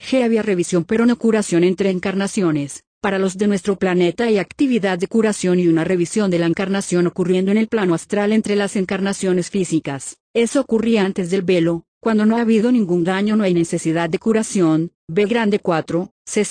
G había revisión pero no curación entre encarnaciones. Para los de nuestro planeta hay actividad de curación y una revisión de la encarnación ocurriendo en el plano astral entre las encarnaciones físicas. Eso ocurría antes del velo, cuando no ha habido ningún daño no hay necesidad de curación. B grande 4,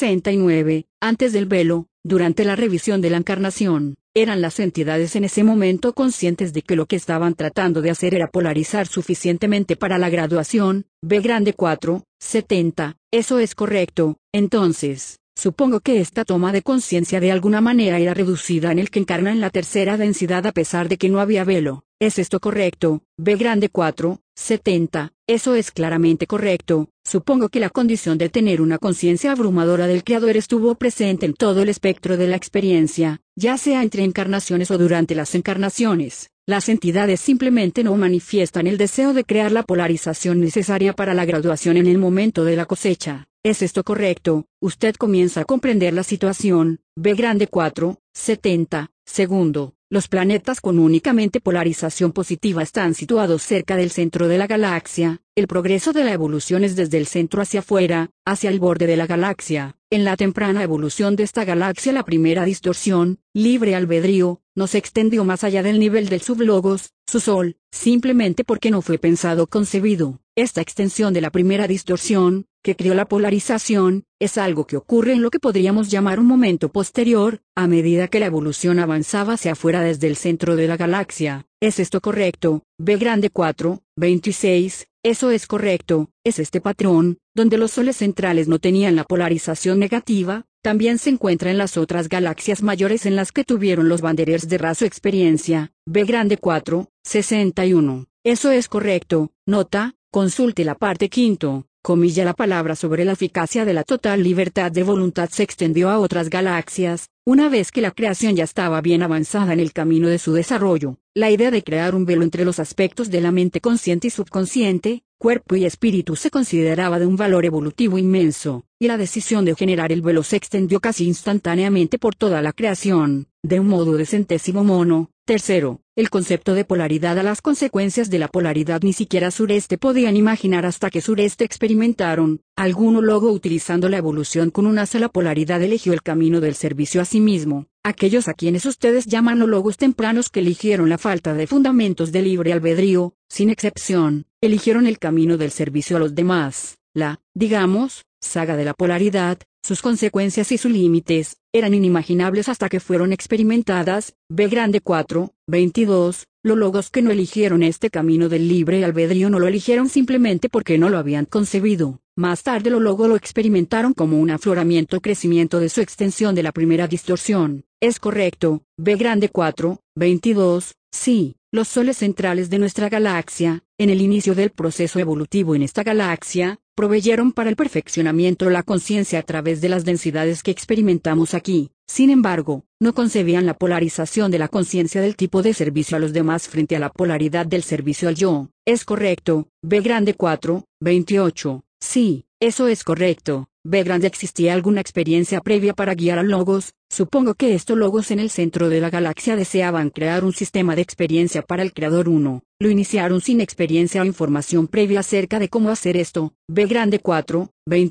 69, antes del velo, durante la revisión de la encarnación, eran las entidades en ese momento conscientes de que lo que estaban tratando de hacer era polarizar suficientemente para la graduación. B grande 4, 70, eso es correcto. Entonces, supongo que esta toma de conciencia de alguna manera era reducida en el que encarna en la tercera densidad a pesar de que no había velo. ¿Es esto correcto? B grande 4, 70, eso es claramente correcto. Supongo que la condición de tener una conciencia abrumadora del Creador estuvo presente en todo el espectro de la experiencia, ya sea entre encarnaciones o durante las encarnaciones. Las entidades simplemente no manifiestan el deseo de crear la polarización necesaria para la graduación en el momento de la cosecha. ¿Es esto correcto? Usted comienza a comprender la situación. B grande 4, 70, segundo. Los planetas con únicamente polarización positiva están situados cerca del centro de la galaxia. El progreso de la evolución es desde el centro hacia afuera, hacia el borde de la galaxia. En la temprana evolución de esta galaxia la primera distorsión, libre albedrío, no se extendió más allá del nivel del sublogos, su sol, simplemente porque no fue pensado o concebido. Esta extensión de la primera distorsión, que creó la polarización, es algo que ocurre en lo que podríamos llamar un momento posterior, a medida que la evolución avanzaba hacia afuera desde el centro de la galaxia. ¿Es esto correcto? B grande 4, 26, eso es correcto. Es este patrón, donde los soles centrales no tenían la polarización negativa, también se encuentra en las otras galaxias mayores en las que tuvieron los Wanderers de raza experiencia. B grande 4, 61, eso es correcto. Nota, consulte la parte quinto. La palabra sobre la eficacia de la total libertad de voluntad se extendió a otras galaxias, una vez que la creación ya estaba bien avanzada en el camino de su desarrollo. La idea de crear un velo entre los aspectos de la mente consciente y subconsciente, cuerpo y espíritu se consideraba de un valor evolutivo inmenso, y la decisión de generar el velo se extendió casi instantáneamente por toda la creación, de un modo de centésimo mono. Tercero, el concepto de polaridad a las consecuencias de la polaridad ni siquiera Sureste podían imaginar hasta que Sureste experimentaron. Algún logo utilizando la evolución con una sola polaridad eligió el camino del servicio a sí mismo. Aquellos a quienes ustedes llaman logos tempranos que eligieron la falta de fundamentos de libre albedrío, sin excepción, eligieron el camino del servicio a los demás. La, digamos, saga de la polaridad, sus consecuencias y sus límites, eran inimaginables hasta que fueron experimentadas. B grande 4, 22, los logos que no eligieron este camino del libre albedrío no lo eligieron simplemente porque no lo habían concebido. Más tarde los logos lo experimentaron como un afloramiento o crecimiento de su extensión de la primera distorsión. Es correcto. B grande 4, 22, sí. Los soles centrales de nuestra galaxia, en el inicio del proceso evolutivo en esta galaxia, proveyeron para el perfeccionamiento de la conciencia a través de las densidades que experimentamos aquí. Sin embargo, no concebían la polarización de la conciencia del tipo de servicio a los demás frente a la polaridad del servicio al yo. Es correcto. B grande 4, 28, sí, eso es correcto. B grande existía alguna experiencia previa para guiar a logos. Supongo que estos logos en el centro de la galaxia deseaban crear un sistema de experiencia para el Creador 1. Lo iniciaron sin experiencia o información previa acerca de cómo hacer esto. B grande 4,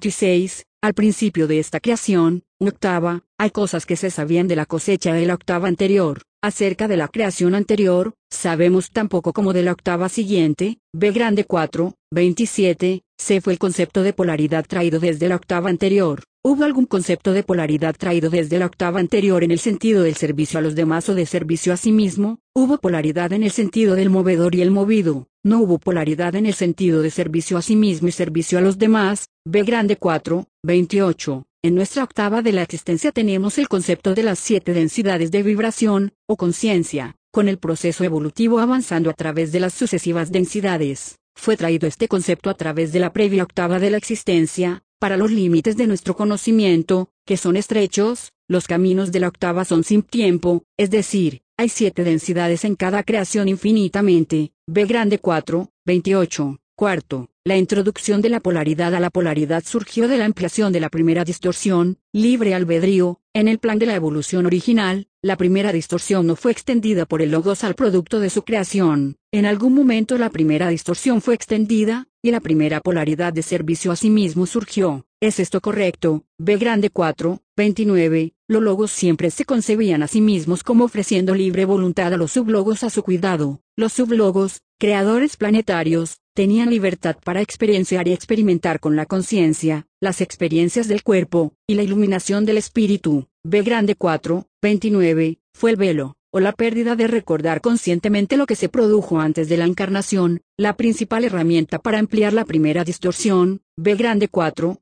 26, al principio de esta creación, octava, hay cosas que se sabían de la cosecha de la octava anterior. Acerca de la creación anterior, sabemos tan poco como de la octava siguiente. B grande 4, 27, C fue el concepto de polaridad traído desde la octava anterior. ¿Hubo algún concepto de polaridad traído desde la octava anterior en el sentido del servicio a los demás o de servicio a sí mismo? ¿Hubo polaridad en el sentido del movedor y el movido? No hubo polaridad en el sentido de servicio a sí mismo y servicio a los demás. B grande 4, 28. En nuestra octava de la existencia tenemos el concepto de las 7 densidades de vibración, o conciencia. Con el proceso evolutivo avanzando a través de las sucesivas densidades, fue traído este concepto a través de la previa octava de la existencia. Para los límites de nuestro conocimiento, que son estrechos, los caminos de la octava son sin tiempo, es decir, hay 7 densidades en cada creación infinitamente. B grande 4, 28. Cuarto, la introducción de la polaridad a la polaridad surgió de la ampliación de la primera distorsión, libre albedrío. En el plan de la evolución original, la primera distorsión no fue extendida por el logos al producto de su creación. En algún momento la primera distorsión fue extendida, y la primera polaridad de servicio a sí mismo surgió. ¿Es esto correcto? B grande 4, 29. Los logos siempre se concebían a sí mismos como ofreciendo libre voluntad a los sublogos a su cuidado. Los sublogos, creadores planetarios, tenían libertad para experienciar y experimentar con la conciencia, las experiencias del cuerpo, y la iluminación del espíritu. B grande 4, 29, fue el velo, o la pérdida de recordar conscientemente lo que se produjo antes de la encarnación, la principal herramienta para ampliar la primera distorsión. B grande 4,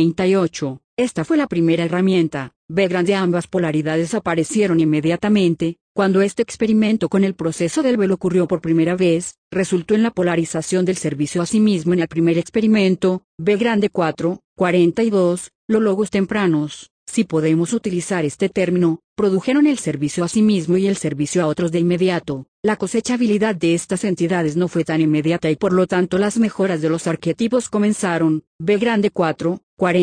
38. Esta fue la primera herramienta. B grande. Ambas polaridades aparecieron inmediatamente. Cuando este experimento con el proceso del velo ocurrió por primera vez, resultó en la polarización del servicio a sí mismo en el primer experimento. B grande 4, 42. Los logos tempranos, si podemos utilizar este término, produjeron el servicio a sí mismo y el servicio a otros de inmediato. La cosechabilidad de estas entidades no fue tan inmediata y por lo tanto las mejoras de los arquetipos comenzaron. B grande 4,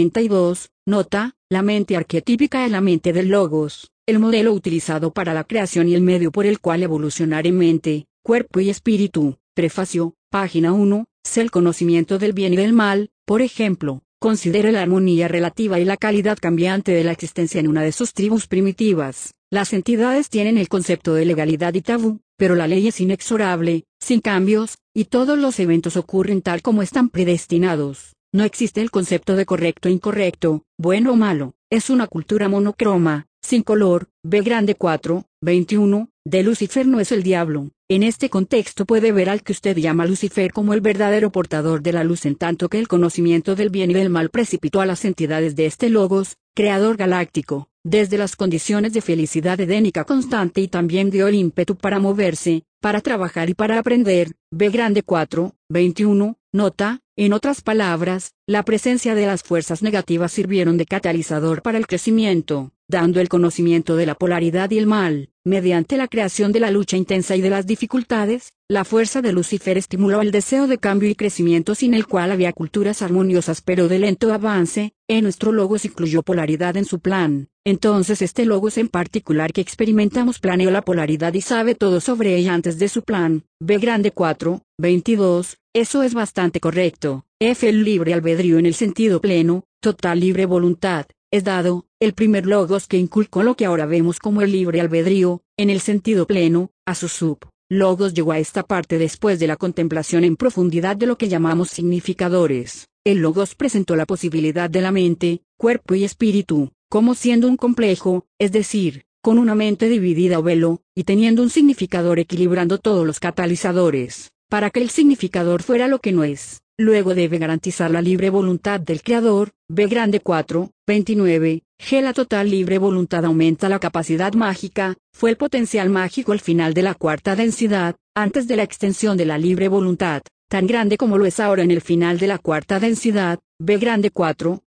42. Nota, la mente arquetípica es la mente del logos, el modelo utilizado para la creación y el medio por el cual evolucionar en mente, cuerpo y espíritu. Prefacio, página 1. Sé el conocimiento del bien y del mal, por ejemplo. Considere la armonía relativa y la calidad cambiante de la existencia en una de sus tribus primitivas. Las entidades tienen el concepto de legalidad y tabú, pero la ley es inexorable, sin cambios, y todos los eventos ocurren tal como están predestinados. No existe el concepto de correcto e incorrecto, bueno o malo. Es una cultura monocroma, sin color. B grande 4, 21. De Lucifer no es el diablo. En este contexto puede ver al que usted llama Lucifer como el verdadero portador de la luz, en tanto que el conocimiento del bien y del mal precipitó a las entidades de este logos, creador galáctico, desde las condiciones de felicidad edénica constante, y también dio el ímpetu para moverse, para trabajar y para aprender. B grande 4, 21. Nota, en otras palabras, la presencia de las fuerzas negativas sirvieron de catalizador para el crecimiento, dando el conocimiento de la polaridad y el mal. Mediante la creación de la lucha intensa y de las dificultades, la fuerza de Lucifer estimuló el deseo de cambio y crecimiento, sin el cual había culturas armoniosas pero de lento avance. En nuestro logos incluyó polaridad en su plan. Entonces este logos en particular que experimentamos planeó la polaridad y sabe todo sobre ella antes de su plan. B grande 4, 22. Eso es bastante correcto. F. El libre albedrío en el sentido pleno, total libre voluntad, es dado, el primer logos que inculcó lo que ahora vemos como el libre albedrío, en el sentido pleno, a su logos llegó a esta parte después de la contemplación en profundidad de lo que llamamos significadores. El logos presentó la posibilidad de la mente, cuerpo y espíritu, como siendo un complejo, es decir, con una mente dividida o velo, y teniendo un significador equilibrando todos los catalizadores. Para que el significador fuera lo que no es, luego debe garantizar la libre voluntad del creador. B grande 4, 29. G. La total libre voluntad aumenta la capacidad mágica. Fue el potencial mágico al final de la cuarta densidad, antes de la extensión de la libre voluntad, tan grande como lo es ahora en el final de la cuarta densidad. B grande 4,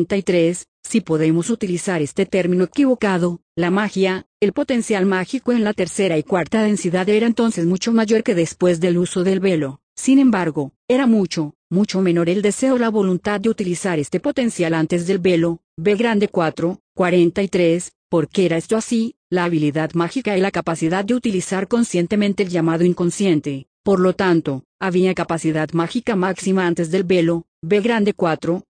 43. Si podemos utilizar este término equivocado, la magia, el potencial mágico en la tercera y cuarta densidad era entonces mucho mayor que después del uso del velo. Sin embargo, era mucho menor el deseo o la voluntad de utilizar este potencial antes del velo. B grande 4, 43. ¿Por qué era esto así? La habilidad mágica y la capacidad de utilizar conscientemente el llamado inconsciente. Por lo tanto, había capacidad mágica máxima antes del velo. B grande 4,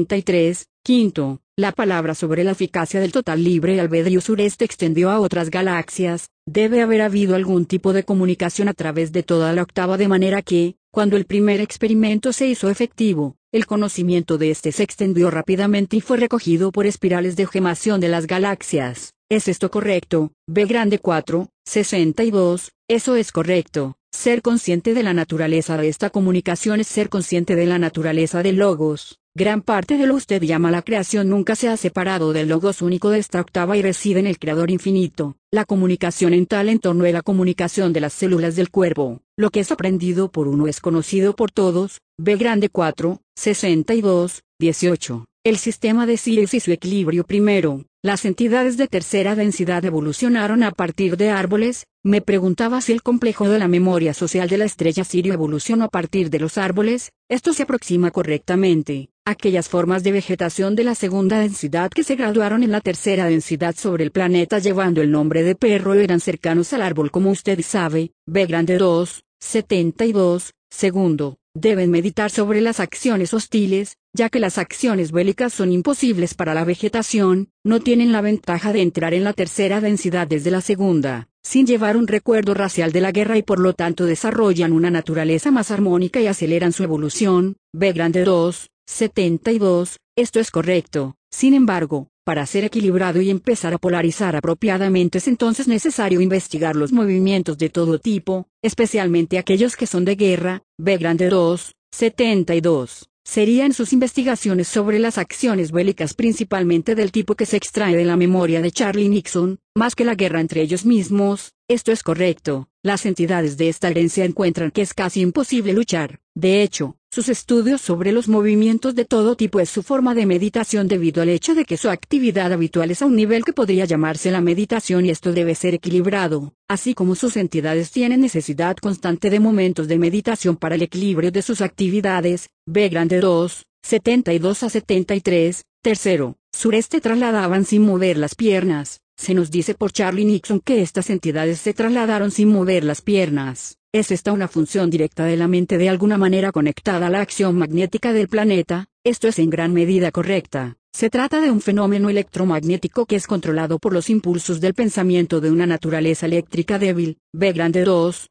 43. Quinto, la palabra sobre la eficacia del total libre albedrío sureste extendió a otras galaxias. Debe haber habido algún tipo de comunicación a través de toda la octava, de manera que, cuando el primer experimento se hizo efectivo, el conocimiento de este se extendió rápidamente y fue recogido por espirales de gemación de las galaxias. ¿Es esto correcto? B grande 4, 62. Eso es correcto. Ser consciente de la naturaleza de esta comunicación es ser consciente de la naturaleza del logos. Gran parte de lo usted llama la creación nunca se ha separado del logos único de esta octava y reside en el creador infinito. La comunicación en tal entorno es la comunicación de las células del cuerpo. Lo que es aprendido por uno es conocido por todos. B grande 4, 62, 18. El sistema de Sirius y su equilibrio primero. Las entidades de tercera densidad evolucionaron a partir de árboles. Me preguntaba si el complejo de la memoria social de la estrella Sirio evolucionó a partir de los árboles. Esto se aproxima correctamente. Aquellas formas de vegetación de la segunda densidad que se graduaron en la tercera densidad sobre el planeta llevando el nombre de perro eran cercanos al árbol, como usted sabe. B grande 2, 72, segundo. Deben meditar sobre las acciones hostiles, ya que las acciones bélicas son imposibles para la vegetación. No tienen la ventaja de entrar en la tercera densidad desde la segunda, sin llevar un recuerdo racial de la guerra, y por lo tanto desarrollan una naturaleza más armónica y aceleran su evolución. B grande 2, 72, esto es correcto. Sin embargo, para ser equilibrado y empezar a polarizar apropiadamente es entonces necesario investigar los movimientos de todo tipo, especialmente aquellos que son de guerra. B grande 2, 72. Serían sus investigaciones sobre las acciones bélicas principalmente del tipo que se extrae de la memoria de Charlie Nixon, más que la guerra entre ellos mismos. Esto es correcto. Las entidades de esta herencia encuentran que es casi imposible luchar. De hecho, sus estudios sobre los movimientos de todo tipo es su forma de meditación debido al hecho de que su actividad habitual es a un nivel que podría llamarse la meditación, y esto debe ser equilibrado. Así como sus entidades tienen necesidad constante de momentos de meditación para el equilibrio de sus actividades. B grande 2, 72 a 73, tercero, sureste trasladaban sin mover las piernas. Se nos dice por Charlie Nixon que estas entidades se trasladaron sin mover las piernas. ¿Es esta una función directa de la mente de alguna manera conectada a la acción magnética del planeta? Esto es en gran medida correcta. Se trata de un fenómeno electromagnético que es controlado por los impulsos del pensamiento de una naturaleza eléctrica débil. B grande 2,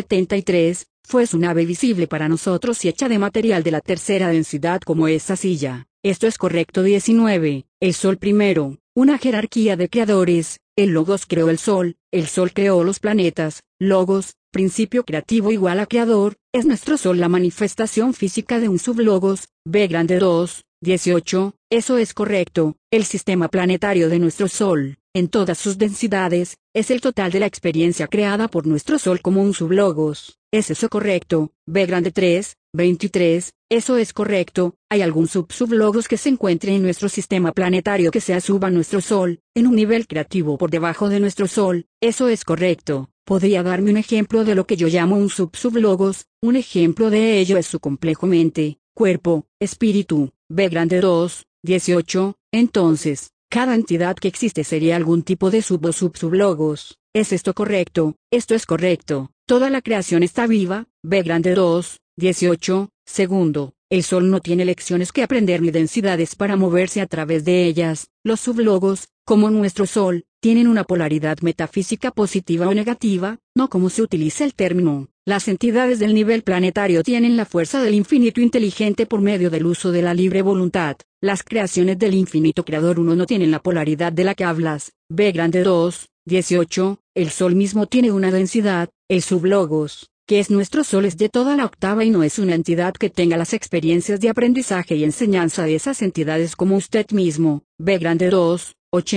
73, fue su nave visible para nosotros y hecha de material de la tercera densidad como esa silla. Esto es correcto. 19. El Sol primero. Una jerarquía de creadores. El Logos creó el Sol creó los planetas. Logos, principio creativo igual a creador. ¿Es nuestro Sol la manifestación física de un sublogos? B grande 2, 18. Eso es correcto. El sistema planetario de nuestro Sol, en todas sus densidades, es el total de la experiencia creada por nuestro Sol como un sublogos. ¿Es eso correcto? B grande 3, 23. Eso es correcto. ¿Hay algún sublogos que se encuentre en nuestro sistema planetario que sea sub a nuestro Sol, en un nivel creativo por debajo de nuestro Sol? Eso es correcto. ¿Podría darme un ejemplo de lo que yo llamo un sublogos? Un ejemplo de ello es su complejo mente, cuerpo, espíritu. B grande 2, 18. Entonces, cada entidad que existe sería algún tipo de sub o sublogos. ¿Es esto correcto? Esto es correcto. Toda la creación está viva. B grande 2, 18. Segundo, el Sol no tiene lecciones que aprender ni densidades para moverse a través de ellas. Los sublogos, como nuestro Sol, tienen una polaridad metafísica positiva o negativa, no como se utiliza el término. Las entidades del nivel planetario tienen la fuerza del infinito inteligente por medio del uso de la libre voluntad. Las creaciones del infinito creador uno no tienen la polaridad de la que hablas. B grande 2, 18. El Sol mismo tiene una densidad. El sublogos, que es nuestro Sol, es de toda la octava y no es una entidad que tenga las experiencias de aprendizaje y enseñanza de esas entidades como usted mismo. B grande 2,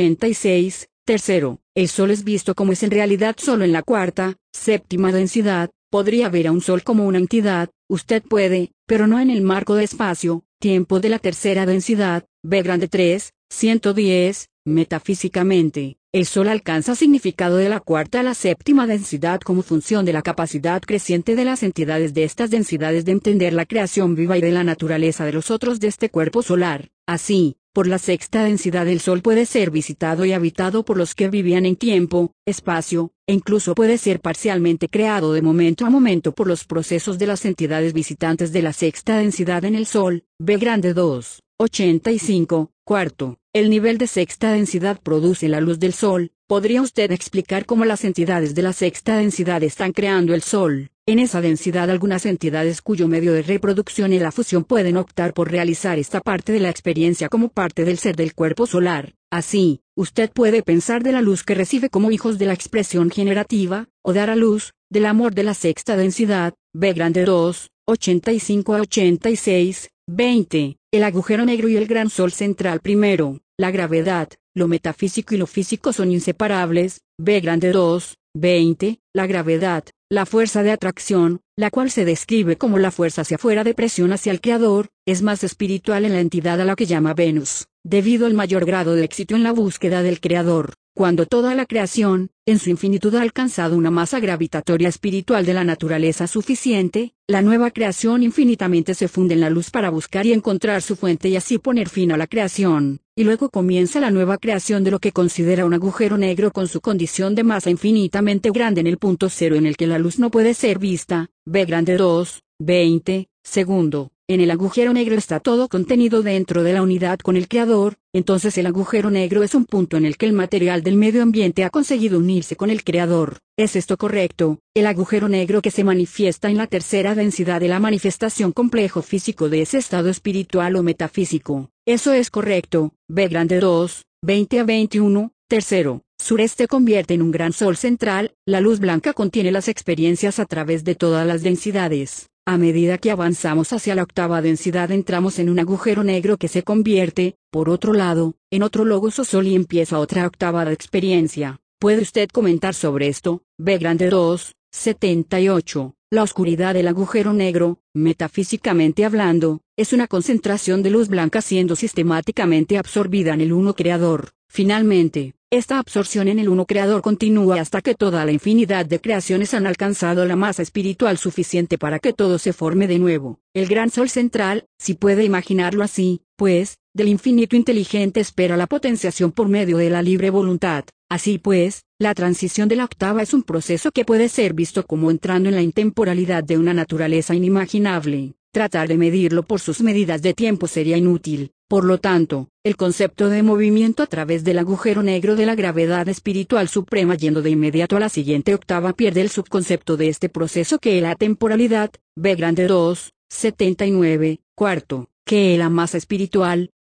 86. Tercero, el Sol es visto como es en realidad solo en la cuarta, séptima densidad. Podría ver a un Sol como una entidad, usted puede, pero no en el marco de espacio, tiempo de la tercera densidad. B grande 3, 110. Metafísicamente, el Sol alcanza significado de la cuarta a la séptima densidad como función de la capacidad creciente de las entidades de estas densidades de entender la creación viva y de la naturaleza de los otros de este cuerpo solar. Así, por la sexta densidad el Sol puede ser visitado y habitado por los que vivían en tiempo, espacio, e incluso puede ser parcialmente creado de momento a momento por los procesos de las entidades visitantes de la sexta densidad en el Sol. B grande 2, 85. Cuarto, el nivel de sexta densidad produce la luz del Sol. ¿Podría usted explicar cómo las entidades de la sexta densidad están creando el Sol? En esa densidad algunas entidades cuyo medio de reproducción es la fusión pueden optar por realizar esta parte de la experiencia como parte del ser del cuerpo solar. Así, usted puede pensar de la luz que recibe como hijos de la expresión generativa, o dar a luz, del amor de la sexta densidad. B grande 2, 85 a 86, 20. El agujero negro y el gran Sol central primero. La gravedad, lo metafísico y lo físico son inseparables. B grande 2, 20. La gravedad, la fuerza de atracción, la cual se describe como la fuerza hacia afuera de presión hacia el Creador, es más espiritual en la entidad a la que llama Venus. debido al mayor grado de éxito en la búsqueda del Creador. Cuando toda la creación, en su infinitud ha alcanzado una masa gravitatoria espiritual de la naturaleza suficiente, la nueva creación infinitamente se funde en la luz para buscar y encontrar su fuente y así poner fin a la creación, y luego comienza la nueva creación de lo que considera un agujero negro con su condición de masa infinitamente grande en el punto cero en el que la luz no puede ser vista, B grande 2, 20, segundo. En el agujero negro está todo contenido dentro de la unidad con el Creador, entonces el agujero negro es un punto en el que el material del medio ambiente ha conseguido unirse con el Creador. ¿Es esto correcto? El agujero negro que se manifiesta en la tercera densidad de la manifestación complejo físico de ese estado espiritual o metafísico. Eso es correcto. B grande 2, 20 a 21, tercero. Sureste convierte en un gran sol central, la luz blanca contiene las experiencias a través de todas las densidades. A medida que avanzamos hacia la octava densidad entramos en un agujero negro que se convierte, por otro lado, en otro logos o sol y empieza otra octava de experiencia. ¿Puede usted comentar sobre esto? B grande 2, 78. La oscuridad del agujero negro, metafísicamente hablando, es una concentración de luz blanca siendo sistemáticamente absorbida en el uno creador. Finalmente, esta absorción en el uno creador continúa hasta que toda la infinidad de creaciones han alcanzado la masa espiritual suficiente para que todo se forme de nuevo. El gran sol central, si puede imaginarlo así, pues, del infinito inteligente espera la potenciación por medio de la libre voluntad. Así pues, la transición de la octava es un proceso que puede ser visto como entrando en la intemporalidad de una naturaleza inimaginable. Tratar de medirlo por sus medidas de tiempo sería inútil. Por lo tanto, el concepto de movimiento a través del agujero negro de la gravedad espiritual suprema yendo de inmediato a la siguiente octava pierde el subconcepto de este proceso que es la temporalidad, B grande 2, 79, cuarto, que es la masa espiritual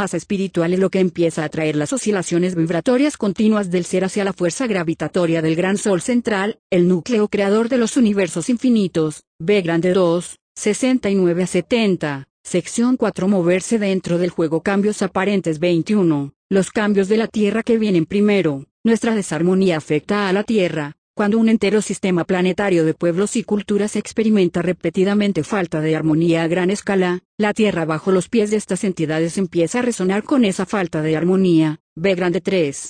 es lo que empieza a atraer las oscilaciones vibratorias continuas del ser hacia la fuerza gravitatoria del gran sol central, el núcleo creador de los universos infinitos, B grande 2, 69 a 70. Sección 4. Moverse dentro del juego. Cambios aparentes. 21. Los cambios de la Tierra que vienen primero. Nuestra desarmonía afecta a la Tierra. Cuando un entero sistema planetario de pueblos y culturas experimenta repetidamente falta de armonía a gran escala, la Tierra bajo los pies de estas entidades empieza a resonar con esa falta de armonía. B grande 3,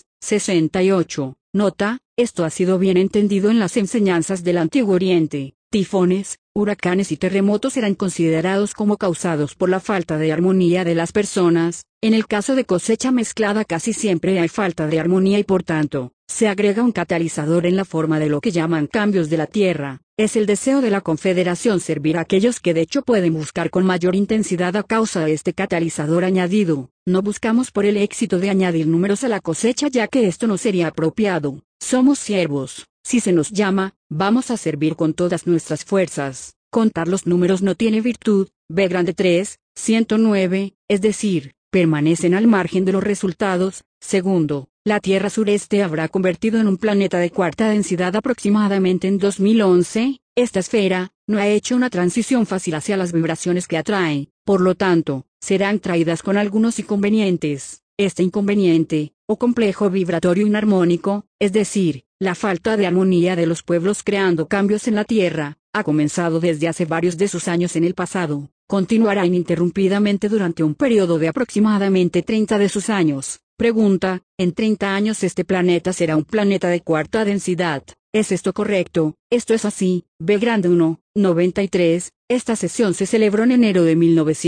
68. Nota, esto ha sido bien entendido en las enseñanzas del Antiguo Oriente. Tifones, huracanes y terremotos eran considerados como causados por la falta de armonía de las personas. En el caso de cosecha mezclada casi siempre hay falta de armonía y por tanto, se agrega un catalizador en la forma de lo que llaman cambios de la Tierra. Es el deseo de la Confederación servir a aquellos que de hecho pueden buscar con mayor intensidad a causa de este catalizador añadido. No buscamos por el éxito de añadir números a la cosecha ya que esto no sería apropiado. Somos siervos. Si se nos llama, vamos a servir con todas nuestras fuerzas. Contar los números no tiene virtud. B grande 3, 109, es decir, permanecen al margen de los resultados. Segundo, la Tierra sureste habrá convertido en un planeta de cuarta densidad aproximadamente en 2011. Esta esfera no ha hecho una transición fácil hacia las vibraciones que atrae, por lo tanto, serán traídas con algunos inconvenientes. Este inconveniente, o complejo vibratorio inarmónico, es decir, la falta de armonía de los pueblos creando cambios en la Tierra, ha comenzado desde hace varios de sus años en el pasado, continuará ininterrumpidamente durante un periodo de aproximadamente 30 de sus años. Pregunta, en 30 años este planeta será un planeta de cuarta densidad. ¿Es esto correcto? Esto es así. B grande 1, 93. Esta sesión se celebró en enero de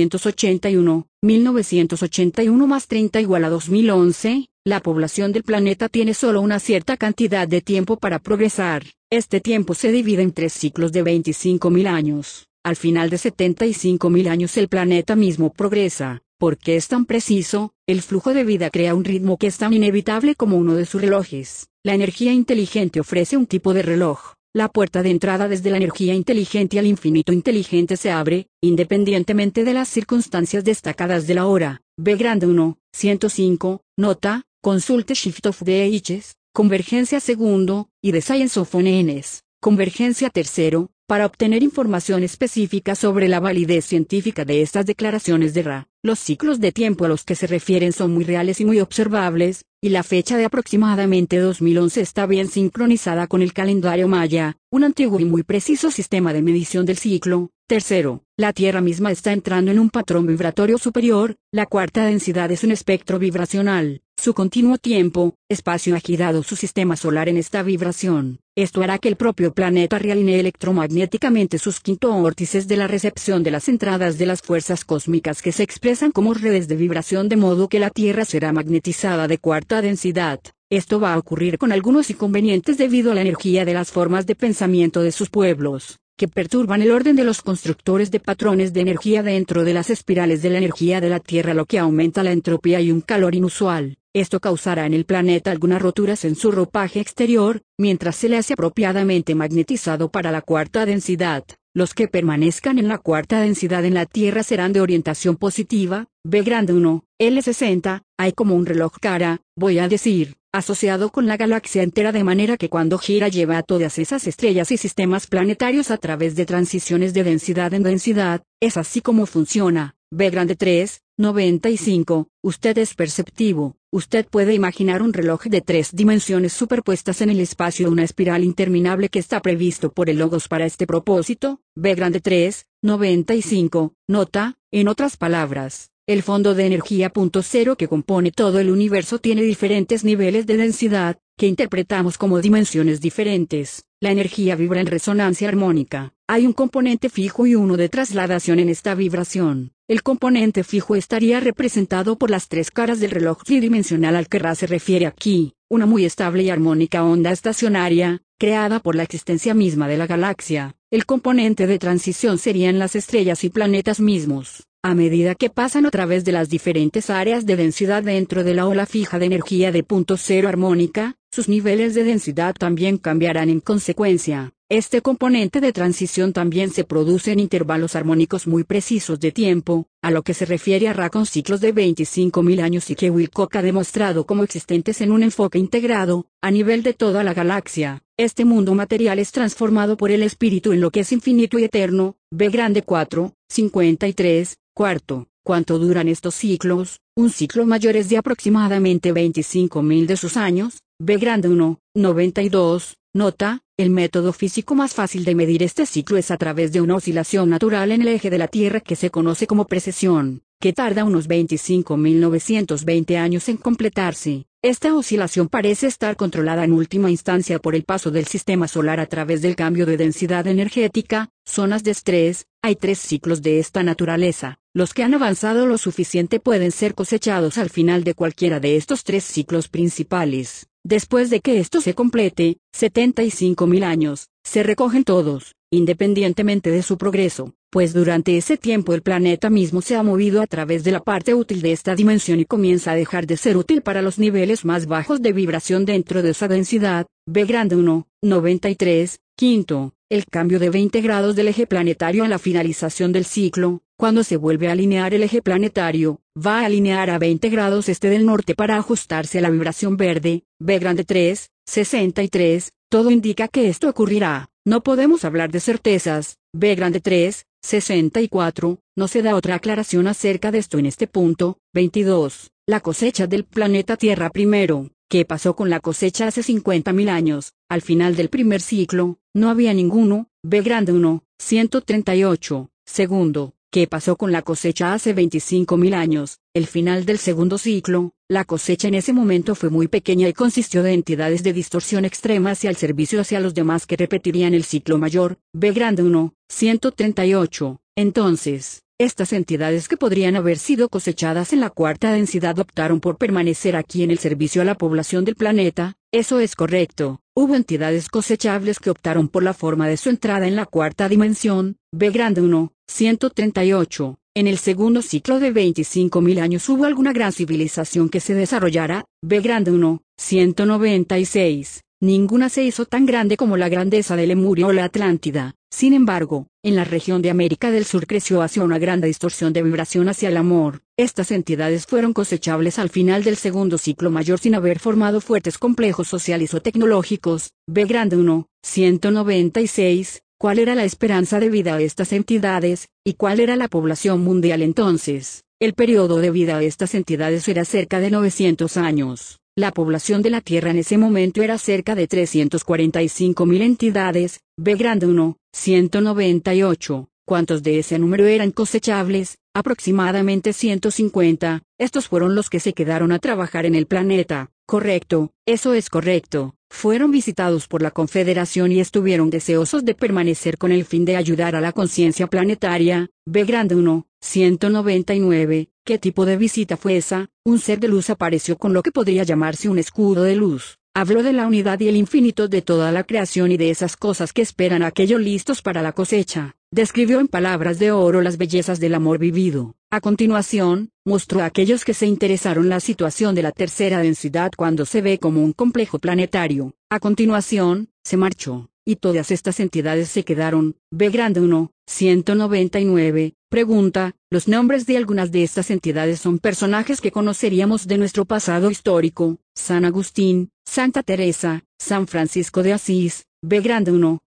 1981. 1981 más 30 igual a 2011. La población del planeta tiene solo una cierta cantidad de tiempo para progresar. Este tiempo se divide en 3 ciclos de 25.000 años. Al final de 75.000 años el planeta mismo progresa. ¿Por qué es tan preciso? El flujo de vida crea un ritmo que es tan inevitable como uno de sus relojes. La energía inteligente ofrece un tipo de reloj. La puerta de entrada desde la energía inteligente al infinito inteligente se abre, independientemente de las circunstancias destacadas de la hora. B grande 1, 105, nota, consulte Shift of the Ages, convergencia segundo, y The Science of Onenes, convergencia tercero, para obtener información específica sobre la validez científica de estas declaraciones de Ra. Los ciclos de tiempo a los que se refieren son muy reales y muy observables. y la fecha de aproximadamente 2011 está bien sincronizada con el calendario maya, un antiguo y muy preciso sistema de medición del ciclo. Tercero, la Tierra misma está entrando en un patrón vibratorio superior. La cuarta densidad es un espectro vibracional. Su continuo tiempo, espacio ha girado su sistema solar en esta vibración. Esto hará que el propio planeta realinee electromagnéticamente sus quinto vórtices de la recepción de las entradas de las fuerzas cósmicas que se expresan como redes de vibración, de modo que la Tierra será magnetizada de cuarta densidad. Esto va a ocurrir con algunos inconvenientes debido a la energía de las formas de pensamiento de sus pueblos, que perturban el orden de los constructores de patrones de energía dentro de las espirales de la energía de la Tierra, lo que aumenta la entropía y un calor inusual. Esto causará en el planeta algunas roturas en su ropaje exterior, mientras se le hace apropiadamente magnetizado para la cuarta densidad. Los que permanezcan en la cuarta densidad en la Tierra serán de orientación positiva, B grande 1, L60, hay como un reloj cara, voy a decir, asociado con la galaxia entera, de manera que cuando gira lleva a todas esas estrellas y sistemas planetarios a través de transiciones de densidad en densidad. Es así como funciona. B grande 3, 95, usted es perceptivo. Usted puede imaginar un reloj de 3 dimensiones superpuestas en el espacio, una espiral interminable que está previsto por el Logos para este propósito. B grande 3, 95, nota, en otras palabras, el fondo de energía punto cero que compone todo el universo tiene diferentes niveles de densidad, que interpretamos como dimensiones diferentes. La energía vibra en resonancia armónica. Hay un componente fijo y uno de trasladación en esta vibración. El componente fijo estaría representado por las tres caras del reloj tridimensional al que Ra se refiere aquí, una muy estable y armónica onda estacionaria, creada por la existencia misma de la galaxia. El componente de transición serían las estrellas y planetas mismos. A medida que pasan a través de las diferentes áreas de densidad dentro de la ola fija de energía de punto cero armónica, sus niveles de densidad también cambiarán en consecuencia. Este componente de transición también se produce en intervalos armónicos muy precisos de tiempo, a lo que se refiere a Ra con ciclos de 25.000 años y que Wilcock ha demostrado como existentes en un enfoque integrado, a nivel de toda la galaxia. Este mundo material es transformado por el espíritu en lo que es infinito y eterno. B grande 4, 53, cuarto. ¿Cuánto duran estos ciclos? Un ciclo mayor es de aproximadamente 25.000 de sus años. B grande 1, 92, nota, el método físico más fácil de medir este ciclo es a través de una oscilación natural en el eje de la Tierra que se conoce como precesión, que tarda unos 25.920 años en completarse. Esta oscilación parece estar controlada en última instancia por el paso del sistema solar a través del cambio de densidad energética, zonas de estrés. Hay 3 ciclos de esta naturaleza. Los que han avanzado lo suficiente pueden ser cosechados al final de cualquiera de estos 3 ciclos principales. Después de que esto se complete, 75.000 años, se recogen todos, independientemente de su progreso, pues durante ese tiempo el planeta mismo se ha movido a través de la parte útil de esta dimensión y comienza a dejar de ser útil para los niveles más bajos de vibración dentro de esa densidad. B grande 1, 93, quinto, el cambio de 20 grados del eje planetario a la finalización del ciclo. Cuando se vuelve a alinear el eje planetario, va a alinear a 20 grados este del norte para ajustarse a la vibración verde. B grande 3, 63, todo indica que esto ocurrirá. No podemos hablar de certezas. B grande 3, 64, no se da otra aclaración acerca de esto en este punto. 22, la cosecha del planeta Tierra primero. ¿Qué pasó con la cosecha hace 50.000 años? Al final del primer ciclo, no había ninguno. B grande 1, 138, segundo. ¿Qué pasó con la cosecha hace 25.000 años? El final del segundo ciclo, la cosecha en ese momento fue muy pequeña y consistió de entidades de distorsión extrema hacia el servicio hacia los demás que repetirían el ciclo mayor. B grande 1, 138. Entonces, estas entidades que podrían haber sido cosechadas en la cuarta densidad optaron por permanecer aquí en el servicio a la población del planeta. Eso es correcto. Hubo entidades cosechables que optaron por la forma de su entrada en la cuarta dimensión. B grande 1, 138. En el segundo ciclo de 25.000 años hubo alguna gran civilización que se desarrollara. B grande 1, 196. Ninguna se hizo tan grande como la grandeza de Lemuria o la Atlántida. Sin embargo, en la región de América del Sur creció hacia una gran distorsión de vibración hacia el amor. Estas entidades fueron cosechables al final del segundo ciclo mayor sin haber formado fuertes complejos sociales o tecnológicos. B grande 1, 196. ¿Cuál era la esperanza de vida a estas entidades, y cuál era la población mundial entonces? El periodo de vida a estas entidades era cerca de 900 años. La población de la Tierra en ese momento era cerca de 345.000 entidades, B grande 1, 198. ¿Cuántos de ese número eran cosechables? Aproximadamente 150. Estos fueron los que se quedaron a trabajar en el planeta. Correcto, eso es correcto. Fueron visitados por la Confederación y estuvieron deseosos de permanecer con el fin de ayudar a la conciencia planetaria. B grande 1, 199. ¿Qué tipo de visita fue esa? Un ser de luz apareció con lo que podría llamarse un escudo de luz. Habló de la unidad y el infinito de toda la creación y de esas cosas que esperan a aquellos listos para la cosecha. Describió en palabras de oro las bellezas del amor vivido. A continuación, mostró a aquellos que se interesaron la situación de la tercera densidad cuando se ve como un complejo planetario. A continuación, se marchó, y todas estas entidades se quedaron. B grande 1, 199. Pregunta, ¿los nombres de algunas de estas entidades son personajes que conoceríamos de nuestro pasado histórico? San Agustín, Santa Teresa, San Francisco de Asís. B grande 1,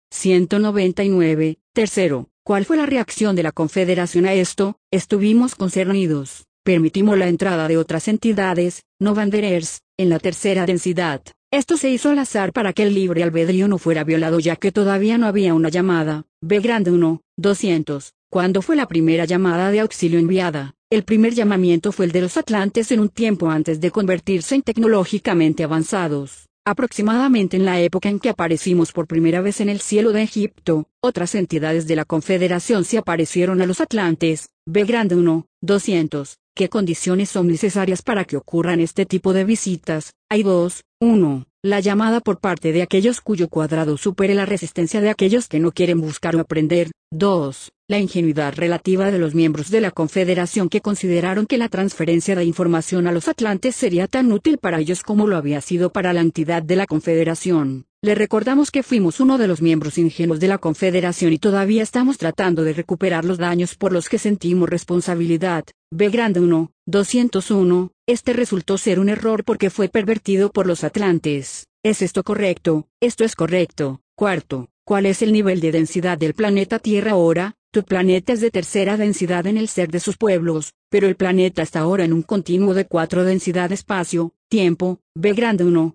199. Tercero, ¿cuál fue la reacción de la Confederación a esto? Estuvimos concernidos. Permitimos la entrada de otras entidades, no wanderers, en la tercera densidad. Esto se hizo al azar para que el libre albedrío no fuera violado ya que todavía no había una llamada. B grande 1, 200. ¿Cuándo fue la primera llamada de auxilio enviada? El primer llamamiento fue el de los atlantes en un tiempo antes de convertirse en tecnológicamente avanzados. Aproximadamente en la época en que aparecimos por primera vez en el cielo de Egipto, otras entidades de la Confederación se aparecieron a los atlantes. B grande 1, 200. ¿Qué condiciones son necesarias para que ocurran este tipo de visitas? Hay dos. 1. La llamada por parte de aquellos cuyo cuadrado supere la resistencia de aquellos que no quieren buscar o aprender. 2. La ingenuidad relativa de los miembros de la Confederación que consideraron que la transferencia de información a los atlantes sería tan útil para ellos como lo había sido para la entidad de la Confederación. Le recordamos que fuimos uno de los miembros ingenuos de la Confederación y todavía estamos tratando de recuperar los daños por los que sentimos responsabilidad. B grande 1, 201. Este resultó ser un error porque fue pervertido por los atlantes. ¿Es esto correcto? Esto es correcto. Cuarto, ¿cuál es el nivel de densidad del planeta Tierra ahora? Tu planeta es de tercera densidad en el ser de sus pueblos, pero el planeta está ahora en un continuo de 4 densidad espacio, tiempo. B grande 1,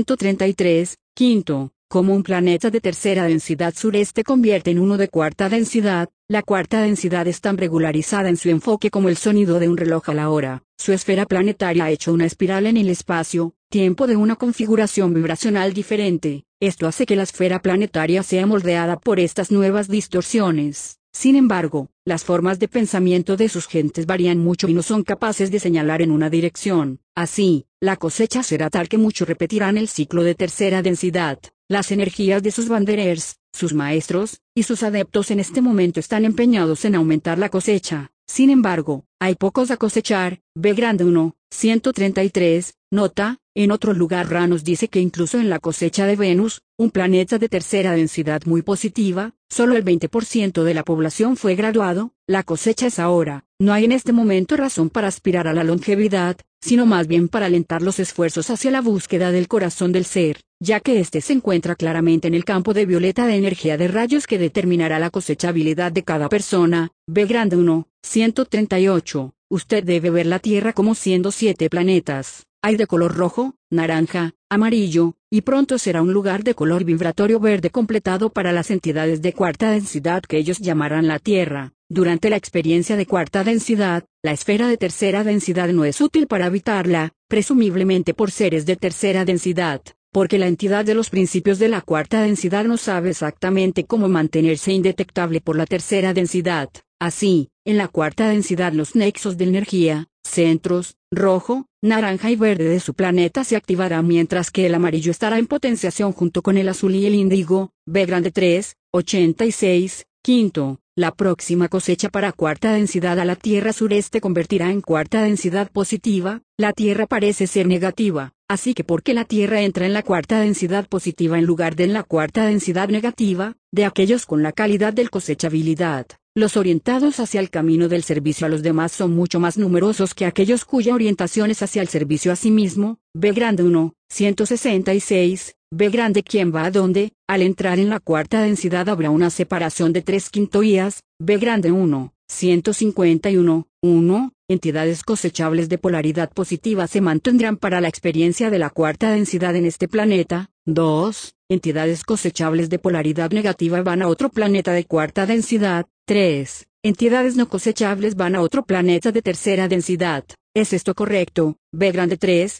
133. Quinto, como un planeta de tercera densidad sureste convierte en uno de cuarta densidad, la cuarta densidad es tan regularizada en su enfoque como el sonido de un reloj a la hora. Su esfera planetaria ha hecho una espiral en el espacio, tiempo de una configuración vibracional diferente. Esto hace que la esfera planetaria sea moldeada por estas nuevas distorsiones. Sin embargo, las formas de pensamiento de sus gentes varían mucho y no son capaces de señalar en una dirección. Así, la cosecha será tal que muchos repetirán el ciclo de tercera densidad. Las energías de sus wanderers, sus maestros, y sus adeptos en este momento están empeñados en aumentar la cosecha. Sin embargo, hay pocos a cosechar. B grande 1, 133. Nota, en otro lugar Ra nos dice que incluso en la cosecha de Venus, un planeta de tercera densidad muy positiva, solo el 20% de la población fue graduado. La cosecha es ahora. No hay en este momento razón para aspirar a la longevidad, sino más bien para alentar los esfuerzos hacia la búsqueda del corazón del ser, ya que éste se encuentra claramente en el campo de violeta de energía de rayos que determinará la cosechabilidad de cada persona. B grande 1, 138. Usted debe ver la Tierra como siendo 7 planetas. Hay de color rojo, naranja, amarillo, y pronto será un lugar de color vibratorio verde completado para las entidades de cuarta densidad que ellos llamarán la Tierra. Durante la experiencia de cuarta densidad, la esfera de tercera densidad no es útil para habitarla, presumiblemente por seres de tercera densidad, porque la entidad de los principios de la cuarta densidad no sabe exactamente cómo mantenerse indetectable por la tercera densidad. Así, en la cuarta densidad los nexos de energía, centros, rojo, naranja y verde de su planeta se activarán mientras que el amarillo estará en potenciación junto con el azul y el índigo. B grande 3, 86. Quinto, la próxima cosecha para cuarta densidad a la Tierra sureste convertirá en cuarta densidad positiva. La Tierra parece ser negativa, así que ¿por qué la Tierra entra en la cuarta densidad positiva en lugar de en la cuarta densidad negativa? De aquellos con la calidad del cosechabilidad, los orientados hacia el camino del servicio a los demás son mucho más numerosos que aquellos cuya orientación es hacia el servicio a sí mismo. B grande 1, 166. B grande ¿quién va a dónde? Al entrar en la cuarta densidad habrá una separación de 3 quintoías. B grande 1, 151. 1. entidades cosechables de polaridad positiva se mantendrán para la experiencia de la cuarta densidad en este planeta. 2. Entidades cosechables de polaridad negativa van a otro planeta de cuarta densidad. 3. Entidades no cosechables van a otro planeta de tercera densidad. ¿Es esto correcto? B grande 3,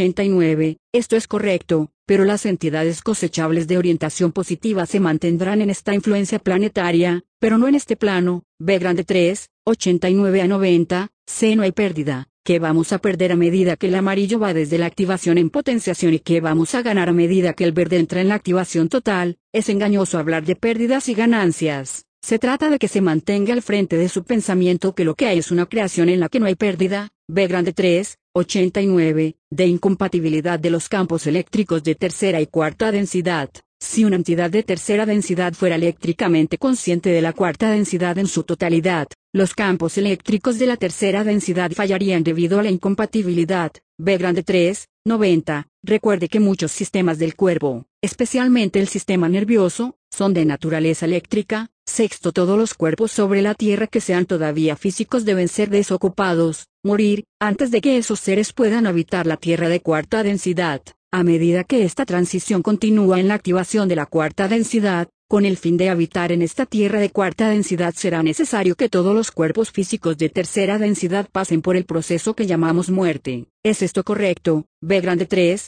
89. Esto es correcto, pero las entidades cosechables de orientación positiva se mantendrán en esta influencia planetaria, pero no en este plano. B grande 3, 89 a 90. C. No hay pérdida. ¿Qué vamos a perder a medida que el amarillo va desde la activación en potenciación y qué vamos a ganar a medida que el verde entra en la activación total? Es engañoso hablar de pérdidas y ganancias. Se trata de que se mantenga al frente de su pensamiento que lo que hay es una creación en la que no hay pérdida. B grande 3, 89, de incompatibilidad de los campos eléctricos de tercera y cuarta densidad. Si una entidad de tercera densidad fuera eléctricamente consciente de la cuarta densidad en su totalidad, los campos eléctricos de la tercera densidad fallarían debido a la incompatibilidad. B grande 3, 90. Recuerde que muchos sistemas del cuerpo, especialmente el sistema nervioso, son de naturaleza eléctrica. Sexto, todos los cuerpos sobre la Tierra que sean todavía físicos deben ser desocupados, morir, antes de que esos seres puedan habitar la Tierra de cuarta densidad. A medida que esta transición continúa en la activación de la cuarta densidad, con el fin de habitar en esta Tierra de cuarta densidad será necesario que todos los cuerpos físicos de tercera densidad pasen por el proceso que llamamos muerte. ¿Es esto correcto? B grande 3,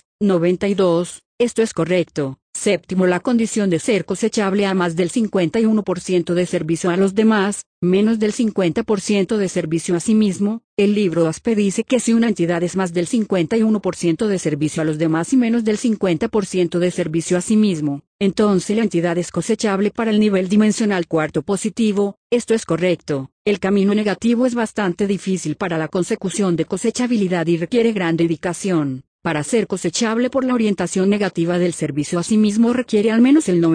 92. Esto es correcto. Séptimo, la condición de ser cosechable a más del 51% de servicio a los demás, menos del 50% de servicio a sí mismo. El libro ASPE dice que si una entidad es más del 51% de servicio a los demás y menos del 50% de servicio a sí mismo, entonces la entidad es cosechable para el nivel dimensional cuarto positivo. Esto es correcto. El camino negativo es bastante difícil para la consecución de cosechabilidad y requiere gran dedicación. Para ser cosechable por la orientación negativa del servicio a sí mismo requiere al menos el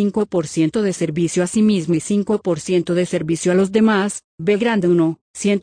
95% de servicio a sí mismo y 5% de servicio a los demás. B grande 1,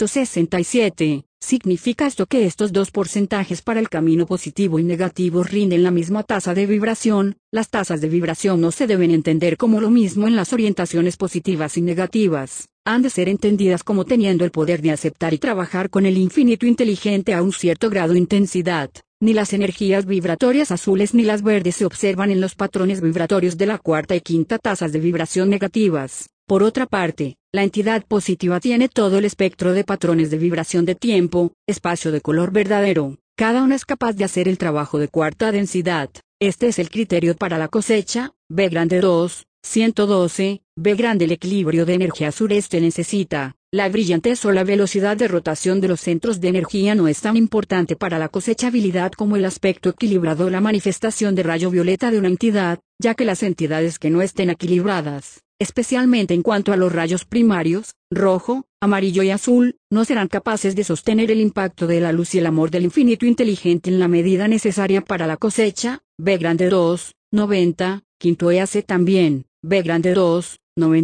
167. ¿Significa esto que estos dos porcentajes para el camino positivo y negativo rinden la misma tasa de vibración? Las tasas de vibración no se deben entender como lo mismo en las orientaciones positivas y negativas. Han de ser entendidas como teniendo el poder de aceptar y trabajar con el infinito inteligente a un cierto grado de intensidad. Ni las energías vibratorias azules ni las verdes se observan en los patrones vibratorios de la cuarta y quinta tasas de vibración negativas. Por otra parte, la entidad positiva tiene todo el espectro de patrones de vibración de tiempo, espacio de color verdadero. Cada una es capaz de hacer el trabajo de cuarta densidad. Este es el criterio para la cosecha. B grande 2, 112. B grande, el equilibrio de energía sureste necesita. La brillantez o la velocidad de rotación de los centros de energía no es tan importante para la cosechabilidad como el aspecto equilibrado o la manifestación de rayo violeta de una entidad, ya que las entidades que no estén equilibradas, especialmente en cuanto a los rayos primarios, rojo, amarillo y azul, no serán capaces de sostener el impacto de la luz y el amor del infinito inteligente en la medida necesaria para la cosecha. B grande 2, 90, quinto y AC también. B grande 2,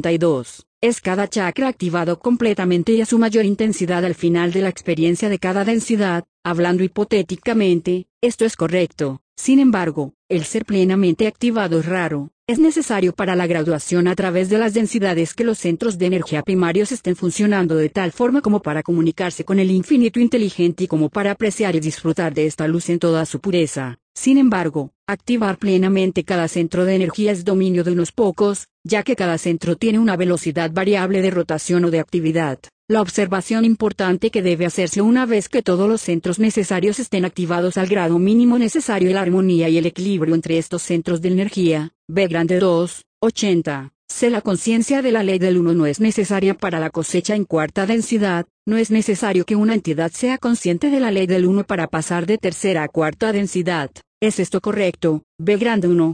92. Es cada chakra activado completamente y a su mayor intensidad al final de la experiencia de cada densidad. Hablando hipotéticamente, esto es correcto. Sin embargo, el ser plenamente activado es raro. Es necesario para la graduación a través de las densidades que los centros de energía primarios estén funcionando de tal forma como para comunicarse con el infinito inteligente y como para apreciar y disfrutar de esta luz en toda su pureza. Sin embargo, activar plenamente cada centro de energía es dominio de unos pocos, ya que cada centro tiene una velocidad variable de rotación o de actividad. La observación importante que debe hacerse una vez que todos los centros necesarios estén activados al grado mínimo necesario y la armonía y el equilibrio entre estos centros de energía. B grande 2, 80. C. La conciencia de la ley del uno no es necesaria para la cosecha en cuarta densidad. No es necesario que una entidad sea consciente de la ley del uno para pasar de tercera a cuarta densidad. ¿Es esto correcto? B grande 1,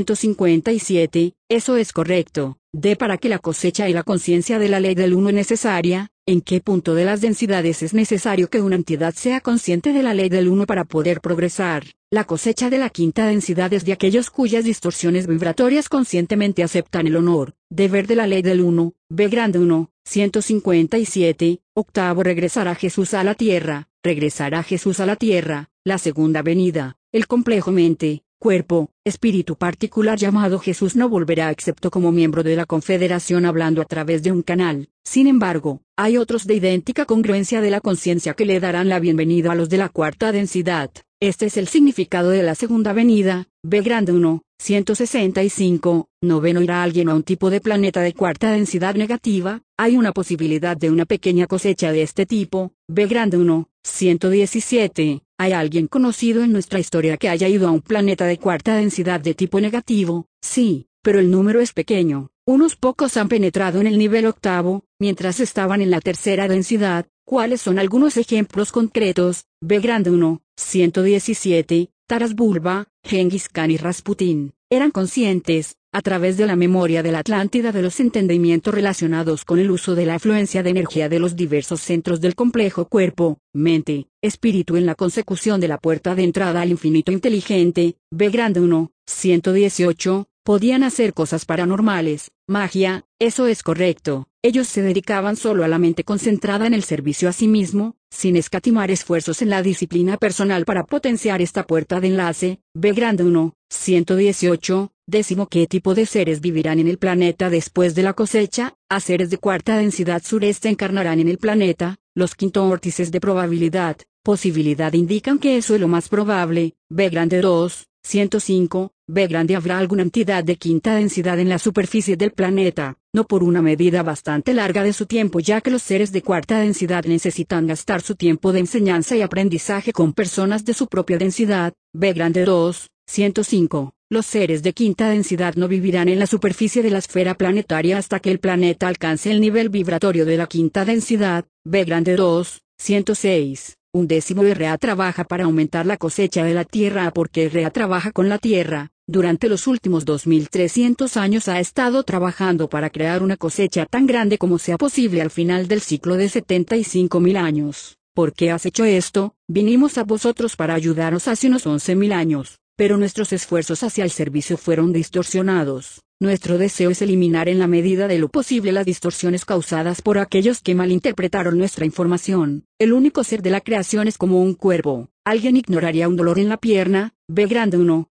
157. Eso es correcto. D. Para que la cosecha y la conciencia de la ley del uno es necesaria. ¿En qué punto de las densidades es necesario que una entidad sea consciente de la ley del uno para poder progresar? La cosecha de la quinta densidad es de aquellos cuyas distorsiones vibratorias conscientemente aceptan el honor, deber de la ley del uno. B grande 1, 157. Octavo, regresará Jesús a la tierra. Regresará Jesús a la tierra, la segunda venida. El complejo mente, cuerpo, espíritu particular llamado Jesús no volverá excepto como miembro de la confederación hablando a través de un canal. Sin embargo, hay otros de idéntica congruencia de la conciencia que le darán la bienvenida a los de la cuarta densidad. Este es el significado de la segunda venida. B grande 1, 165, noveno irá alguien a un tipo de planeta de cuarta densidad negativa. Hay una posibilidad de una pequeña cosecha de este tipo. B grande 1, 117. ¿Hay alguien conocido en nuestra historia que haya ido a un planeta de cuarta densidad de tipo negativo? Sí, pero el número es pequeño. Unos pocos han penetrado en el nivel octavo, mientras estaban en la tercera densidad. ¿Cuáles son algunos ejemplos concretos? B grande 1, 117, Taras Bulba, Genghis Khan y Rasputín. Eran conscientes, a través de la memoria de la Atlántida, de los entendimientos relacionados con el uso de la afluencia de energía de los diversos centros del complejo cuerpo, mente, espíritu en la consecución de la puerta de entrada al infinito inteligente. B grande 1, 118, podían hacer cosas paranormales, magia. Eso es correcto. Ellos se dedicaban solo a la mente concentrada en el servicio a sí mismo, sin escatimar esfuerzos en la disciplina personal para potenciar esta puerta de enlace. B grande 1, 118, décimo. ¿Qué tipo de seres vivirán en el planeta después de la cosecha? A seres de cuarta densidad sureste encarnarán en el planeta. Los quinto vórtices de probabilidad, posibilidad indican que eso es lo más probable. B grande 2, 105, B grande. Habrá alguna entidad de quinta densidad en la superficie del planeta, no por una medida bastante larga de su tiempo, ya que los seres de cuarta densidad necesitan gastar su tiempo de enseñanza y aprendizaje con personas de su propia densidad. B grande 2, 105. Los seres de quinta densidad no vivirán en la superficie de la esfera planetaria hasta que el planeta alcance el nivel vibratorio de la quinta densidad. B grande 2, 106. Un décimo. RA trabaja para aumentar la cosecha de la Tierra porque RA trabaja con la Tierra. Durante los últimos 2300 años ha estado trabajando para crear una cosecha tan grande como sea posible al final del ciclo de 75.000 años. ¿Por qué has hecho esto? Vinimos a vosotros para ayudaros hace unos 11.000 años, pero nuestros esfuerzos hacia el servicio fueron distorsionados. Nuestro deseo es eliminar en la medida de lo posible las distorsiones causadas por aquellos que malinterpretaron nuestra información. El único ser de la creación es como un cuervo. ¿Alguien ignoraría un dolor en la pierna? B grande 1,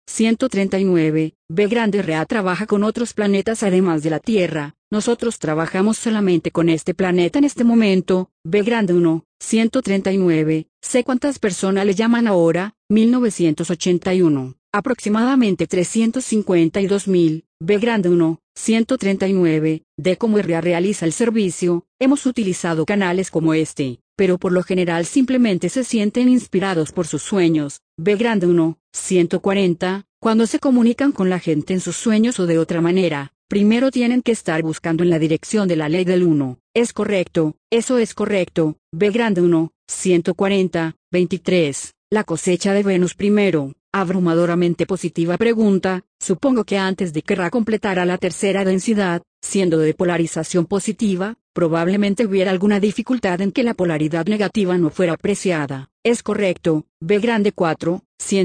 139, B grande. RA trabaja con otros planetas además de la Tierra. Nosotros trabajamos solamente con este planeta en este momento. B grande 1, 139. ¿Sé cuántas personas le llaman ahora? 1981. Aproximadamente 352.000. B grande 1, 139. D como RA realiza el servicio. Hemos utilizado canales como este, pero por lo general simplemente se sienten inspirados por sus sueños. B grande 1, 140. Cuando se comunican con la gente en sus sueños o de otra manera, primero tienen que estar buscando en la dirección de la ley del 1. Es correcto, eso es correcto. B grande 1, 140, 23. La cosecha de Venus primero. Abrumadoramente positiva pregunta. Supongo que antes de que Ra completara la tercera densidad, siendo de polarización positiva, probablemente hubiera alguna dificultad en que la polaridad negativa no fuera apreciada. Es correcto. B grande 4,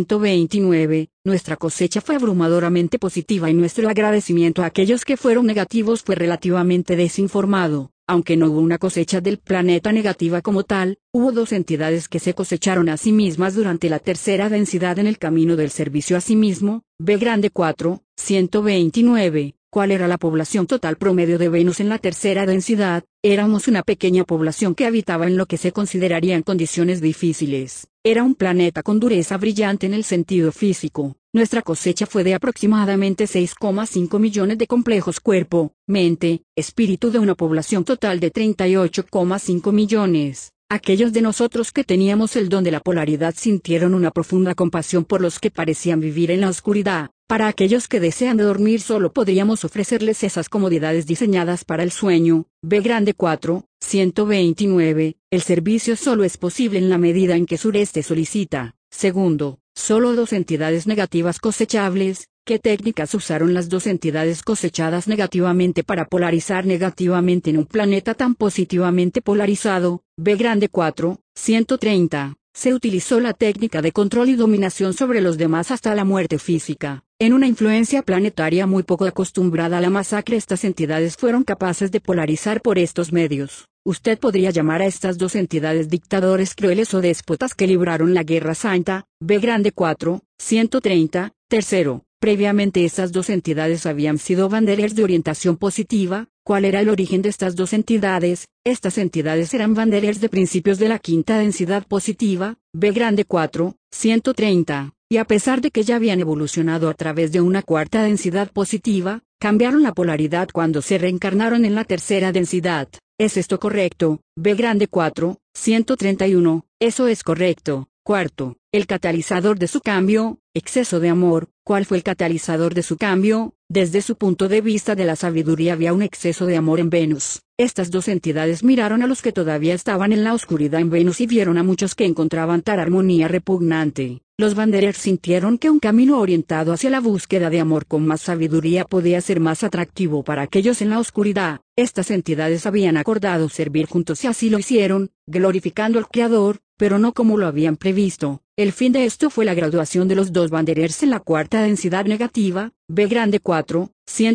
129. Nuestra cosecha fue abrumadoramente positiva y nuestro agradecimiento a aquellos que fueron negativos fue relativamente desinformado. Aunque no hubo una cosecha del planeta negativa como tal, hubo dos entidades que se cosecharon a sí mismas durante la tercera densidad en el camino del servicio a sí mismo. B grande 4, 129. ¿Cuál era la población total promedio de Venus en la tercera densidad? Éramos una pequeña población que habitaba en lo que se considerarían condiciones difíciles. Era un planeta con dureza brillante en el sentido físico. Nuestra cosecha fue de aproximadamente 6,5 millones de complejos cuerpo, mente, espíritu de una población total de 38,5 millones. Aquellos de nosotros que teníamos el don de la polaridad sintieron una profunda compasión por los que parecían vivir en la oscuridad. Para aquellos que desean dormir solo podríamos ofrecerles esas comodidades diseñadas para el sueño. B grande 4, 129. El servicio solo es posible en la medida en que sureste solicita. Segundo, solo dos entidades negativas cosechables. ¿Qué técnicas usaron las dos entidades cosechadas negativamente para polarizar negativamente en un planeta tan positivamente polarizado? B grande 4, 130. Se utilizó la técnica de control y dominación sobre los demás hasta la muerte física. En una influencia planetaria muy poco acostumbrada a la masacre, estas entidades fueron capaces de polarizar por estos medios. Usted podría llamar a estas dos entidades dictadores crueles o déspotas que libraron la Guerra Santa. B grande 4, 130. Tercero, previamente estas dos entidades habían sido Wanderers de orientación positiva. ¿Cuál era el origen de estas dos entidades? Estas entidades eran Wanderers de principios de la quinta densidad positiva, B grande 4, 130, y a pesar de que ya habían evolucionado a través de una cuarta densidad positiva, cambiaron la polaridad cuando se reencarnaron en la tercera densidad. ¿Es esto correcto? B grande 4, 131, eso es correcto. Cuarto, el catalizador de su cambio, exceso de amor. ¿Cuál fue el catalizador de su cambio? Desde su punto de vista de la sabiduría había un exceso de amor en Venus. Estas dos entidades miraron a los que todavía estaban en la oscuridad en Venus y vieron a muchos que encontraban tal armonía repugnante. Los Wanderers sintieron que un camino orientado hacia la búsqueda de amor con más sabiduría podía ser más atractivo para aquellos en la oscuridad. Estas entidades habían acordado servir juntos y así lo hicieron, glorificando al Creador, pero no como lo habían previsto. El fin de esto fue la graduación de los dos Wanderers en la cuarta densidad negativa, B grande 4,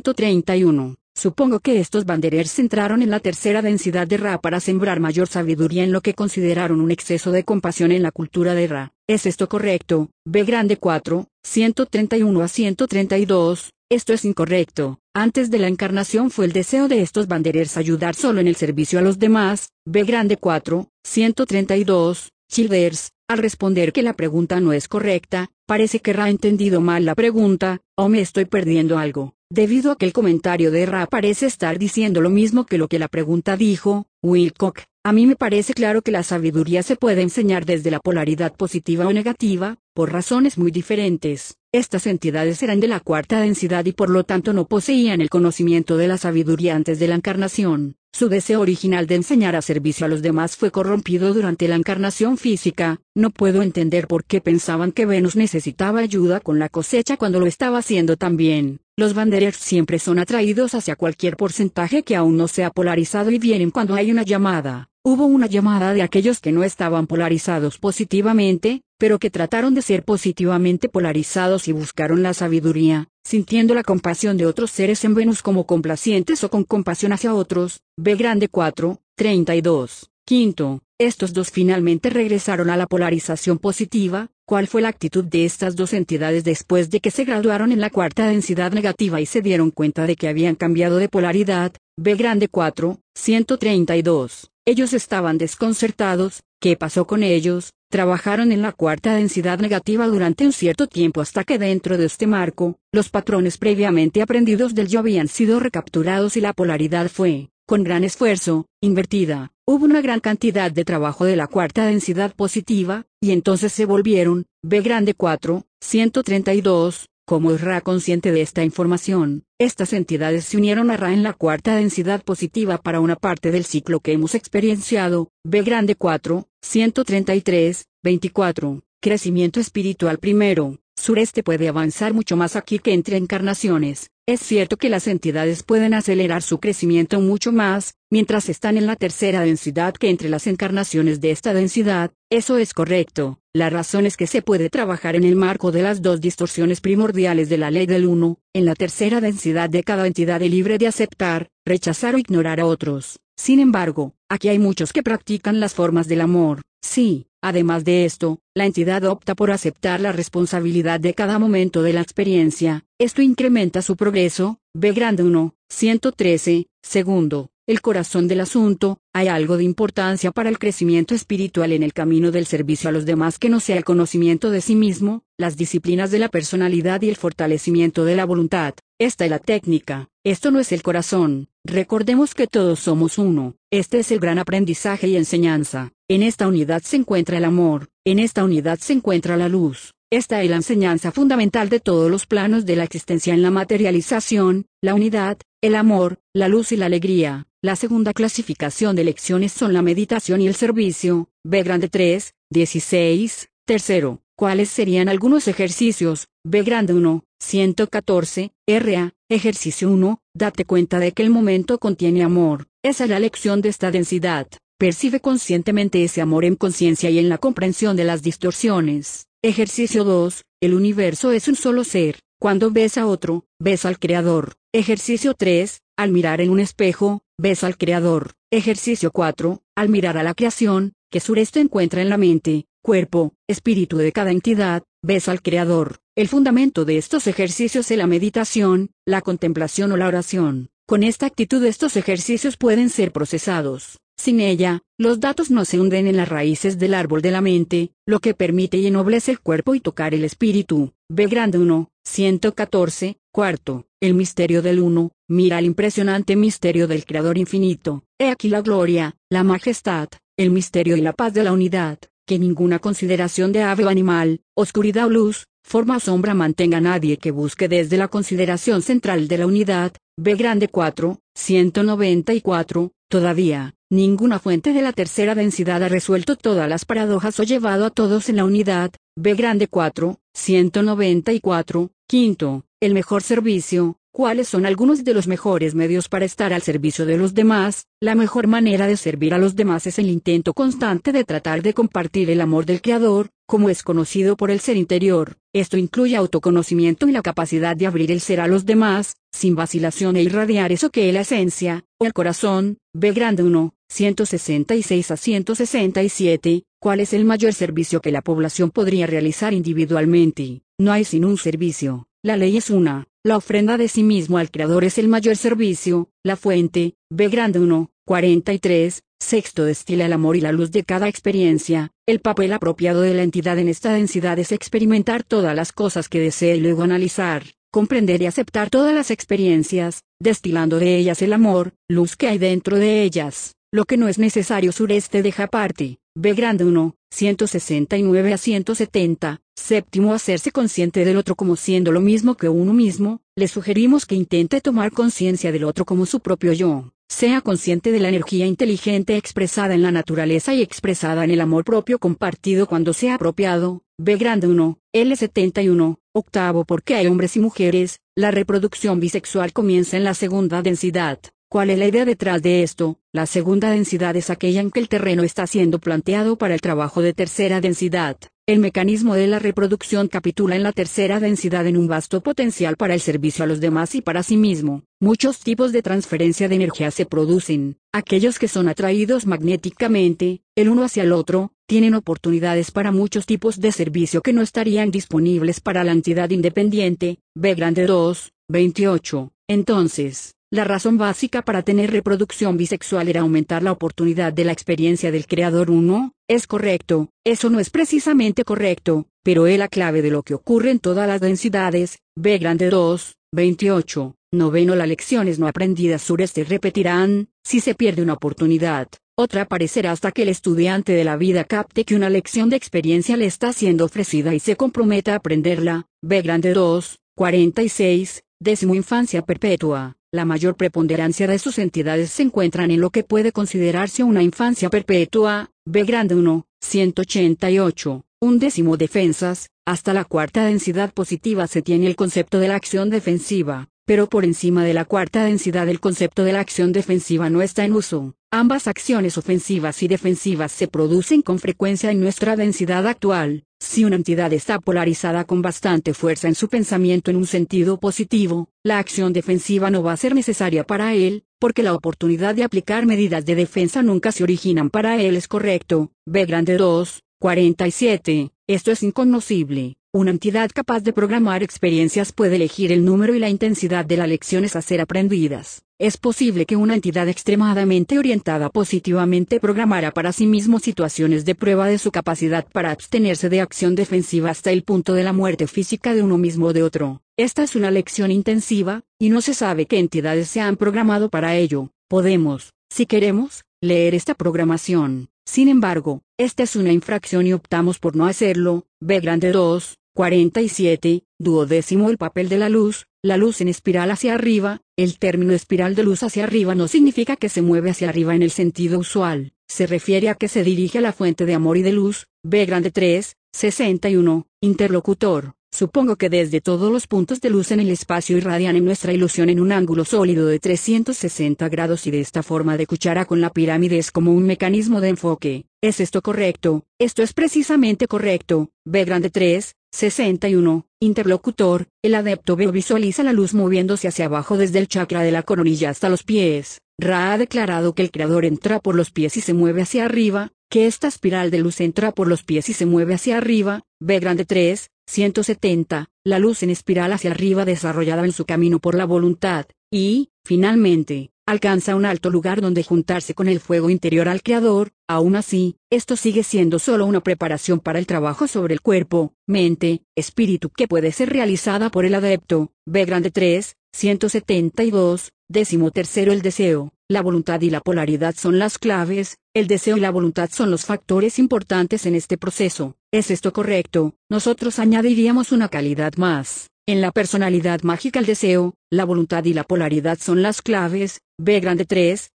131. Supongo que estos Wanderers entraron en la tercera densidad de Ra para sembrar mayor sabiduría en lo que consideraron un exceso de compasión en la cultura de Ra. ¿Es esto correcto? B grande 4, 131 a 132. Esto es incorrecto. Antes de la encarnación fue el deseo de estos Wanderers ayudar solo en el servicio a los demás. B grande 4, 132. Childers, al responder que la pregunta no es correcta, parece que Ra ha entendido mal la pregunta, o me estoy perdiendo algo. Debido a que el comentario de Ra parece estar diciendo lo mismo que lo que la pregunta dijo, Wilcock, a mí me parece claro que la sabiduría se puede enseñar desde la polaridad positiva o negativa, por razones muy diferentes. Estas entidades eran de la cuarta densidad y por lo tanto no poseían el conocimiento de la sabiduría antes de la encarnación. Su deseo original de enseñar a servicio a los demás fue corrompido durante la encarnación física. No puedo entender por qué pensaban que Venus necesitaba ayuda con la cosecha cuando lo estaba haciendo también. Los Wanderers siempre son atraídos hacia cualquier porcentaje que aún no sea polarizado y vienen cuando hay una llamada. Hubo una llamada de aquellos que no estaban polarizados positivamente, pero que trataron de ser positivamente polarizados y buscaron la sabiduría, sintiendo la compasión de otros seres en Venus como complacientes o con compasión hacia otros. B grande 4, 32. Quinto, estos dos finalmente regresaron a la polarización positiva. ¿Cuál fue la actitud de estas dos entidades después de que se graduaron en la cuarta densidad negativa y se dieron cuenta de que habían cambiado de polaridad? B grande 4, 132. Ellos estaban desconcertados. ¿Qué pasó con ellos? Trabajaron en la cuarta densidad negativa durante un cierto tiempo hasta que dentro de este marco, los patrones previamente aprendidos del yo habían sido recapturados y la polaridad fue, con gran esfuerzo, invertida. Hubo una gran cantidad de trabajo de la cuarta densidad positiva, y entonces se volvieron, B grande 4, 132, como es Ra consciente de esta información. Estas entidades se unieron a Ra en la cuarta densidad positiva para una parte del ciclo que hemos experienciado, B grande 4, 133, 24. Crecimiento espiritual primero. Sureste puede avanzar mucho más aquí que entre encarnaciones. Es cierto que las entidades pueden acelerar su crecimiento mucho más, mientras están en la tercera densidad que entre las encarnaciones de esta densidad. Eso es correcto. La razón es que se puede trabajar en el marco de las dos distorsiones primordiales de la ley del uno. En la tercera densidad de cada entidad es libre de aceptar, rechazar o ignorar a otros. Sin embargo, aquí hay muchos que practican las formas del amor. Sí, además de esto, la entidad opta por aceptar la responsabilidad de cada momento de la experiencia. Esto incrementa su progreso. B grande 1, 113. Segundo, el corazón del asunto. Hay algo de importancia para el crecimiento espiritual en el camino del servicio a los demás que no sea el conocimiento de sí mismo, las disciplinas de la personalidad y el fortalecimiento de la voluntad. Esta es la técnica. Esto no es el corazón. Recordemos que todos somos uno. Este es el gran aprendizaje y enseñanza. En esta unidad se encuentra el amor. En esta unidad se encuentra la luz. Esta es la enseñanza fundamental de todos los planos de la existencia en la materialización, la unidad, el amor, la luz y la alegría. La segunda clasificación de lecciones son la meditación y el servicio. B grande 3, 16. Tercero, ¿cuáles serían algunos ejercicios? B grande 1, 114, RA. Ejercicio 1, date cuenta de que el momento contiene amor. Esa es la lección de esta densidad. Percibe conscientemente ese amor en conciencia y en la comprensión de las distorsiones. Ejercicio 2, el universo es un solo ser. Cuando ves a otro, ves al Creador. Ejercicio 3, al mirar en un espejo, ves al Creador. Ejercicio 4, al mirar a la creación, que Sureste encuentra en la mente, cuerpo, espíritu de cada entidad, ves al Creador. El fundamento de estos ejercicios es la meditación, la contemplación o la oración. Con esta actitud estos ejercicios pueden ser procesados. Sin ella, los datos no se hunden en las raíces del árbol de la mente, lo que permite y ennoblece el cuerpo y tocar el espíritu. B grande 1, 114, cuarto. El misterio del uno, mira el impresionante misterio del Creador infinito. He aquí la gloria, la majestad, el misterio y la paz de la unidad, que ninguna consideración de ave o animal, oscuridad o luz, forma o sombra mantenga a nadie que busque desde la consideración central de la unidad. B grande 4, 194, todavía, ninguna fuente de la tercera densidad ha resuelto todas las paradojas o llevado a todos en la unidad. B grande 4, 194, quinto, el mejor servicio. ¿Cuáles son algunos de los mejores medios para estar al servicio de los demás? La mejor manera de servir a los demás es el intento constante de tratar de compartir el amor del Creador, como es conocido por el ser interior. Esto incluye autoconocimiento y la capacidad de abrir el ser a los demás, sin vacilación e irradiar eso que es la esencia, o el corazón. B grande 1, 166 a 167, ¿cuál es el mayor servicio que la población podría realizar individualmente? No hay sino un servicio, la ley es una. La ofrenda de sí mismo al Creador es el mayor servicio, la fuente. B grande 1, 43, sexto destila el amor y la luz de cada experiencia. El papel apropiado de la entidad en esta densidad es experimentar todas las cosas que desee y luego analizar, comprender y aceptar todas las experiencias, destilando de ellas el amor, luz que hay dentro de ellas. Lo que no es necesario sureste deja aparte. B grande 1, 169 a 170, séptimo hacerse consciente del otro como siendo lo mismo que uno mismo. Le sugerimos que intente tomar conciencia del otro como su propio yo. Sea consciente de la energía inteligente expresada en la naturaleza y expresada en el amor propio compartido cuando sea apropiado. B grande 1, L71, octavo porque hay hombres y mujeres, la reproducción bisexual comienza en la segunda densidad. ¿Cuál es la idea detrás de esto? La segunda densidad es aquella en que el terreno está siendo planteado para el trabajo de tercera densidad. El mecanismo de la reproducción capitula en la tercera densidad en un vasto potencial para el servicio a los demás y para sí mismo. Muchos tipos de transferencia de energía se producen. Aquellos que son atraídos magnéticamente, el uno hacia el otro, tienen oportunidades para muchos tipos de servicio que no estarían disponibles para la entidad independiente. B grande 2, 28. Entonces, la razón básica para tener reproducción bisexual era aumentar la oportunidad de la experiencia del Creador 1, es correcto, eso no es precisamente correcto, pero es la clave de lo que ocurre en todas las densidades. B grande 2, 28, noveno las lecciones no aprendidas sureste repetirán, si se pierde una oportunidad, otra aparecerá hasta que el estudiante de la vida capte que una lección de experiencia le está siendo ofrecida y se comprometa a aprenderla. B grande 2, 46, décimo infancia perpetua. La mayor preponderancia de sus entidades se encuentran en lo que puede considerarse una infancia perpetua. B grande 1, 188, un décimo defensas. Hasta la cuarta densidad positiva se tiene el concepto de la acción defensiva, pero por encima de la cuarta densidad el concepto de la acción defensiva no está en uso. Ambas acciones ofensivas y defensivas se producen con frecuencia en nuestra densidad actual. Si una entidad está polarizada con bastante fuerza en su pensamiento en un sentido positivo, la acción defensiva no va a ser necesaria para él, porque la oportunidad de aplicar medidas de defensa nunca se originan para él es correcto. B grande 2, 47, esto es inconocible. Una entidad capaz de programar experiencias puede elegir el número y la intensidad de las lecciones a ser aprendidas. Es posible que una entidad extremadamente orientada positivamente programara para sí mismo situaciones de prueba de su capacidad para abstenerse de acción defensiva hasta el punto de la muerte física de uno mismo o de otro. Esta es una lección intensiva, y no se sabe qué entidades se han programado para ello. Podemos, si queremos, leer esta programación. Sin embargo, esta es una infracción y optamos por no hacerlo. B grande 2, 47, duodécimo el papel de la luz en espiral hacia arriba. El término espiral de luz hacia arriba no significa que se mueve hacia arriba en el sentido usual, se refiere a que se dirige a la fuente de amor y de luz. B grande 3, 61, interlocutor. Supongo que desde todos los puntos de luz en el espacio irradian en nuestra ilusión en un ángulo sólido de 360 grados y de esta forma de cuchara con la pirámide es como un mecanismo de enfoque. ¿Es esto correcto? Esto es precisamente correcto. B grande 3, 61, interlocutor, el adepto visualiza la luz moviéndose hacia abajo desde el chakra de la coronilla hasta los pies. Ra ha declarado que el Creador entra por los pies y se mueve hacia arriba. que esta espiral de luz entra por los pies y se mueve hacia arriba, B grande 3, 170, la luz en espiral hacia arriba desarrollada en su camino por la voluntad, y, finalmente, alcanza un alto lugar donde juntarse con el fuego interior al Creador. Aún así, esto sigue siendo solo una preparación para el trabajo sobre el cuerpo, mente, espíritu que puede ser realizada por el adepto. B grande 3, 172, 13º el deseo, la voluntad y la polaridad son las claves, el deseo y la voluntad son los factores importantes en este proceso. ¿Es esto correcto? Nosotros añadiríamos una calidad más. En la personalidad mágica el deseo, la voluntad y la polaridad son las claves. B grande 3,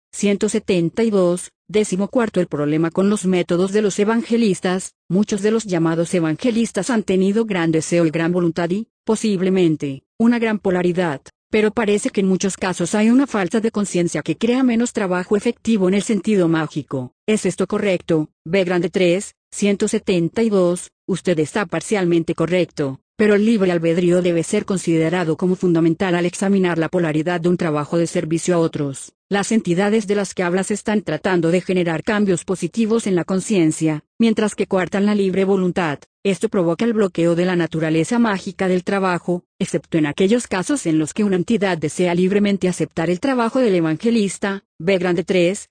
172, 14º el problema con los métodos de los evangelistas. Muchos de los llamados evangelistas han tenido gran deseo y gran voluntad y, posiblemente, una gran polaridad, pero parece que en muchos casos hay una falta de conciencia que crea menos trabajo efectivo en el sentido mágico. ¿Es esto correcto? B grande 3, 172, usted está parcialmente correcto. Pero el libre albedrío debe ser considerado como fundamental al examinar la polaridad de un trabajo de servicio a otros. Las entidades de las que hablas están tratando de generar cambios positivos en la conciencia, mientras que coartan la libre voluntad. Esto provoca el bloqueo de la naturaleza mágica del trabajo, excepto en aquellos casos en los que una entidad desea libremente aceptar el trabajo del evangelista. B grande 3,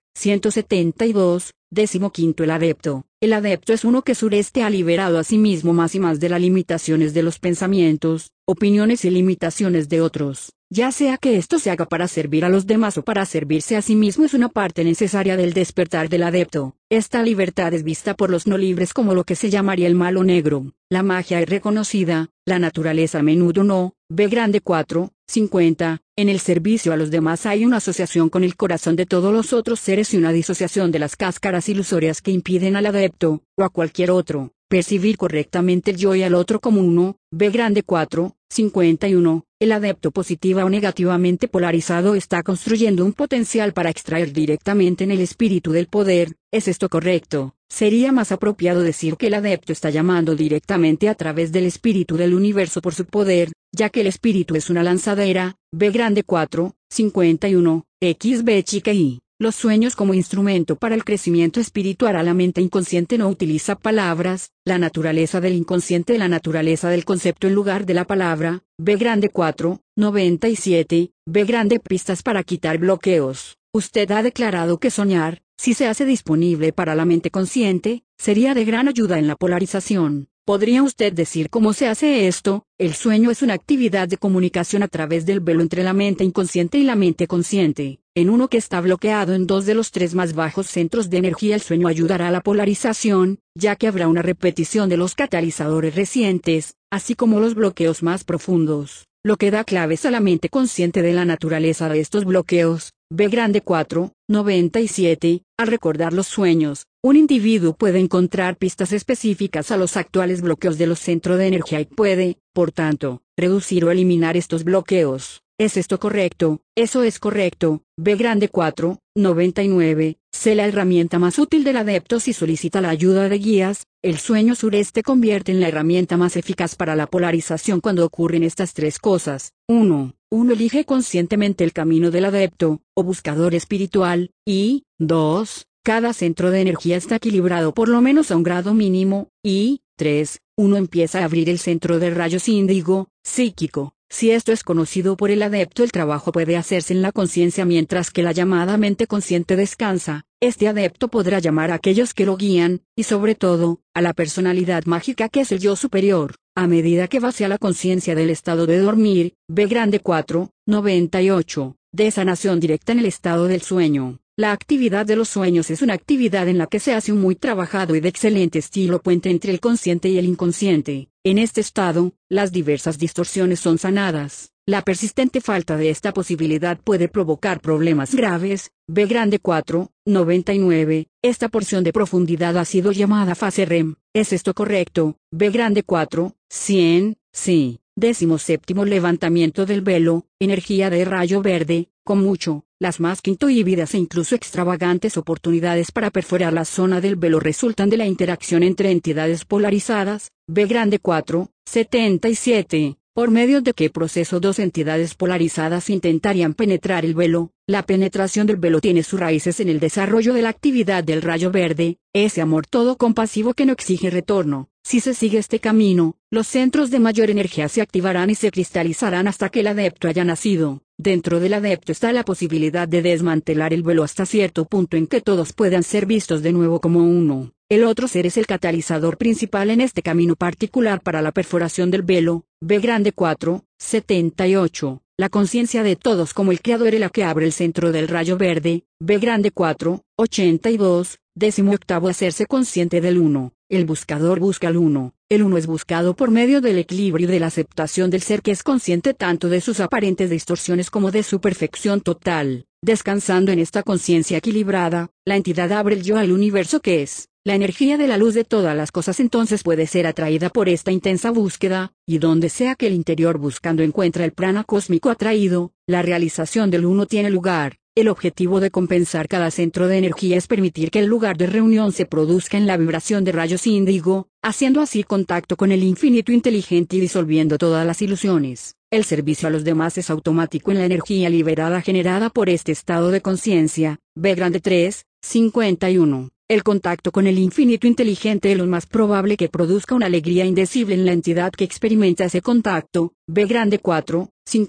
172, 15º el adepto. El adepto es uno que sureste ha liberado a sí mismo más y más de las limitaciones de los pensamientos, opiniones y limitaciones de otros. Ya sea que esto se haga para servir a los demás o para servirse a sí mismo es una parte necesaria del despertar del adepto. Esta libertad es vista por los no libres como lo que se llamaría el mal o negro. La magia es reconocida, la naturaleza a menudo no. B grande 4, 50. En el servicio a los demás hay una asociación con el corazón de todos los otros seres y una disociación de las cáscaras ilusorias que impiden al adepto, o a cualquier otro, percibir correctamente el yo y al otro como uno. B grande 4, 51. El adepto positiva o negativamente polarizado está construyendo un potencial para extraer directamente en el espíritu del poder. ¿Es esto correcto? Sería más apropiado decir que el adepto está llamando directamente a través del espíritu del universo por su poder, ya que el espíritu es una lanzadera. B grande 4, 51, XB chica y. Los sueños como instrumento para el crecimiento espiritual a la mente inconsciente no utiliza palabras, la naturaleza del inconsciente la naturaleza del concepto en lugar de la palabra. B grande 4, 97, B grande pistas para quitar bloqueos. Usted ha declarado que soñar, si se hace disponible para la mente consciente, sería de gran ayuda en la polarización. ¿Podría usted decir cómo se hace esto? El sueño es una actividad de comunicación a través del velo entre la mente inconsciente y la mente consciente. En uno que está bloqueado en dos de los tres más bajos centros de energía el sueño ayudará a la polarización, ya que habrá una repetición de los catalizadores recientes, así como los bloqueos más profundos, lo que da claves a la mente consciente de la naturaleza de estos bloqueos. B grande 4, 97, al recordar los sueños, un individuo puede encontrar pistas específicas a los actuales bloqueos de los centros de energía y puede, por tanto, reducir o eliminar estos bloqueos. ¿Es esto correcto? Eso es correcto. B grande 4, 99, sé la herramienta más útil del adepto si solicita la ayuda de guías. El sueño sureste convierte en la herramienta más eficaz para la polarización cuando ocurren estas tres cosas. 1. Uno elige conscientemente el camino del adepto, o buscador espiritual, y, 2. Cada centro de energía está equilibrado por lo menos a un grado mínimo, y, 3. Uno empieza a abrir el centro de rayos índigo, psíquico. Si esto es conocido por el adepto, el trabajo puede hacerse en la conciencia mientras que la llamada mente consciente descansa. Este adepto podrá llamar a aquellos que lo guían, y sobre todo, a la personalidad mágica que es el yo superior, a medida que va hacia la conciencia del estado de dormir. B grande 4, 98, de sanación directa en el estado del sueño. La actividad de los sueños es una actividad en la que se hace un muy trabajado y de excelente estilo puente entre el consciente y el inconsciente. En este estado, las diversas distorsiones son sanadas. La persistente falta de esta posibilidad puede provocar problemas graves. B grande 4, 99, esta porción de profundidad ha sido llamada fase REM. ¿Es esto correcto? B grande 4, 100, sí. 17º levantamiento del velo, energía de rayo verde, con mucho, las más que intuidas e incluso extravagantes oportunidades para perforar la zona del velo resultan de la interacción entre entidades polarizadas. B grande 4, 77, ¿Por medio de qué proceso dos entidades polarizadas intentarían penetrar el velo? La penetración del velo tiene sus raíces en el desarrollo de la actividad del rayo verde, ese amor todo compasivo que no exige retorno. Si se sigue este camino, los centros de mayor energía se activarán y se cristalizarán hasta que el adepto haya nacido. Dentro del adepto está la posibilidad de desmantelar el velo hasta cierto punto en que todos puedan ser vistos de nuevo como uno. El otro ser es el catalizador principal en este camino particular para la perforación del velo. B grande 4, 78. La conciencia de todos como el creador es la que abre el centro del rayo verde. B grande 4, 82. 18. Hacerse consciente del uno. El buscador busca al uno. El uno es buscado por medio del equilibrio y de la aceptación del ser que es consciente tanto de sus aparentes distorsiones como de su perfección total. Descansando en esta conciencia equilibrada, la entidad abre el yo al universo que es. La energía de la luz de todas las cosas entonces puede ser atraída por esta intensa búsqueda, y donde sea que el interior buscando encuentra el prana cósmico atraído, la realización del uno tiene lugar. El objetivo de compensar cada centro de energía es permitir que el lugar de reunión se produzca en la vibración de rayos índigo, haciendo así contacto con el infinito inteligente y disolviendo todas las ilusiones. El servicio a los demás es automático en la energía liberada generada por este estado de conciencia. B grande 3, 51. El contacto con el infinito inteligente es lo más probable que produzca una alegría indecible en la entidad que experimenta ese contacto. B grande 4,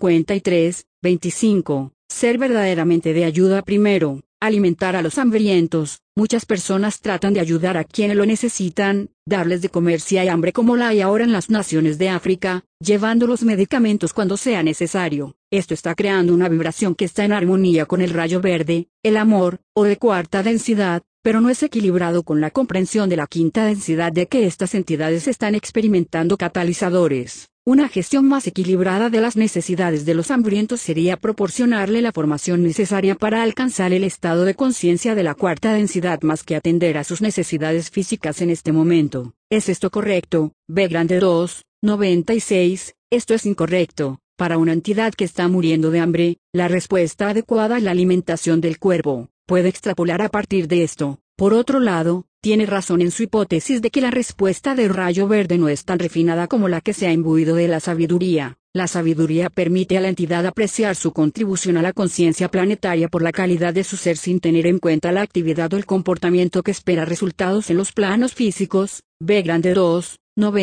53, 25. Ser verdaderamente de ayuda primero. Alimentar a los hambrientos. Muchas personas tratan de ayudar a quienes lo necesitan, darles de comer si hay hambre como la hay ahora en las naciones de África, llevando los medicamentos cuando sea necesario. Esto está creando una vibración que está en armonía con el rayo verde, el amor, o de cuarta densidad, pero no es equilibrado con la comprensión de la quinta densidad de que estas entidades están experimentando catalizadores. Una gestión más equilibrada de las necesidades de los hambrientos sería proporcionarle la formación necesaria para alcanzar el estado de conciencia de la cuarta densidad más que atender a sus necesidades físicas en este momento. ¿Es esto correcto? B grande 2, 96. Esto es incorrecto. Para una entidad que está muriendo de hambre, la respuesta adecuada es la alimentación del cuerpo. Puede extrapolar a partir de esto. Por otro lado, tiene razón en su hipótesis de que la respuesta del rayo verde no es tan refinada como la que se ha imbuido de la sabiduría. La sabiduría permite a la entidad apreciar su contribución a la conciencia planetaria por la calidad de su ser sin tener en cuenta la actividad o el comportamiento que espera resultados en los planos físicos. B grande 2,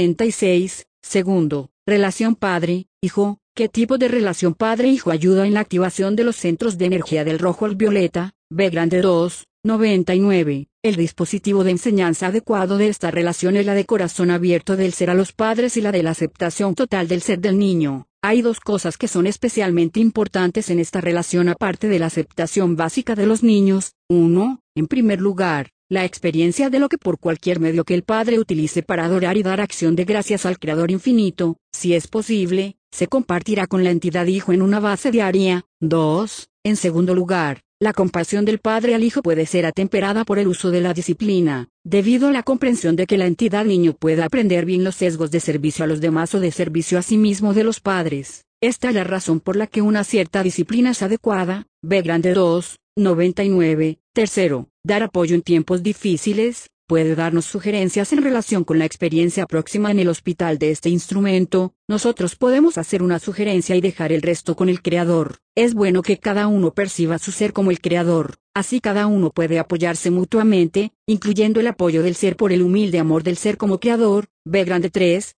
96. Segundo, relación padre-hijo. ¿Qué tipo de relación padre-hijo ayuda en la activación de los centros de energía del rojo al violeta? B grande 2, 99. El dispositivo de enseñanza adecuado de esta relación es la de corazón abierto del ser a los padres y la de la aceptación total del ser del niño. Hay dos cosas que son especialmente importantes en esta relación aparte de la aceptación básica de los niños. 1. En primer lugar, la experiencia de lo que por cualquier medio que el padre utilice para adorar y dar acción de gracias al Creador infinito, si es posible, se compartirá con la entidad hijo en una base diaria. 2. En segundo lugar, la compasión del padre al hijo puede ser atemperada por el uso de la disciplina, debido a la comprensión de que la entidad niño pueda aprender bien los sesgos de servicio a los demás o de servicio a sí mismo de los padres. Esta es la razón por la que una cierta disciplina es adecuada. B grande 2, 99. Tercero, dar apoyo en tiempos difíciles. Puede darnos sugerencias en relación con la experiencia próxima en el hospital de este instrumento. Nosotros podemos hacer una sugerencia y dejar el resto con el Creador. Es bueno que cada uno perciba su ser como el Creador, así cada uno puede apoyarse mutuamente, incluyendo el apoyo del ser por el humilde amor del ser como Creador. B grande 3,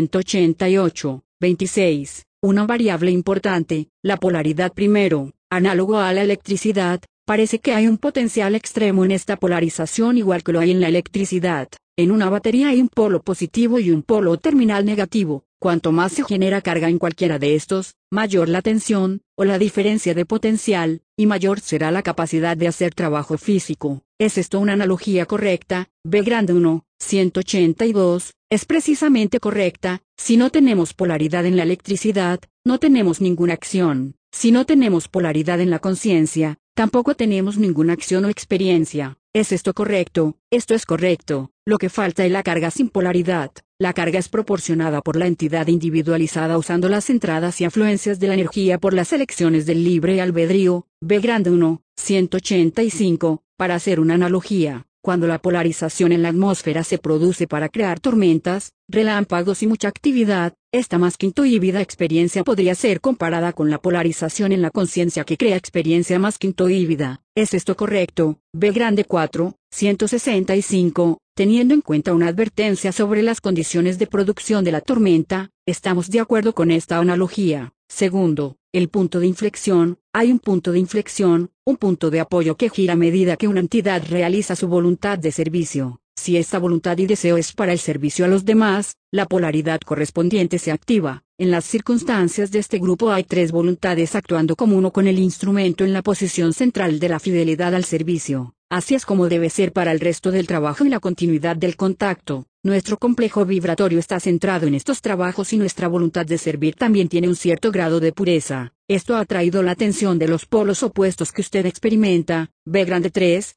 188, 26. Una variable importante, la polaridad primero, análogo a la electricidad. Parece que hay un potencial extremo en esta polarización igual que lo hay en la electricidad. En una batería hay un polo positivo y un polo terminal negativo. Cuanto más se genera carga en cualquiera de estos, mayor la tensión, o la diferencia de potencial, y mayor será la capacidad de hacer trabajo físico. ¿Es esto una analogía correcta? B grande 1, 182, es precisamente correcta. Si no tenemos polaridad en la electricidad, no tenemos ninguna acción. Si no tenemos polaridad en la conciencia, tampoco tenemos ninguna acción o experiencia. ¿Es esto correcto? Esto es correcto. Lo que falta es la carga sin polaridad. La carga es proporcionada por la entidad individualizada usando las entradas y afluencias de la energía por las elecciones del libre albedrío. B grande 1, 185, para hacer una analogía. cuando la polarización en la atmósfera se produce para crear tormentas, relámpagos y mucha actividad, esta más que intuida experiencia podría ser comparada con la polarización en la conciencia que crea experiencia más que intuida. ¿Es esto correcto? B grande 4, 165, teniendo en cuenta una advertencia sobre las condiciones de producción de la tormenta, estamos de acuerdo con esta analogía. Segundo, el punto de inflexión. Hay un punto de inflexión, un punto de apoyo que gira a medida que una entidad realiza su voluntad de servicio. Si esta voluntad y deseo es para el servicio a los demás, la polaridad correspondiente se activa. En las circunstancias de este grupo hay tres voluntades actuando como uno con el instrumento en la posición central de la fidelidad al servicio. Así es como debe ser para el resto del trabajo y la continuidad del contacto. Nuestro complejo vibratorio está centrado en estos trabajos y nuestra voluntad de servir también tiene un cierto grado de pureza. Esto ha traído la atención de los polos opuestos que usted experimenta. B grande 3,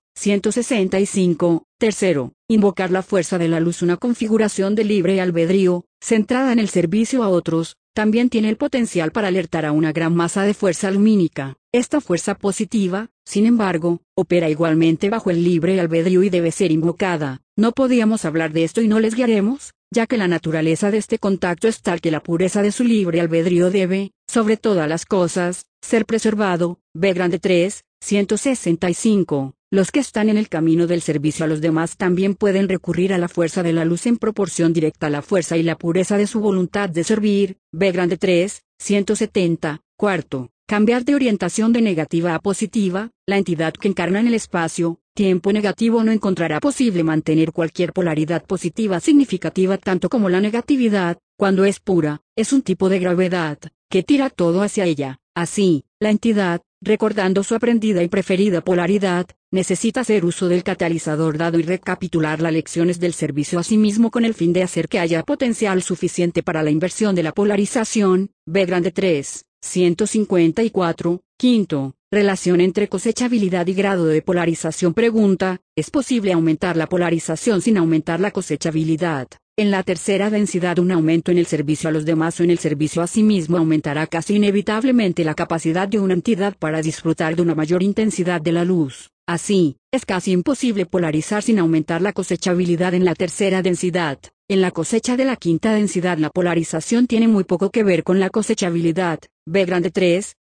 165. Tercero, invocar la fuerza de la luz. Una configuración de libre albedrío, centrada en el servicio a otros, también tiene el potencial para alertar a una gran masa de fuerza lumínica. Esta fuerza positiva, sin embargo, opera igualmente bajo el libre albedrío y debe ser invocada. No podíamos hablar de esto y no les guiaremos, ya que la naturaleza de este contacto es tal que la pureza de su libre albedrío debe, sobre todas las cosas, ser preservado. B grande 3, 165. Los que están en el camino del servicio a los demás también pueden recurrir a la fuerza de la luz en proporción directa a la fuerza y la pureza de su voluntad de servir. B grande 3, 170. Cuarto, cambiar de orientación de negativa a positiva. La entidad que encarna en el espacio, tiempo negativo no encontrará posible mantener cualquier polaridad positiva significativa tanto como la negatividad, cuando es pura, es un tipo de gravedad, que tira todo hacia ella. Así, la entidad, recordando su aprendida y preferida polaridad, necesita hacer uso del catalizador dado y recapitular las lecciones del servicio a sí mismo con el fin de hacer que haya potencial suficiente para la inversión de la polarización. B grande 3, 154. Quinto, relación entre cosechabilidad y grado de polarización. Pregunta, ¿es posible aumentar la polarización sin aumentar la cosechabilidad? En la tercera densidad, un aumento en el servicio a los demás o en el servicio a sí mismo aumentará casi inevitablemente la capacidad de una entidad para disfrutar de una mayor intensidad de la luz. Así, es casi imposible polarizar sin aumentar la cosechabilidad en la tercera densidad. En la cosecha de la quinta densidad la polarización tiene muy poco que ver con la cosechabilidad. B grande 3,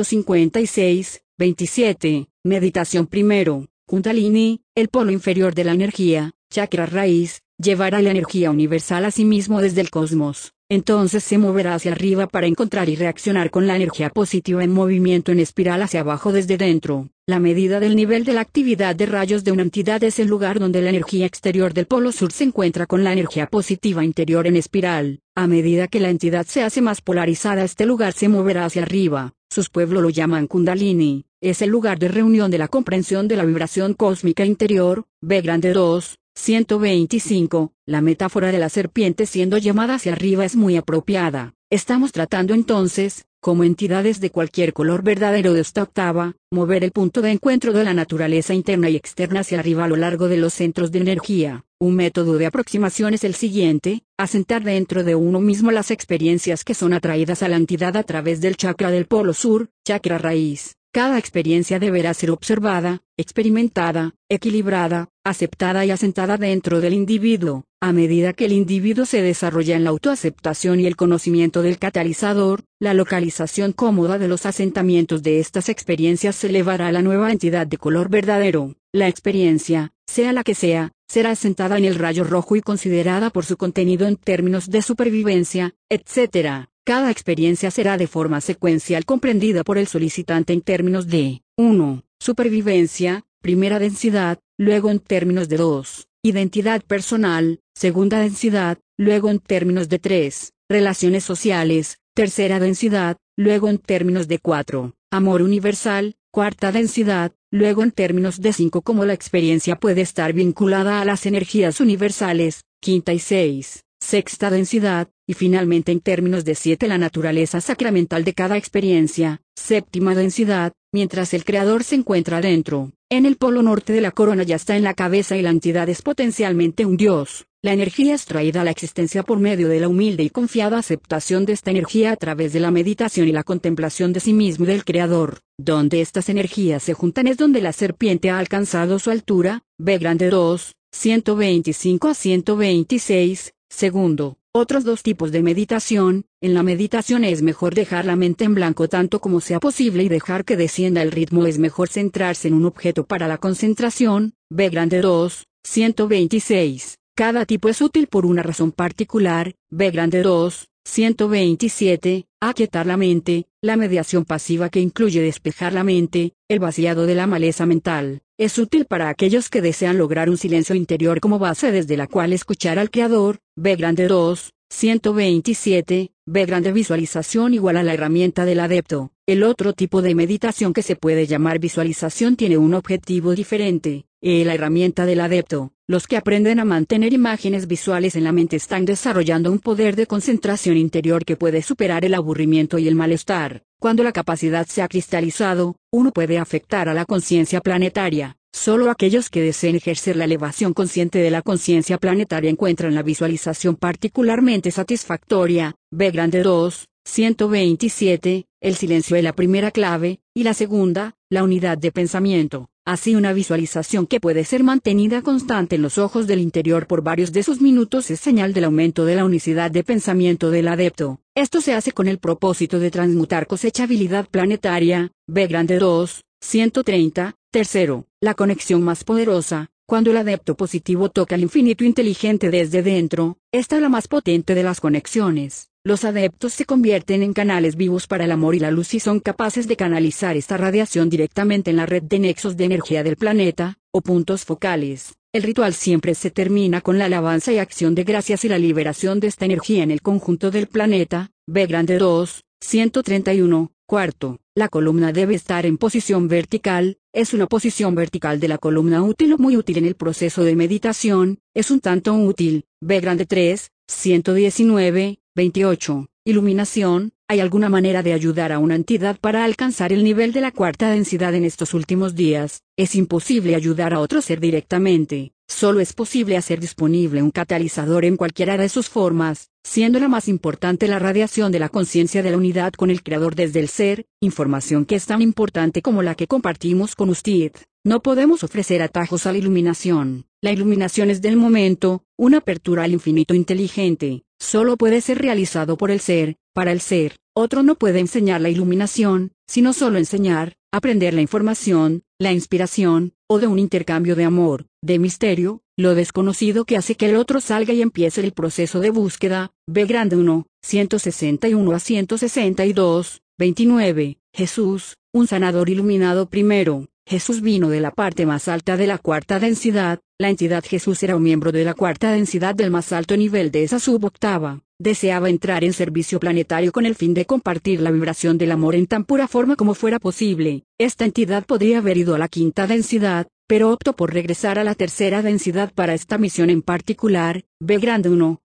156, 27. Meditación. Primero, Kundalini, el polo inferior de la energía, chakra raíz, llevará la energía universal a sí mismo desde el cosmos. Entonces se moverá hacia arriba para encontrar y reaccionar con la energía positiva en movimiento en espiral hacia abajo desde dentro. La medida del nivel de la actividad de rayos de una entidad es el lugar donde la energía exterior del polo sur se encuentra con la energía positiva interior en espiral. A medida que la entidad se hace más polarizada, este lugar se moverá hacia arriba. Sus pueblos lo llaman Kundalini. Es el lugar de reunión de la comprensión de la vibración cósmica interior. B grande 2, 125. La metáfora de la serpiente siendo llamada hacia arriba es muy apropiada. Estamos tratando entonces, como entidades de cualquier color verdadero de esta octava, mover el punto de encuentro de la naturaleza interna y externa hacia arriba a lo largo de los centros de energía. Un método de aproximación es el siguiente: asentar dentro de uno mismo las experiencias que son atraídas a la entidad a través del chakra del polo sur, chakra raíz. Cada experiencia deberá ser observada, experimentada, equilibrada, aceptada y asentada dentro del individuo. A medida que el individuo se desarrolla en la autoaceptación y el conocimiento del catalizador, la localización cómoda de los asentamientos de estas experiencias se elevará a la nueva entidad de color verdadero. La experiencia, sea la que sea, será asentada en el rayo rojo y considerada por su contenido en términos de supervivencia, etc. Cada experiencia será de forma secuencial comprendida por el solicitante en términos de 1. Supervivencia, primera densidad, luego en términos de 2. Identidad personal, segunda densidad, luego en términos de 3. Relaciones sociales, tercera densidad, luego en términos de 4. Amor universal, cuarta densidad, luego en términos de 5. Como la experiencia puede estar vinculada a las energías universales, quinta y 6. sexta densidad, y finalmente en términos de 7 la naturaleza sacramental de cada experiencia, séptima densidad, mientras el creador se encuentra dentro, en el polo norte de la corona ya está en la cabeza y la entidad es potencialmente un dios. La energía es traída a la existencia por medio de la humilde y confiada aceptación de esta energía a través de la meditación y la contemplación de sí mismo y del Creador. Donde estas energías se juntan es donde la serpiente ha alcanzado su altura, B grande 2, 125 a 126, segundo. Otros dos tipos de meditación. En la meditación es mejor dejar la mente en blanco tanto como sea posible y dejar que descienda el ritmo. Es mejor centrarse en un objeto para la concentración, B grande 2, 126. Cada tipo es útil por una razón particular, B grande 2, 127, aquietar la mente, la mediación pasiva que incluye despejar la mente, el vaciado de la maleza mental, es útil para aquellos que desean lograr un silencio interior como base desde la cual escuchar al Creador, B grande 2, 127, B grande visualización igual a la herramienta del adepto. El otro tipo de meditación que se puede llamar visualización tiene un objetivo diferente. La herramienta del adepto. Los que aprenden a mantener imágenes visuales en la mente están desarrollando un poder de concentración interior que puede superar el aburrimiento y el malestar. Cuando la capacidad se ha cristalizado, uno puede afectar a la conciencia planetaria. Solo aquellos que deseen ejercer la elevación consciente de la conciencia planetaria encuentran la visualización particularmente satisfactoria. B grande 2, 127, el silencio es la primera clave, y la segunda, la unidad de pensamiento. Así una visualización que puede ser mantenida constante en los ojos del interior por varios de sus minutos es señal del aumento de la unicidad de pensamiento del adepto. Esto se hace con el propósito de transmutar cosechabilidad planetaria, B grande 2, 130, tercero, la conexión más poderosa. Cuando el adepto positivo toca al infinito inteligente desde dentro, esta es la más potente de las conexiones. Los adeptos se convierten en canales vivos para el amor y la luz y son capaces de canalizar esta radiación directamente en la red de nexos de energía del planeta, o puntos focales. El ritual siempre se termina con la alabanza y acción de gracias y la liberación de esta energía en el conjunto del planeta, B grande 2, 131, cuarto. La columna debe estar en posición vertical, es una posición vertical de la columna útil o muy útil en el proceso de meditación, es un tanto útil, B grande 3, 119, 28. Iluminación, ¿hay alguna manera de ayudar a una entidad para alcanzar el nivel de la cuarta densidad en estos últimos días? Es imposible ayudar a otro ser directamente, solo es posible hacer disponible un catalizador en cualquiera de sus formas, siendo la más importante la radiación de la conciencia de la unidad con el Creador desde el ser, información que es tan importante como la que compartimos con usted. No podemos ofrecer atajos a la iluminación. La iluminación es del momento, una apertura al infinito inteligente. Solo puede ser realizado por el ser, para el ser. Otro no puede enseñar la iluminación, sino solo enseñar, aprender la información, la inspiración, o de un intercambio de amor, de misterio, lo desconocido que hace que el otro salga y empiece el proceso de búsqueda. B grande 1, 161 a 162, 29. Jesús, un sanador iluminado primero. Jesús vino de la parte más alta de la cuarta densidad. La entidad Jesús era un miembro de la cuarta densidad del más alto nivel de esa suboctava. Deseaba entrar en servicio planetario con el fin de compartir la vibración del amor en tan pura forma como fuera posible. Esta entidad podría haber ido a la quinta densidad, pero optó por regresar a la tercera densidad para esta misión en particular. B grande 1,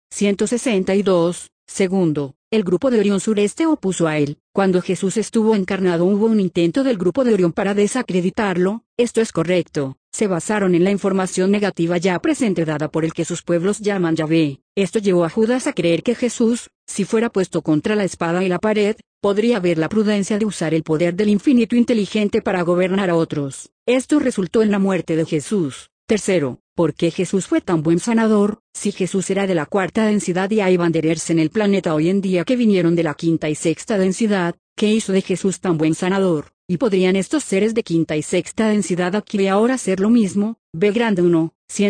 162, segundo. El grupo de Orión Sureste opuso a él. Cuando Jesús estuvo encarnado hubo un intento del grupo de Orión para desacreditarlo. Esto es correcto. Se basaron en la información negativa ya presente dada por el que sus pueblos llaman Yahvé. Esto llevó a Judas a creer que Jesús, si fuera puesto contra la espada y la pared, podría haber la prudencia de usar el poder del infinito inteligente para gobernar a otros. Esto resultó en la muerte de Jesús. Tercero, ¿por qué Jesús fue tan buen sanador? Si Jesús era de la cuarta densidad y hay bandereros en el planeta hoy en día que vinieron de la quinta y sexta densidad, ¿qué hizo de Jesús tan buen sanador? ¿Y podrían estos seres de quinta y sexta densidad aquí y ahora hacer lo mismo? B grande 1,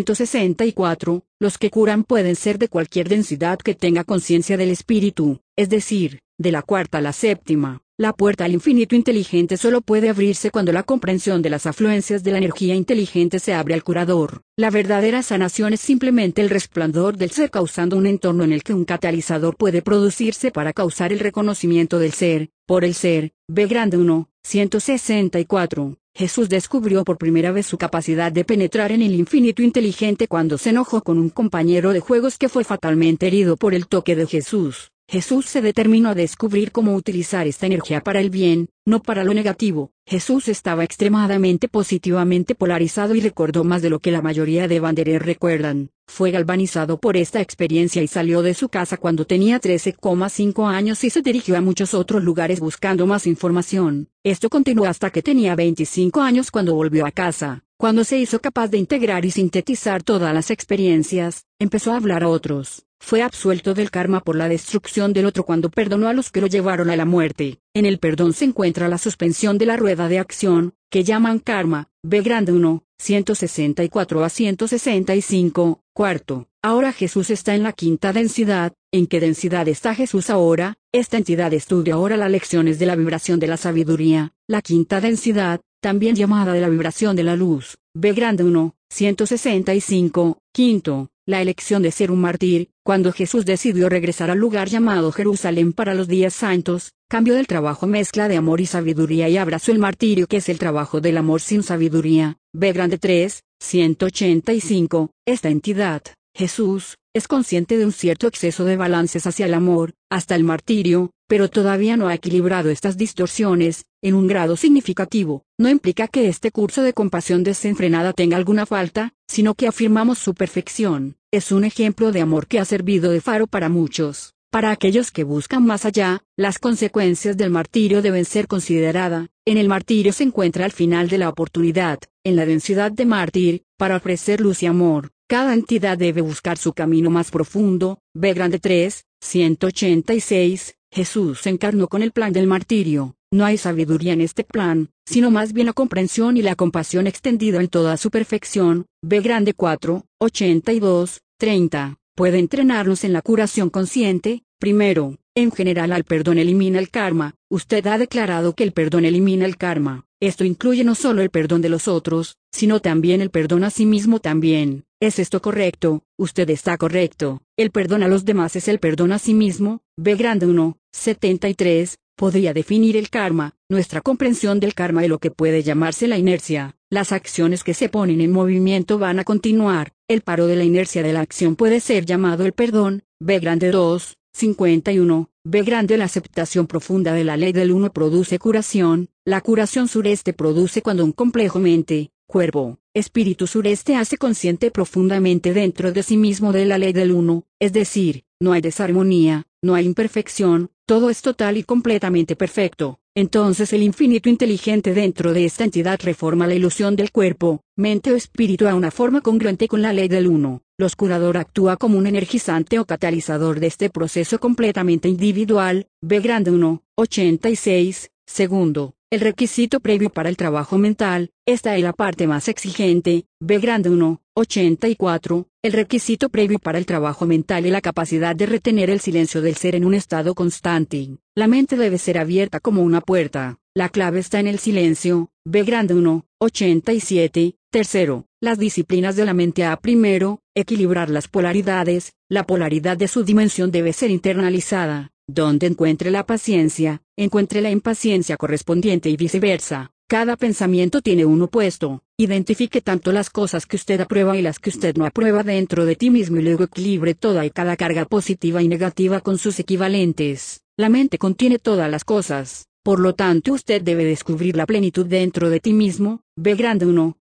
164, los que curan pueden ser de cualquier densidad que tenga conciencia del espíritu, es decir, de la cuarta a la séptima. La puerta al infinito inteligente solo puede abrirse cuando la comprensión de las afluencias de la energía inteligente se abre al curador. La verdadera sanación es simplemente el resplandor del ser causando un entorno en el que un catalizador puede producirse para causar el reconocimiento del ser, por el ser. B grande 1, 164. Jesús descubrió por primera vez su capacidad de penetrar en el infinito inteligente cuando se enojó con un compañero de juegos que fue fatalmente herido por el toque de Jesús. Jesús se determinó a descubrir cómo utilizar esta energía para el bien, no para lo negativo. Jesús estaba extremadamente positivamente polarizado y recordó más de lo que la mayoría de bandereros recuerdan. Fue galvanizado por esta experiencia y salió de su casa cuando tenía 13,5 años y se dirigió a muchos otros lugares buscando más información. Esto continuó hasta que tenía 25 años cuando volvió a casa. Cuando se hizo capaz de integrar y sintetizar todas las experiencias, empezó a hablar a otros. Fue absuelto del karma por la destrucción del otro cuando perdonó a los que lo llevaron a la muerte. En el perdón se encuentra la suspensión de la rueda de acción, que llaman karma, B grande 1, 164 a 165, cuarto. Ahora Jesús está en la quinta densidad. ¿En qué densidad está Jesús ahora? Esta entidad estudia ahora las lecciones de la vibración de la sabiduría, la quinta densidad, también llamada de la vibración de la luz, B grande 1, 165, quinto. La elección de ser un mártir. Cuando Jesús decidió regresar al lugar llamado Jerusalén para los días santos, cambió del trabajo mezcla de amor y sabiduría y abrazó el martirio que es el trabajo del amor sin sabiduría, B grande 3, 185. Esta entidad, Jesús, es consciente de un cierto exceso de balances hacia el amor, hasta el martirio, pero todavía no ha equilibrado estas distorsiones, en un grado significativo. No implica que este curso de compasión desenfrenada tenga alguna falta, sino que afirmamos su perfección. Es un ejemplo de amor que ha servido de faro para muchos. Para aquellos que buscan más allá, las consecuencias del martirio deben ser consideradas. En el martirio se encuentra el final de la oportunidad, en la densidad de mártir, para ofrecer luz y amor. Cada entidad debe buscar su camino más profundo. B grande 3, 186. Jesús se encarnó con el plan del martirio. No hay sabiduría en este plan, sino más bien la comprensión y la compasión extendida en toda su perfección. B grande 4, 82, 30. Puede entrenarnos en la curación consciente. Primero, en general el perdón elimina el karma. Usted ha declarado que el perdón elimina el karma. Esto incluye no solo el perdón de los otros, sino también el perdón a sí mismo también. ¿Es esto correcto? Usted está correcto. El perdón a los demás es el perdón a sí mismo. B grande 1, 73. Podría definir el karma, nuestra comprensión del karma y lo que puede llamarse la inercia. Las acciones que se ponen en movimiento van a continuar. El paro de la inercia de la acción puede ser llamado el perdón. B grande 2, 51. B grande la aceptación profunda de la ley del uno produce curación. La curación sureste produce cuando un complejo mente, cuerpo, espíritu sureste hace consciente profundamente dentro de sí mismo de la ley del uno, es decir, no hay desarmonía, no hay imperfección, todo es total y completamente perfecto. Entonces el infinito inteligente dentro de esta entidad reforma la ilusión del cuerpo, mente o espíritu a una forma congruente con la ley del uno. Los curador actúa como un energizante o catalizador de este proceso completamente individual. B grande 1, 86, segundo. El requisito previo para el trabajo mental, esta es la parte más exigente. B grande 1, 84. El requisito previo para el trabajo mental es la capacidad de retener el silencio del ser en un estado constante. La mente debe ser abierta como una puerta. La clave está en el silencio. B grande 1, 87. Tercero, las disciplinas de la mente a primero, equilibrar las polaridades. La polaridad de su dimensión debe ser internalizada. Donde encuentre la paciencia, encuentre la impaciencia correspondiente y viceversa. Cada pensamiento tiene un opuesto. Identifique tanto las cosas que usted aprueba y las que usted no aprueba dentro de ti mismo y luego equilibre toda y cada carga positiva y negativa con sus equivalentes. La mente contiene todas las cosas. Por lo tanto usted debe descubrir la plenitud dentro de ti mismo. B grande 1,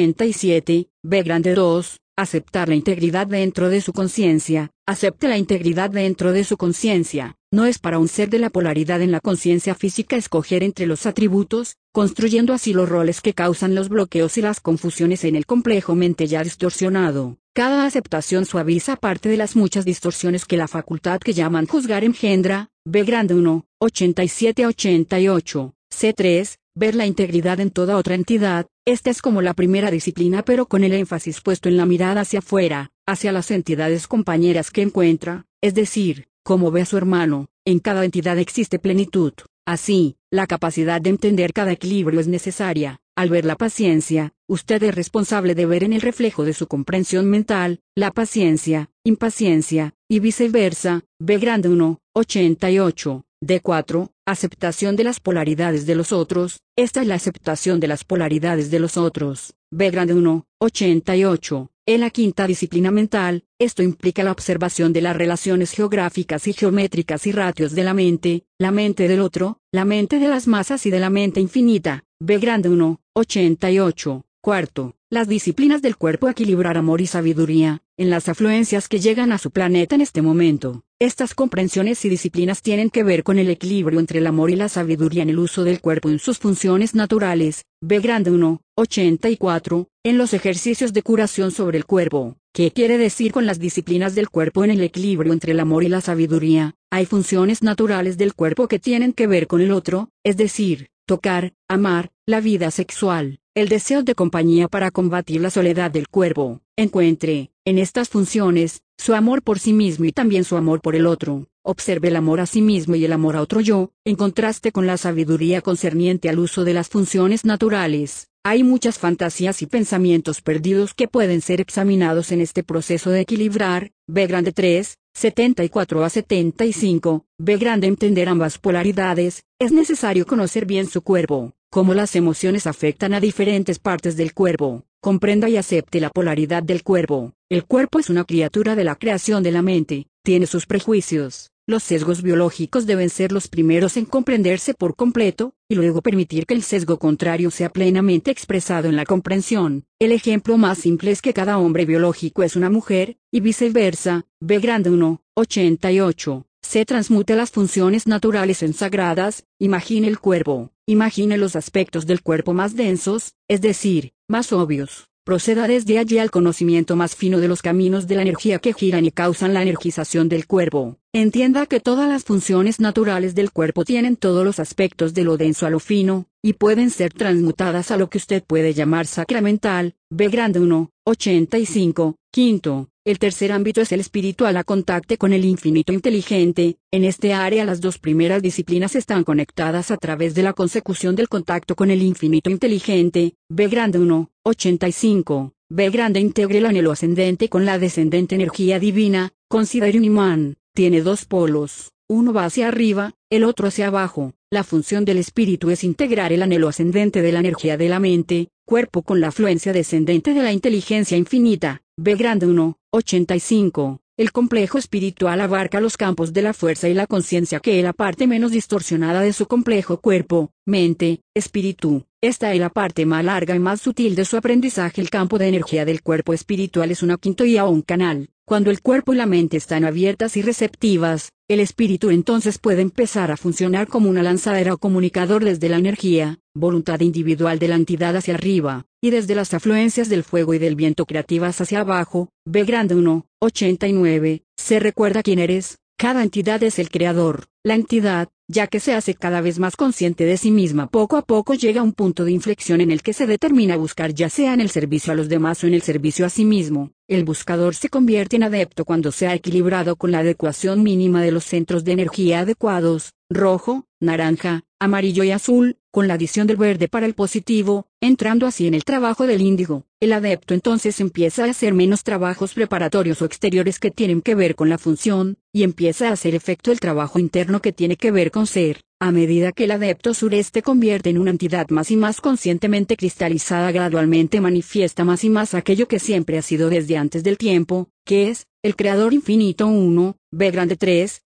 87. B grande 2. Aceptar la integridad dentro de su conciencia. Acepte la integridad dentro de su conciencia. No es para un ser de la polaridad en la conciencia física escoger entre los atributos, construyendo así los roles que causan los bloqueos y las confusiones en el complejo mente ya distorsionado. Cada aceptación suaviza parte de las muchas distorsiones que la facultad que llaman juzgar engendra. B grande 1, 87-88. C3. Ver la integridad en toda otra entidad. Esta es como la primera disciplina pero con el énfasis puesto en la mirada hacia afuera, hacia las entidades compañeras que encuentra, es decir, como ve a su hermano, en cada entidad existe plenitud. Así, la capacidad de entender cada equilibrio es necesaria. Al ver la paciencia, usted es responsable de ver en el reflejo de su comprensión mental, la paciencia, impaciencia, y viceversa. B grande 1, 88. D4, aceptación de las polaridades de los otros. Esta es la aceptación de las polaridades de los otros. B grande 1, 88. En la quinta disciplina mental, esto implica la observación de las relaciones geográficas y geométricas y ratios de la mente del otro, la mente de las masas y de la mente infinita. B grande 1, 88. Cuarto, las disciplinas del cuerpo equilibrar amor y sabiduría, en las afluencias que llegan a su planeta en este momento. Estas comprensiones y disciplinas tienen que ver con el equilibrio entre el amor y la sabiduría en el uso del cuerpo en sus funciones naturales. B grande 1, 84, en los ejercicios de curación sobre el cuerpo. ¿Qué quiere decir con las disciplinas del cuerpo en el equilibrio entre el amor y la sabiduría? Hay funciones naturales del cuerpo que tienen que ver con el otro, es decir, tocar, amar, la vida sexual, el deseo de compañía para combatir la soledad del cuerpo. Encuentre, en estas funciones, su amor por sí mismo y también su amor por el otro. Observe el amor a sí mismo y el amor a otro yo, en contraste con la sabiduría concerniente al uso de las funciones naturales. Hay muchas fantasías y pensamientos perdidos que pueden ser examinados en este proceso de equilibrar. B grande 3, 74 a 75. B grande entender ambas polaridades. Es necesario conocer bien su cuerpo, cómo las emociones afectan a diferentes partes del cuerpo. Comprenda y acepte la polaridad del cuerpo. El cuerpo es una criatura de la creación de la mente, tiene sus prejuicios. Los sesgos biológicos deben ser los primeros en comprenderse por completo, y luego permitir que el sesgo contrario sea plenamente expresado en la comprensión. El ejemplo más simple es que cada hombre biológico es una mujer, y viceversa. B grande 1, 88. Se transmute las funciones naturales en sagradas. Imagine el cuerpo, imagine los aspectos del cuerpo más densos, es decir, más obvios. Proceda desde allí al conocimiento más fino de los caminos de la energía que giran y causan la energización del cuerpo. Entienda que todas las funciones naturales del cuerpo tienen todos los aspectos de lo denso a lo fino, y pueden ser transmutadas a lo que usted puede llamar sacramental. B grande 1, 85. Quinto, el tercer ámbito es el espiritual a contacte con el infinito inteligente. En este área las dos primeras disciplinas están conectadas a través de la consecución del contacto con el infinito inteligente. B grande 1, 85. B grande integre el anhelo ascendente con la descendente energía divina. Considere un imán, tiene dos polos, uno va hacia arriba, el otro hacia abajo. La función del espíritu es integrar el anhelo ascendente de la energía de la mente, cuerpo con la afluencia descendente de la inteligencia infinita. B grande 1, 85. El complejo espiritual abarca los campos de la fuerza y la conciencia que es la parte menos distorsionada de su complejo cuerpo, mente, espíritu. Esta es la parte más larga y más sutil de su aprendizaje. El campo de energía del cuerpo espiritual es una quintoya o un canal. Cuando el cuerpo y la mente están abiertas y receptivas, el espíritu entonces puede empezar a funcionar como una lanzadera o comunicador desde la energía, voluntad individual de la entidad hacia arriba, y desde las afluencias del fuego y del viento creativas hacia abajo. B grande 1, 89. Se recuerda quién eres. Cada entidad es el creador. La entidad, ya que se hace cada vez más consciente de sí misma, poco a poco llega a un punto de inflexión en el que se determina buscar, ya sea en el servicio a los demás o en el servicio a sí mismo. El buscador se convierte en adepto cuando se ha equilibrado con la adecuación mínima de los centros de energía adecuados, rojo, naranja, amarillo y azul, con la adición del verde para el positivo, entrando así en el trabajo del índigo. El adepto entonces empieza a hacer menos trabajos preparatorios o exteriores que tienen que ver con la función, y empieza a hacer efecto el trabajo interno que tiene que ver con ser. A medida que el adepto sureste convierte en una entidad más y más conscientemente cristalizada, gradualmente manifiesta más y más aquello que siempre ha sido desde antes del tiempo, que es, el Creador Infinito 1, B grande 3,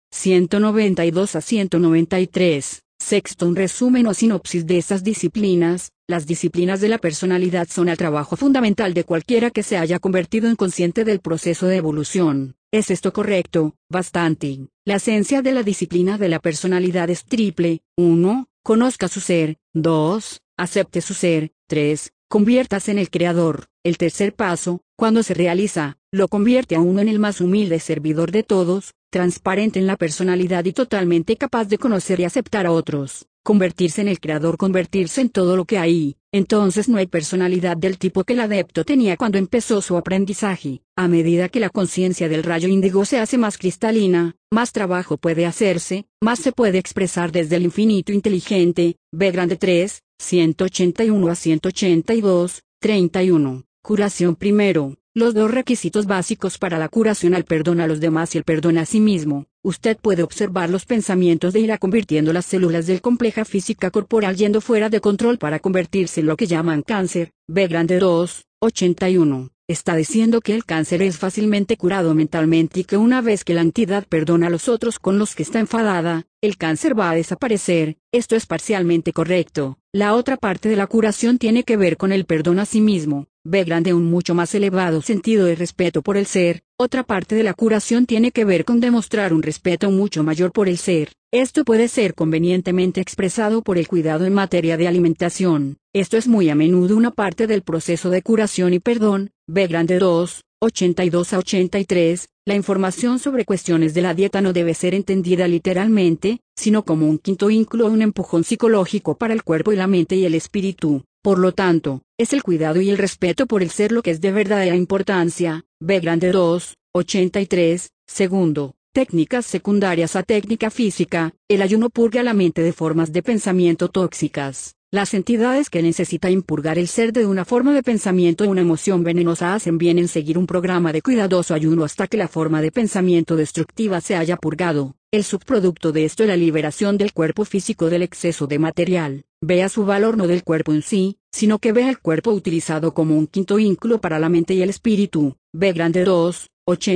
192 a 193. Sexto, un resumen o sinopsis de estas disciplinas. Las disciplinas de la personalidad son el trabajo fundamental de cualquiera que se haya convertido en consciente del proceso de evolución. ¿Es esto correcto? Bastante. La esencia de la disciplina de la personalidad es triple. 1. Conozca su ser. 2. Acepte su ser. 3. Conviértase en el creador. El tercer paso, cuando se realiza, lo convierte a uno en el más humilde servidor de todos, transparente en la personalidad y totalmente capaz de conocer y aceptar a otros. Convertirse en el creador, convertirse en todo lo que hay. Entonces no hay personalidad del tipo que el adepto tenía cuando empezó su aprendizaje. A medida que la conciencia del rayo índigo se hace más cristalina, más trabajo puede hacerse, más se puede expresar desde el infinito inteligente. B grande 3, 181 a 182, 31. Curación primero. Los dos requisitos básicos para la curación al perdón a los demás y el perdón a sí mismo. Usted puede observar los pensamientos de ira convirtiendo las células del compleja física corporal yendo fuera de control para convertirse en lo que llaman cáncer. B grande 2, 81. Está diciendo que el cáncer es fácilmente curado mentalmente y que una vez que la entidad perdona a los otros con los que está enfadada, el cáncer va a desaparecer. Esto es parcialmente correcto. La otra parte de la curación tiene que ver con el perdón a sí mismo. B grande un mucho más elevado sentido de respeto por el ser. Otra parte de la curación tiene que ver con demostrar un respeto mucho mayor por el ser. Esto puede ser convenientemente expresado por el cuidado en materia de alimentación. Esto es muy a menudo una parte del proceso de curación y perdón. B grande 2, 82 a 83. La información sobre cuestiones de la dieta no debe ser entendida literalmente, sino como un quinto vínculo o un empujón psicológico para el cuerpo y la mente y el espíritu. Por lo tanto, es el cuidado y el respeto por el ser lo que es de verdadera importancia. B grande 2, 83. Segundo, técnicas secundarias a técnica física. El ayuno purga la mente de formas de pensamiento tóxicas. Las entidades que necesitan impurgar el ser de una forma de pensamiento o una emoción venenosa hacen bien en seguir un programa de cuidadoso ayuno hasta que la forma de pensamiento destructiva se haya purgado. El subproducto de esto es la liberación del cuerpo físico del exceso de material. Vea su valor no del cuerpo en sí, sino que vea el cuerpo utilizado como un quinto vínculo para la mente y el espíritu. B grande 2,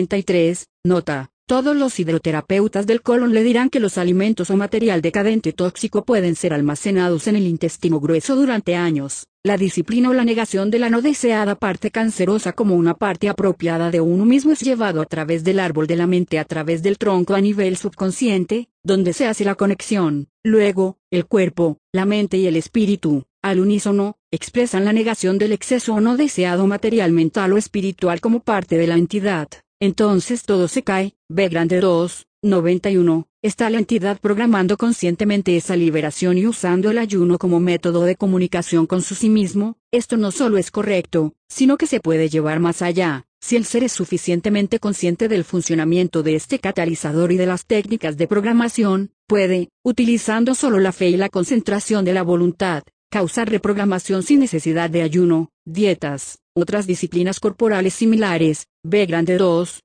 83. Nota. Todos los hidroterapeutas del colon le dirán que los alimentos o material decadente tóxico pueden ser almacenados en el intestino grueso durante años. La disciplina o la negación de la no deseada parte cancerosa como una parte apropiada de uno mismo es llevado a través del árbol de la mente a través del tronco a nivel subconsciente, donde se hace la conexión. Luego, el cuerpo, la mente y el espíritu, al unísono, expresan la negación del exceso o no deseado material mental o espiritual como parte de la entidad. Entonces todo se cae. B grande 2, 91. Está la entidad programando conscientemente esa liberación y usando el ayuno como método de comunicación con su sí mismo. Esto no solo es correcto, sino que se puede llevar más allá. Si el ser es suficientemente consciente del funcionamiento de este catalizador y de las técnicas de programación, puede, utilizando solo la fe y la concentración de la voluntad, causar reprogramación sin necesidad de ayuno, dietas, otras disciplinas corporales similares. B grande 2,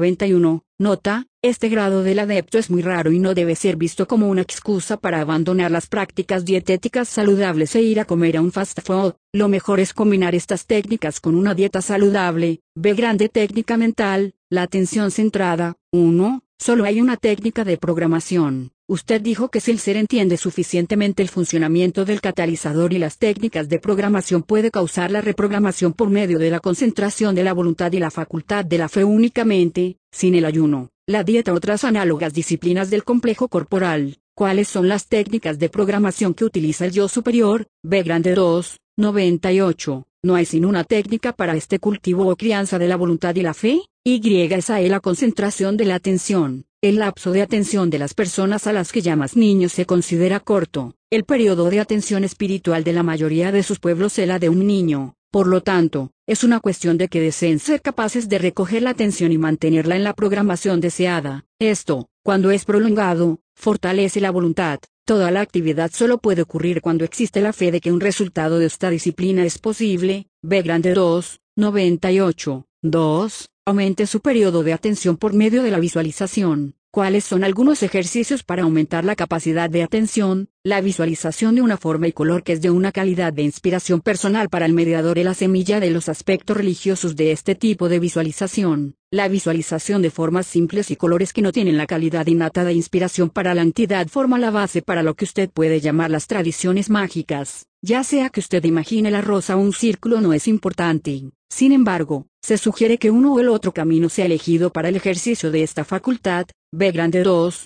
91. Nota, este grado del adepto es muy raro y no debe ser visto como una excusa para abandonar las prácticas dietéticas saludables e ir a comer a un fast food. Lo mejor es combinar estas técnicas con una dieta saludable. B grande técnica mental, la atención centrada. 1. Solo hay una técnica de programación. Usted dijo que si el ser entiende suficientemente el funcionamiento del catalizador y las técnicas de programación puede causar la reprogramación por medio de la concentración de la voluntad y la facultad de la fe únicamente, sin el ayuno, la dieta u otras análogas disciplinas del complejo corporal. ¿Cuáles son las técnicas de programación que utiliza el yo superior? B grande 2, 98. No hay sino una técnica para este cultivo o crianza de la voluntad y la fe. Y es a la concentración de la atención. El lapso de atención de las personas a las que llamas niños se considera corto. El periodo de atención espiritual de la mayoría de sus pueblos es la de un niño. Por lo tanto, es una cuestión de que deseen ser capaces de recoger la atención y mantenerla en la programación deseada. Esto, cuando es prolongado, fortalece la voluntad. Toda la actividad solo puede ocurrir cuando existe la fe de que un resultado de esta disciplina es posible. B grande 2, 98. 2. Aumente su periodo de atención por medio de la visualización. ¿Cuáles son algunos ejercicios para aumentar la capacidad de atención? La visualización de una forma y color que es de una calidad de inspiración personal para el mediador es la semilla de los aspectos religiosos de este tipo de visualización. La visualización de formas simples y colores que no tienen la calidad innata de inspiración para la entidad forma la base para lo que usted puede llamar las tradiciones mágicas. Ya sea que usted imagine la rosa o un círculo no es importante. Sin embargo, se sugiere que uno o el otro camino sea elegido para el ejercicio de esta facultad. B grande 2,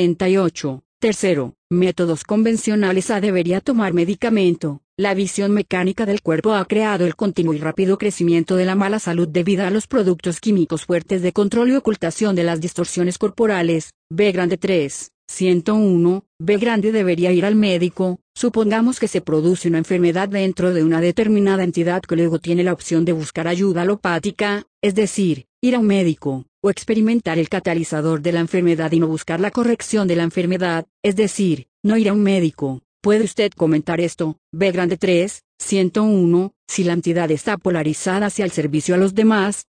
98. Tercero, métodos convencionales. Debería tomar medicamento. La visión mecánica del cuerpo ha creado el continuo y rápido crecimiento de la mala salud debido a los productos químicos fuertes de control y ocultación de las distorsiones corporales. B grande 3, 101. B grande debería ir al médico. Supongamos que se produce una enfermedad dentro de una determinada entidad que luego tiene la opción de buscar ayuda alopática, es decir, ir a un médico, o experimentar el catalizador de la enfermedad y no buscar la corrección de la enfermedad, es decir, no ir a un médico. ¿Puede usted comentar esto? B grande 3, 101. Si la entidad está polarizada hacia el servicio a los demás,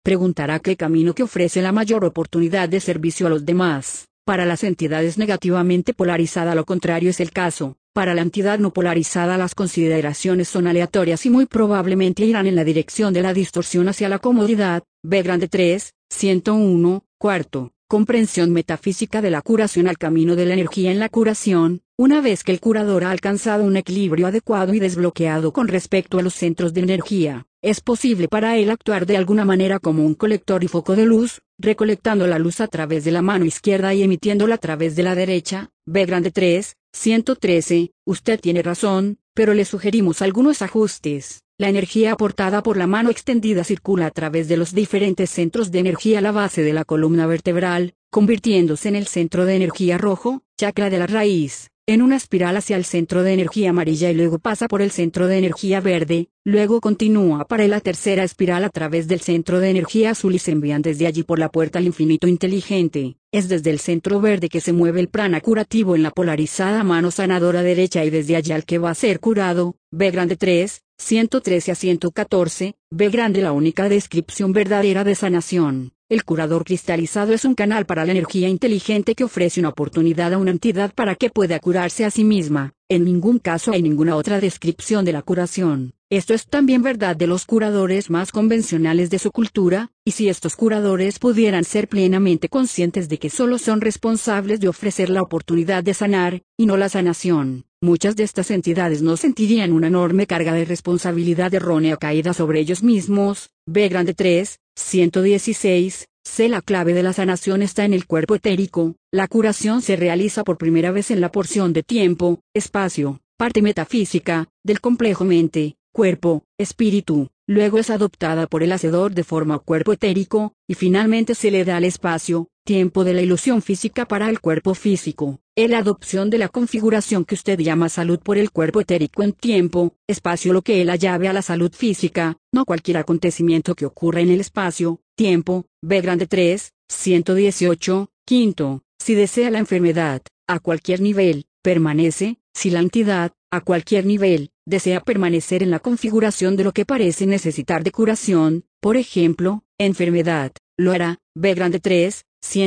preguntará qué camino que ofrece la mayor oportunidad de servicio a los demás. Para las entidades negativamente polarizadas lo contrario es el caso. Para la entidad no polarizada las consideraciones son aleatorias y muy probablemente irán en la dirección de la distorsión hacia la comodidad. B grande 3, 101, cuarto. Comprensión metafísica de la curación al camino de la energía en la curación. Una vez que el curador ha alcanzado un equilibrio adecuado y desbloqueado con respecto a los centros de energía, es posible para él actuar de alguna manera como un colector y foco de luz, recolectando la luz a través de la mano izquierda y emitiéndola a través de la derecha. B grande 3, 113, usted tiene razón, pero le sugerimos algunos ajustes. La energía aportada por la mano extendida circula a través de los diferentes centros de energía a la base de la columna vertebral, convirtiéndose en el centro de energía rojo, chakra de la raíz, en una espiral hacia el centro de energía amarilla y luego pasa por el centro de energía verde, luego continúa para la tercera espiral a través del centro de energía azul y se envían desde allí por la puerta al infinito inteligente. Es desde el centro verde que se mueve el prana curativo en la polarizada mano sanadora derecha y desde allá al que va a ser curado. B grande 3, 113 a 114, B grande la única descripción verdadera de sanación. El curador cristalizado es un canal para la energía inteligente que ofrece una oportunidad a una entidad para que pueda curarse a sí misma. En ningún caso hay ninguna otra descripción de la curación. Esto es también verdad de los curadores más convencionales de su cultura, y si estos curadores pudieran ser plenamente conscientes de que solo son responsables de ofrecer la oportunidad de sanar, y no la sanación, muchas de estas entidades no sentirían una enorme carga de responsabilidad errónea caída sobre ellos mismos. B grande 3, 116, C. La clave de la sanación está en el cuerpo etérico. La curación se realiza por primera vez en la porción de tiempo, espacio, parte metafísica, del complejo mente, cuerpo, espíritu, luego es adoptada por el hacedor de forma cuerpo etérico, y finalmente se le da el espacio, tiempo de la ilusión física para el cuerpo físico. La adopción de la configuración que usted llama salud por el cuerpo etérico en tiempo, espacio lo que es la llave a la salud física, no cualquier acontecimiento que ocurra en el espacio, tiempo. B grande 3, 118, quinto. Si desea la enfermedad, a cualquier nivel, permanece. Si la entidad, a cualquier nivel, desea permanecer en la configuración de lo que parece necesitar de curación, por ejemplo, enfermedad, lo hará. B grande 3,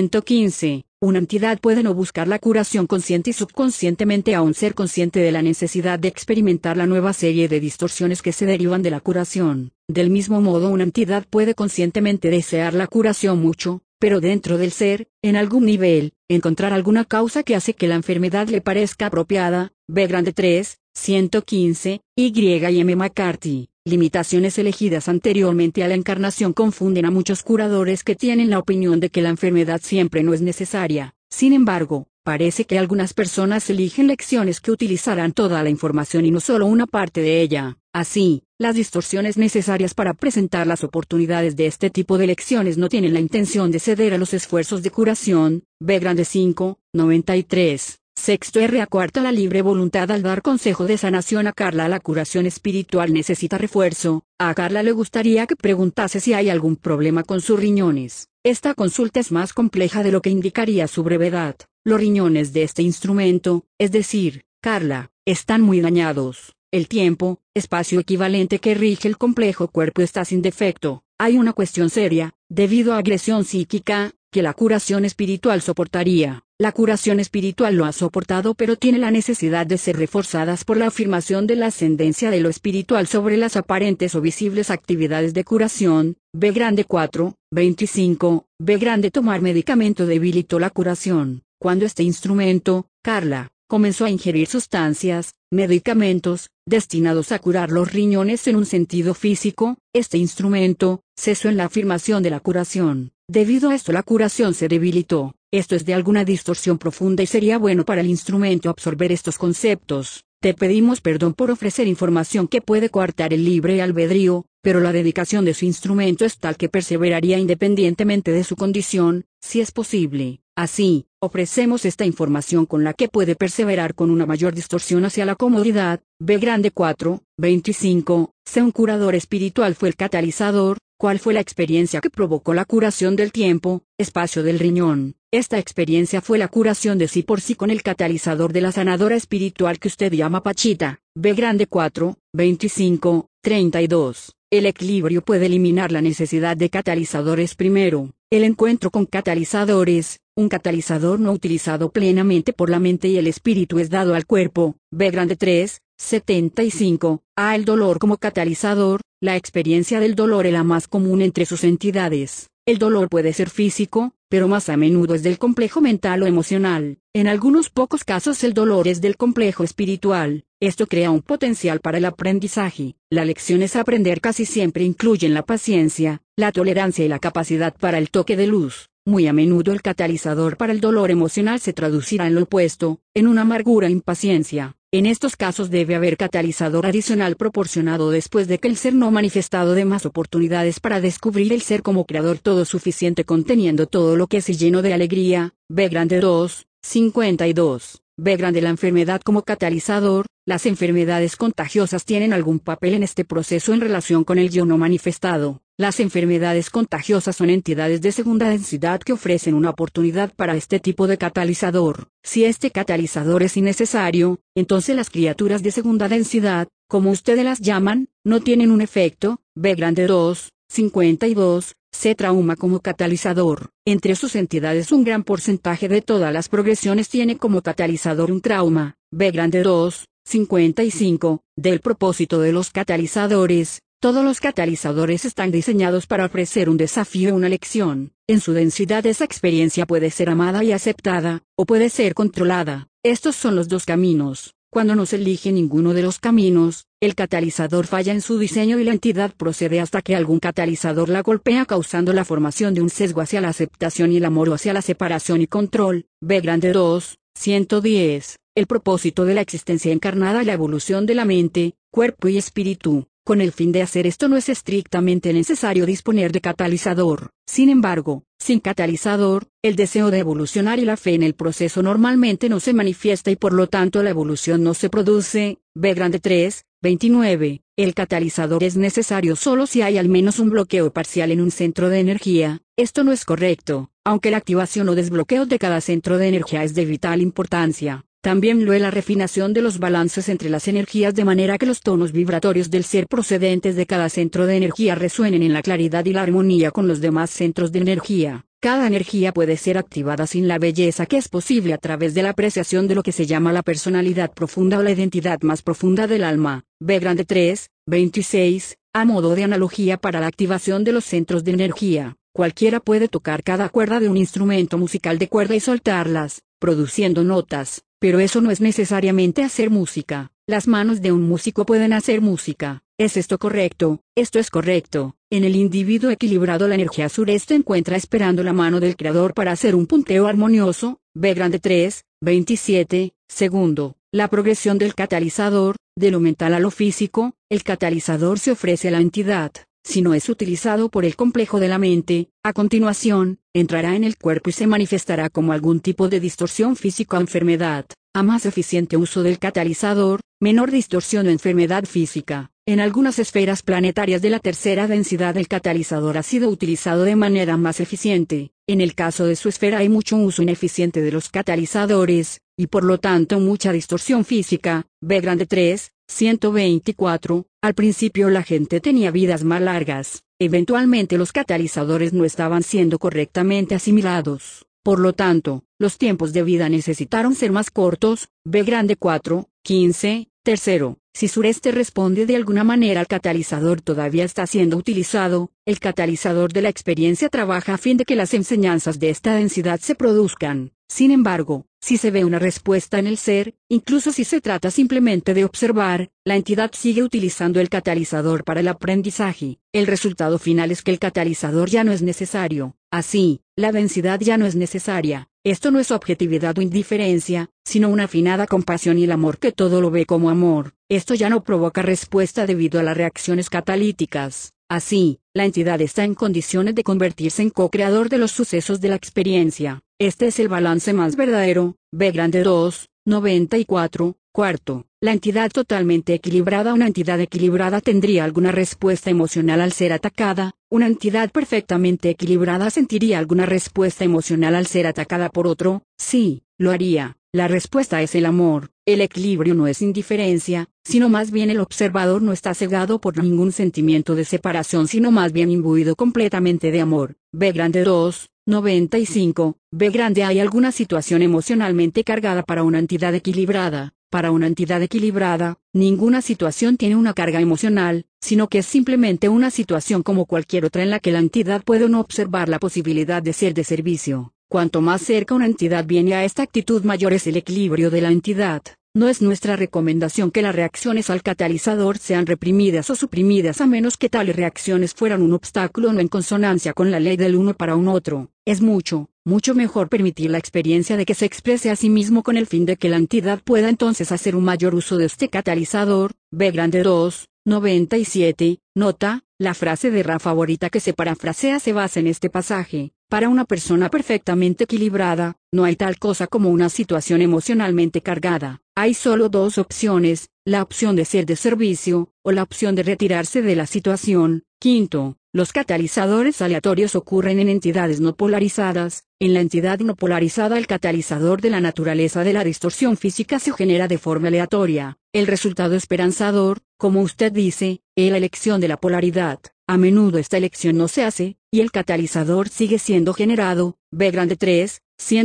115. Una entidad puede no buscar la curación consciente y subconscientemente aún ser consciente de la necesidad de experimentar la nueva serie de distorsiones que se derivan de la curación. Del mismo modo una entidad puede conscientemente desear la curación mucho, pero dentro del ser, en algún nivel, encontrar alguna causa que hace que la enfermedad le parezca apropiada. B grande 3, 115, Y. M. McCarthy. Limitaciones elegidas anteriormente a la encarnación confunden a muchos curadores que tienen la opinión de que la enfermedad siempre no es necesaria. Sin embargo, parece que algunas personas eligen lecciones que utilizarán toda la información y no solo una parte de ella. Así, las distorsiones necesarias para presentar las oportunidades de este tipo de lecciones no tienen la intención de ceder a los esfuerzos de curación. B grande 5, 93. Sexto R. A cuarta la libre voluntad al dar consejo de sanación a Carla. La curación espiritual necesita refuerzo. A Carla le gustaría que preguntase si hay algún problema con sus riñones. Esta consulta es más compleja de lo que indicaría su brevedad. Los riñones de este instrumento, es decir, Carla, están muy dañados. El tiempo, espacio equivalente que rige el complejo cuerpo está sin defecto. Hay una cuestión seria, debido a agresión psíquica, que la curación espiritual soportaría. La curación espiritual lo ha soportado pero tiene la necesidad de ser reforzadas por la afirmación de la ascendencia de lo espiritual sobre las aparentes o visibles actividades de curación. B grande 4, 25, B grande tomar medicamento debilitó la curación. Cuando este instrumento, Carla, comenzó a ingerir sustancias, medicamentos, destinados a curar los riñones en un sentido físico, este instrumento, cesó en la afirmación de la curación. Debido a esto la curación se debilitó. Esto es de alguna distorsión profunda y sería bueno para el instrumento absorber estos conceptos. Te pedimos perdón por ofrecer información que puede coartar el libre albedrío, pero la dedicación de su instrumento es tal que perseveraría independientemente de su condición, si es posible. Así, ofrecemos esta información con la que puede perseverar con una mayor distorsión hacia la comodidad. B grande 4, 25, C. Un curador espiritual fue el catalizador. ¿Cuál fue la experiencia que provocó la curación del tiempo, espacio del riñón? Esta experiencia fue la curación de sí por sí con el catalizador de la sanadora espiritual que usted llama Pachita. B grande 4, 25, 32. El equilibrio puede eliminar la necesidad de catalizadores primero. El encuentro con catalizadores, un catalizador no utilizado plenamente por la mente y el espíritu es dado al cuerpo. B grande 3, 75. A. El dolor como catalizador. La experiencia del dolor es la más común entre sus entidades. El dolor puede ser físico, pero más a menudo es del complejo mental o emocional. En algunos pocos casos el dolor es del complejo espiritual. Esto crea un potencial para el aprendizaje. Las lecciones a aprender casi siempre incluyen la paciencia, la tolerancia y la capacidad para el toque de luz. Muy a menudo el catalizador para el dolor emocional se traducirá en lo opuesto, en una amargura e impaciencia. En estos casos debe haber catalizador adicional proporcionado después de que el ser no manifestado dé más oportunidades para descubrir el ser como creador todo suficiente conteniendo todo lo que es y lleno de alegría. B grande 2, 52. B grande la enfermedad como catalizador. Las enfermedades contagiosas tienen algún papel en este proceso en relación con el yo no manifestado. Las enfermedades contagiosas son entidades de segunda densidad que ofrecen una oportunidad para este tipo de catalizador. Si este catalizador es innecesario, entonces las criaturas de segunda densidad, como ustedes las llaman, no tienen un efecto. B grande 2, 52. C. Trauma como catalizador. Entre sus entidades un gran porcentaje de todas las progresiones tiene como catalizador un trauma. B grande 2, 55. Del propósito de los catalizadores. Todos los catalizadores están diseñados para ofrecer un desafío o una lección. En su densidad esa experiencia puede ser amada y aceptada, o puede ser controlada. Estos son los dos caminos. Cuando no se elige ninguno de los caminos, el catalizador falla en su diseño y la entidad procede hasta que algún catalizador la golpea causando la formación de un sesgo hacia la aceptación y el amor o hacia la separación y control. B grande 2, 110. El propósito de la existencia encarnada y la evolución de la mente, cuerpo y espíritu. Con el fin de hacer esto no es estrictamente necesario disponer de catalizador. Sin embargo, sin catalizador, el deseo de evolucionar y la fe en el proceso normalmente no se manifiesta y por lo tanto la evolución no se produce. B grande 3, 29. El catalizador es necesario solo si hay al menos un bloqueo parcial en un centro de energía. Esto no es correcto, aunque la activación o desbloqueo de cada centro de energía es de vital importancia. También lo es la refinación de los balances entre las energías de manera que los tonos vibratorios del ser procedentes de cada centro de energía resuenen en la claridad y la armonía con los demás centros de energía. Cada energía puede ser activada sin la belleza que es posible a través de la apreciación de lo que se llama la personalidad profunda o la identidad más profunda del alma. B grande 3, 26. A modo de analogía para la activación de los centros de energía, cualquiera puede tocar cada cuerda de un instrumento musical de cuerda y soltarlas, produciendo notas. Pero eso no es necesariamente hacer música. Las manos de un músico pueden hacer música. ¿Es esto correcto? Esto es correcto. En el individuo equilibrado la energía sureste encuentra esperando la mano del creador para hacer un punteo armonioso. B grande 3, 27. Segundo, la progresión del catalizador, de lo mental a lo físico. El catalizador se ofrece a la entidad. Si no es utilizado por el complejo de la mente, a continuación, entrará en el cuerpo y se manifestará como algún tipo de distorsión física o enfermedad. A más eficiente uso del catalizador, menor distorsión o enfermedad física. En algunas esferas planetarias de la tercera densidad el catalizador ha sido utilizado de manera más eficiente. En el caso de su esfera hay mucho uso ineficiente de los catalizadores, y por lo tanto mucha distorsión física. B grande 3, 124. Al principio la gente tenía vidas más largas. Eventualmente los catalizadores no estaban siendo correctamente asimilados. Por lo tanto, los tiempos de vida necesitaron ser más cortos. B grande 4, 15. Tercero, si sureste responde de alguna manera al catalizador todavía está siendo utilizado, el catalizador de la experiencia trabaja a fin de que las enseñanzas de esta densidad se produzcan. Sin embargo, si se ve una respuesta en el ser, incluso si se trata simplemente de observar, la entidad sigue utilizando el catalizador para el aprendizaje. El resultado final es que el catalizador ya no es necesario. Así, la densidad ya no es necesaria. Esto no es objetividad o indiferencia, sino una afinada compasión y el amor que todo lo ve como amor. Esto ya no provoca respuesta debido a las reacciones catalíticas. Así, la entidad está en condiciones de convertirse en co-creador de los sucesos de la experiencia. Este es el balance más verdadero. B grande 2, 94. Cuarto, la entidad totalmente equilibrada. Una entidad equilibrada tendría alguna respuesta emocional al ser atacada. Una entidad perfectamente equilibrada sentiría alguna respuesta emocional al ser atacada por otro. Sí, lo haría. La respuesta es el amor. El equilibrio no es indiferencia, sino más bien el observador no está cegado por ningún sentimiento de separación, sino más bien imbuido completamente de amor. B grande 2, 95. B grande, hay alguna situación emocionalmente cargada para una entidad equilibrada. Para una entidad equilibrada, ninguna situación tiene una carga emocional, sino que es simplemente una situación como cualquier otra en la que la entidad puede o no observar la posibilidad de ser de servicio. Cuanto más cerca una entidad viene a esta actitud, mayor es el equilibrio de la entidad. No es nuestra recomendación que las reacciones al catalizador sean reprimidas o suprimidas, a menos que tales reacciones fueran un obstáculo no en consonancia con la ley del uno para un otro. Es mucho mejor permitir la experiencia de que se exprese a sí mismo con el fin de que la entidad pueda entonces hacer un mayor uso de este catalizador. B grande 2, 97. Nota, la frase de Ra favorita que se parafrasea se basa en este pasaje. Para una persona perfectamente equilibrada, no hay tal cosa como una situación emocionalmente cargada. Hay solo dos opciones, la opción de ser de servicio, o la opción de retirarse de la situación. Quinto, los catalizadores aleatorios ocurren en entidades no polarizadas. En la entidad no polarizada, el catalizador de la naturaleza de la distorsión física se genera de forma aleatoria. El resultado esperanzador, como usted dice, es la elección de la polaridad. A menudo esta elección no se hace, y el catalizador sigue siendo generado, B grande 3,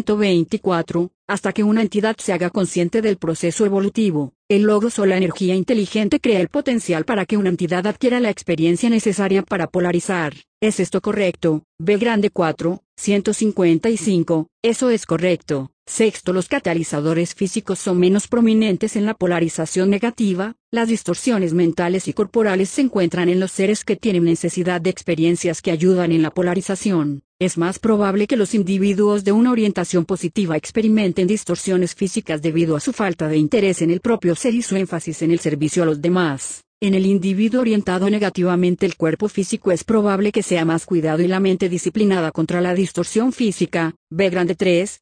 124, hasta que una entidad se haga consciente del proceso evolutivo. El logos o la energía inteligente crea el potencial para que una entidad adquiera la experiencia necesaria para polarizar. ¿Es esto correcto? B grande 4, 155, eso es correcto. Sexto, los catalizadores físicos son menos prominentes en la polarización negativa. Las distorsiones mentales y corporales se encuentran en los seres que tienen necesidad de experiencias que ayudan en la polarización. Es más probable que los individuos de una orientación positiva experimenten distorsiones físicas debido a su falta de interés en el propio ser y su énfasis en el servicio a los demás. En el individuo orientado negativamente, el cuerpo físico es probable que sea más cuidado y la mente disciplinada contra la distorsión física. B grande 3,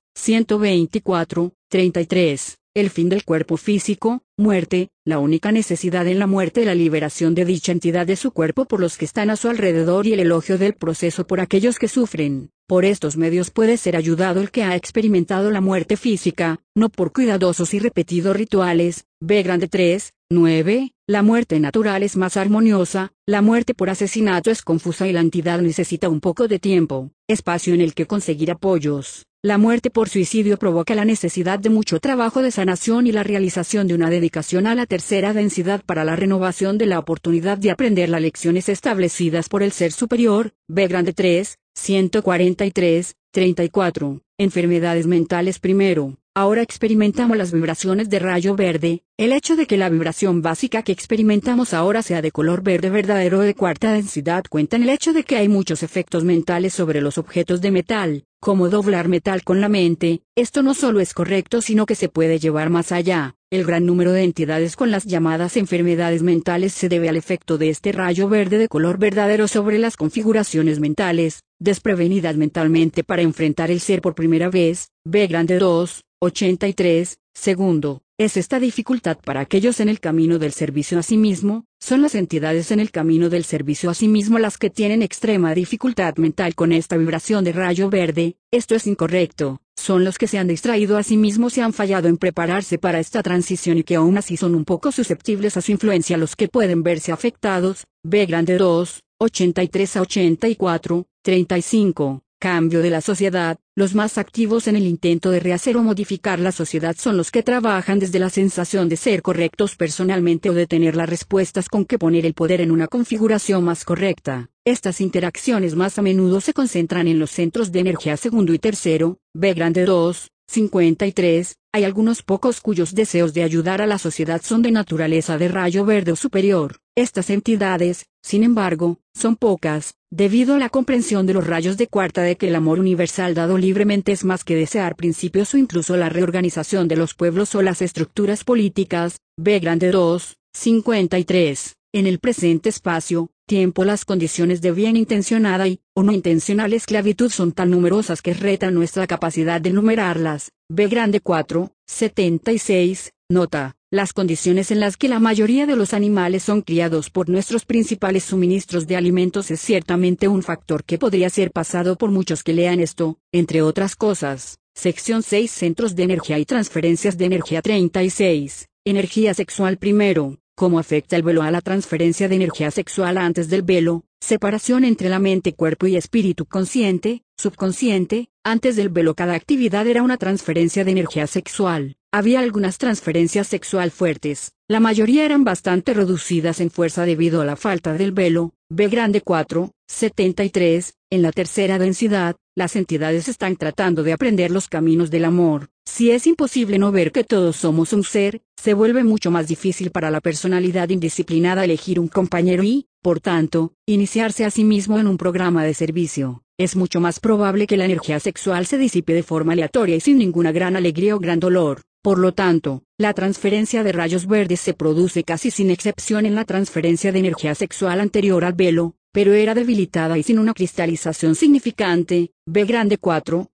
124, 33. El fin del cuerpo físico, muerte. La única necesidad en la muerte es la liberación de dicha entidad de su cuerpo por los que están a su alrededor y el elogio del proceso por aquellos que sufren. Por estos medios puede ser ayudado el que ha experimentado la muerte física, no por cuidadosos y repetidos rituales. B grande 3, 9. La muerte natural es más armoniosa. La muerte por asesinato es confusa y la entidad necesita un poco de tiempo, espacio en el que conseguir apoyos. La muerte por suicidio provoca la necesidad de mucho trabajo de sanación y la realización de una dedicación a la tercera densidad para la renovación de la oportunidad de aprender las lecciones establecidas por el Ser Superior. B grande 3, 143, 34. Enfermedades mentales primero. Ahora experimentamos las vibraciones de rayo verde. El hecho de que la vibración básica que experimentamos ahora sea de color verde verdadero de cuarta densidad cuenta en el hecho de que hay muchos efectos mentales sobre los objetos de metal, como doblar metal con la mente. Esto no solo es correcto, sino que se puede llevar más allá. El gran número de entidades con las llamadas enfermedades mentales se debe al efecto de este rayo verde de color verdadero sobre las configuraciones mentales, desprevenidas mentalmente para enfrentar el ser por primera vez. B grande 2, 83, segundo. Es esta dificultad para aquellos en el camino del servicio a sí mismo. Son las entidades en el camino del servicio a sí mismo las que tienen extrema dificultad mental con esta vibración de rayo verde. Esto es incorrecto. Son los que se han distraído a sí mismos y han fallado en prepararse para esta transición y que aún así son un poco susceptibles a su influencia los que pueden verse afectados. B grande 2, 83 a 84, 35. Cambio de la sociedad. Los más activos en el intento de rehacer o modificar la sociedad son los que trabajan desde la sensación de ser correctos personalmente o de tener las respuestas con que poner el poder en una configuración más correcta. Estas interacciones más a menudo se concentran en los centros de energía segundo y tercero. B grande 2, 53. Hay algunos pocos cuyos deseos de ayudar a la sociedad son de naturaleza de rayo verde o superior. Estas entidades, sin embargo, son pocas, debido a la comprensión de los rayos de cuarta de que el amor universal dado libremente es más que desear principios o incluso la reorganización de los pueblos o las estructuras políticas. B grande 2, 53. En el presente espacio, tiempo. Las condiciones de bien intencionada y, o no intencional esclavitud son tan numerosas que retan nuestra capacidad de enumerarlas. B grande 4, 76, nota. Las condiciones en las que la mayoría de los animales son criados por nuestros principales suministros de alimentos es ciertamente un factor que podría ser pasado por muchos que lean esto, entre otras cosas. Sección 6, Centros de energía y transferencias de energía. 36. Energía sexual. Primero, ¿cómo afecta el velo a la transferencia de energía sexual antes del velo? Separación entre la mente, cuerpo y espíritu. Consciente, subconsciente. Antes del velo cada actividad era una transferencia de energía sexual. Había algunas transferencias sexual fuertes, la mayoría eran bastante reducidas en fuerza debido a la falta del velo. B grande 4, 73, en la tercera densidad, las entidades están tratando de aprender los caminos del amor. Si es imposible no ver que todos somos un ser, se vuelve mucho más difícil para la personalidad indisciplinada elegir un compañero y, por tanto, iniciarse a sí mismo en un programa de servicio. Es mucho más probable que la energía sexual se disipe de forma aleatoria y sin ninguna gran alegría o gran dolor. Por lo tanto, la transferencia de rayos verdes se produce casi sin excepción en la transferencia de energía sexual anterior al velo, pero era debilitada y sin una cristalización significante. B grande 4,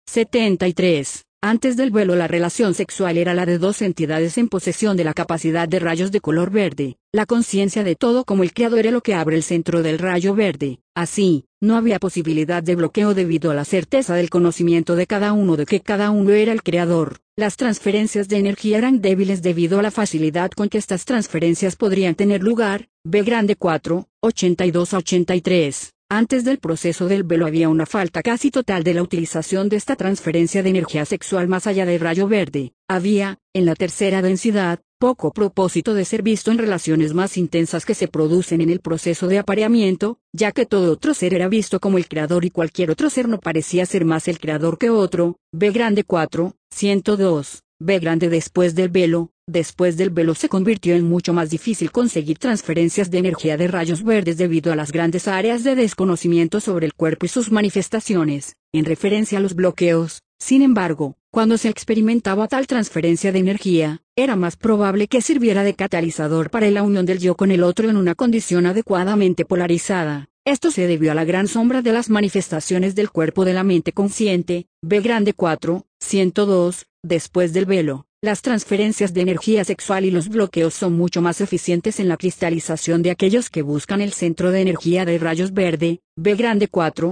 73. Antes del velo la relación sexual era la de dos entidades en posesión de la capacidad de rayos de color verde. La conciencia de todo como el creador era lo que abre el centro del rayo verde. Así, no había posibilidad de bloqueo debido a la certeza del conocimiento de cada uno de que cada uno era el creador. Las transferencias de energía eran débiles debido a la facilidad con que estas transferencias podrían tener lugar. B grande 4, 82 a 83. Antes del proceso del velo había una falta casi total de la utilización de esta transferencia de energía sexual más allá del rayo verde. Había, en la tercera densidad, poco propósito de ser visto en relaciones más intensas que se producen en el proceso de apareamiento, ya que todo otro ser era visto como el creador y cualquier otro ser no parecía ser más el creador que otro. B grande 4, 102. B grande después del velo. Después del velo se convirtió en mucho más difícil conseguir transferencias de energía de rayos verdes debido a las grandes áreas de desconocimiento sobre el cuerpo y sus manifestaciones, en referencia a los bloqueos. Sin embargo, cuando se experimentaba tal transferencia de energía, era más probable que sirviera de catalizador para la unión del yo con el otro en una condición adecuadamente polarizada. Esto se debió a la gran sombra de las manifestaciones del cuerpo de la mente consciente. B grande 4, 102, después del velo. Las transferencias de energía sexual y los bloqueos son mucho más eficientes en la cristalización de aquellos que buscan el centro de energía de rayos verde. B grande 4,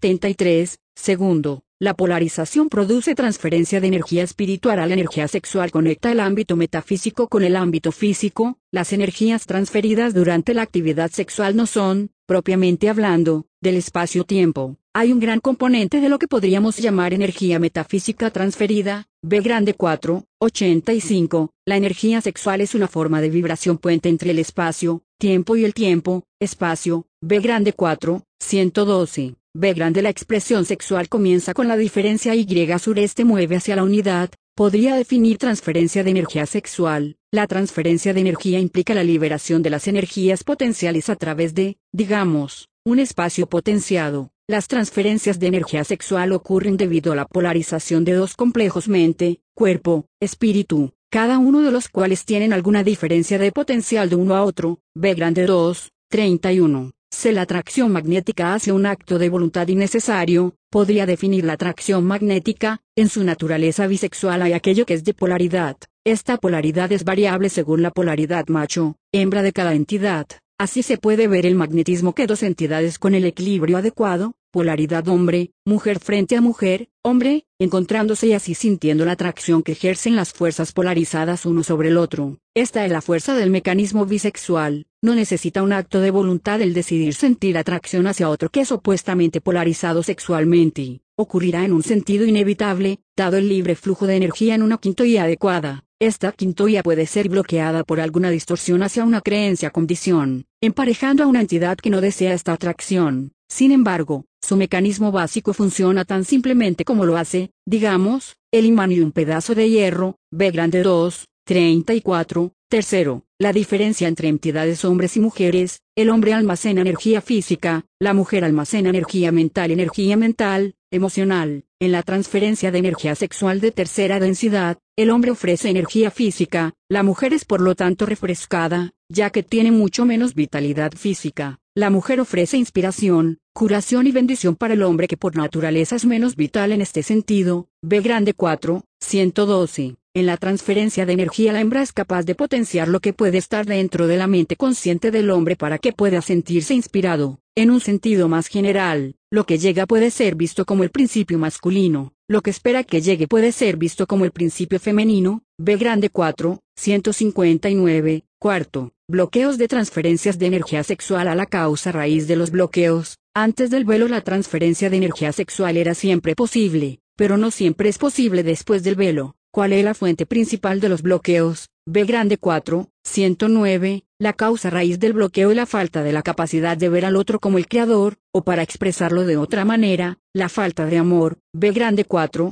73, segundo. La polarización produce transferencia de energía espiritual a la energía sexual. Conecta el ámbito metafísico con el ámbito físico. Las energías transferidas durante la actividad sexual no son, propiamente hablando, del espacio-tiempo. Hay un gran componente de lo que podríamos llamar energía metafísica transferida. B grande 4, 85. La energía sexual es una forma de vibración puente entre el espacio, tiempo y el tiempo, espacio. B grande 4, 112. B grande la expresión sexual comienza con la diferencia Y sureste mueve hacia la unidad. Podría definir transferencia de energía sexual. La transferencia de energía implica la liberación de las energías potenciales a través de, digamos, un espacio potenciado. Las transferencias de energía sexual ocurren debido a la polarización de dos complejos mente, cuerpo, espíritu, cada uno de los cuales tienen alguna diferencia de potencial de uno a otro. B grande 2, 31. Si la atracción magnética hace un acto de voluntad innecesario, podría definir la atracción magnética. En su naturaleza bisexual hay aquello que es de polaridad. Esta polaridad es variable según la polaridad macho-hembra de cada entidad. Así se puede ver el magnetismo que dos entidades con el equilibrio adecuado, polaridad hombre-mujer frente a mujer-hombre, encontrándose y así sintiendo la atracción que ejercen las fuerzas polarizadas uno sobre el otro. Esta es la fuerza del mecanismo bisexual. No necesita un acto de voluntad el decidir sentir atracción hacia otro que es opuestamente polarizado sexualmente. Ocurrirá en un sentido inevitable, dado el libre flujo de energía en una quintoía adecuada. Esta quintoía puede ser bloqueada por alguna distorsión hacia una creencia-condición, emparejando a una entidad que no desea esta atracción. Sin embargo, su mecanismo básico funciona tan simplemente como lo hace, digamos, el imán y un pedazo de hierro. B grande 2, 34. Tercero, la diferencia entre entidades hombres y mujeres. El hombre almacena energía física, la mujer almacena energía mental, emocional. En la transferencia de energía sexual de tercera densidad, el hombre ofrece energía física, la mujer es por lo tanto refrescada, ya que tiene mucho menos vitalidad física. La mujer ofrece inspiración, curación y bendición para el hombre que por naturaleza es menos vital en este sentido. B grande 4, 112. En la transferencia de energía la hembra es capaz de potenciar lo que puede estar dentro de la mente consciente del hombre para que pueda sentirse inspirado. En un sentido más general, lo que llega puede ser visto como el principio masculino, lo que espera que llegue puede ser visto como el principio femenino. B grande 4, 159. Cuarto, bloqueos de transferencias de energía sexual a la causa raíz de los bloqueos. Antes del velo la transferencia de energía sexual era siempre posible, pero no siempre es posible después del velo. ¿Cuál es la fuente principal de los bloqueos? B grande 4, 109. La causa raíz del bloqueo es la falta de la capacidad de ver al otro como el creador, o para expresarlo de otra manera, la falta de amor. B grande 4,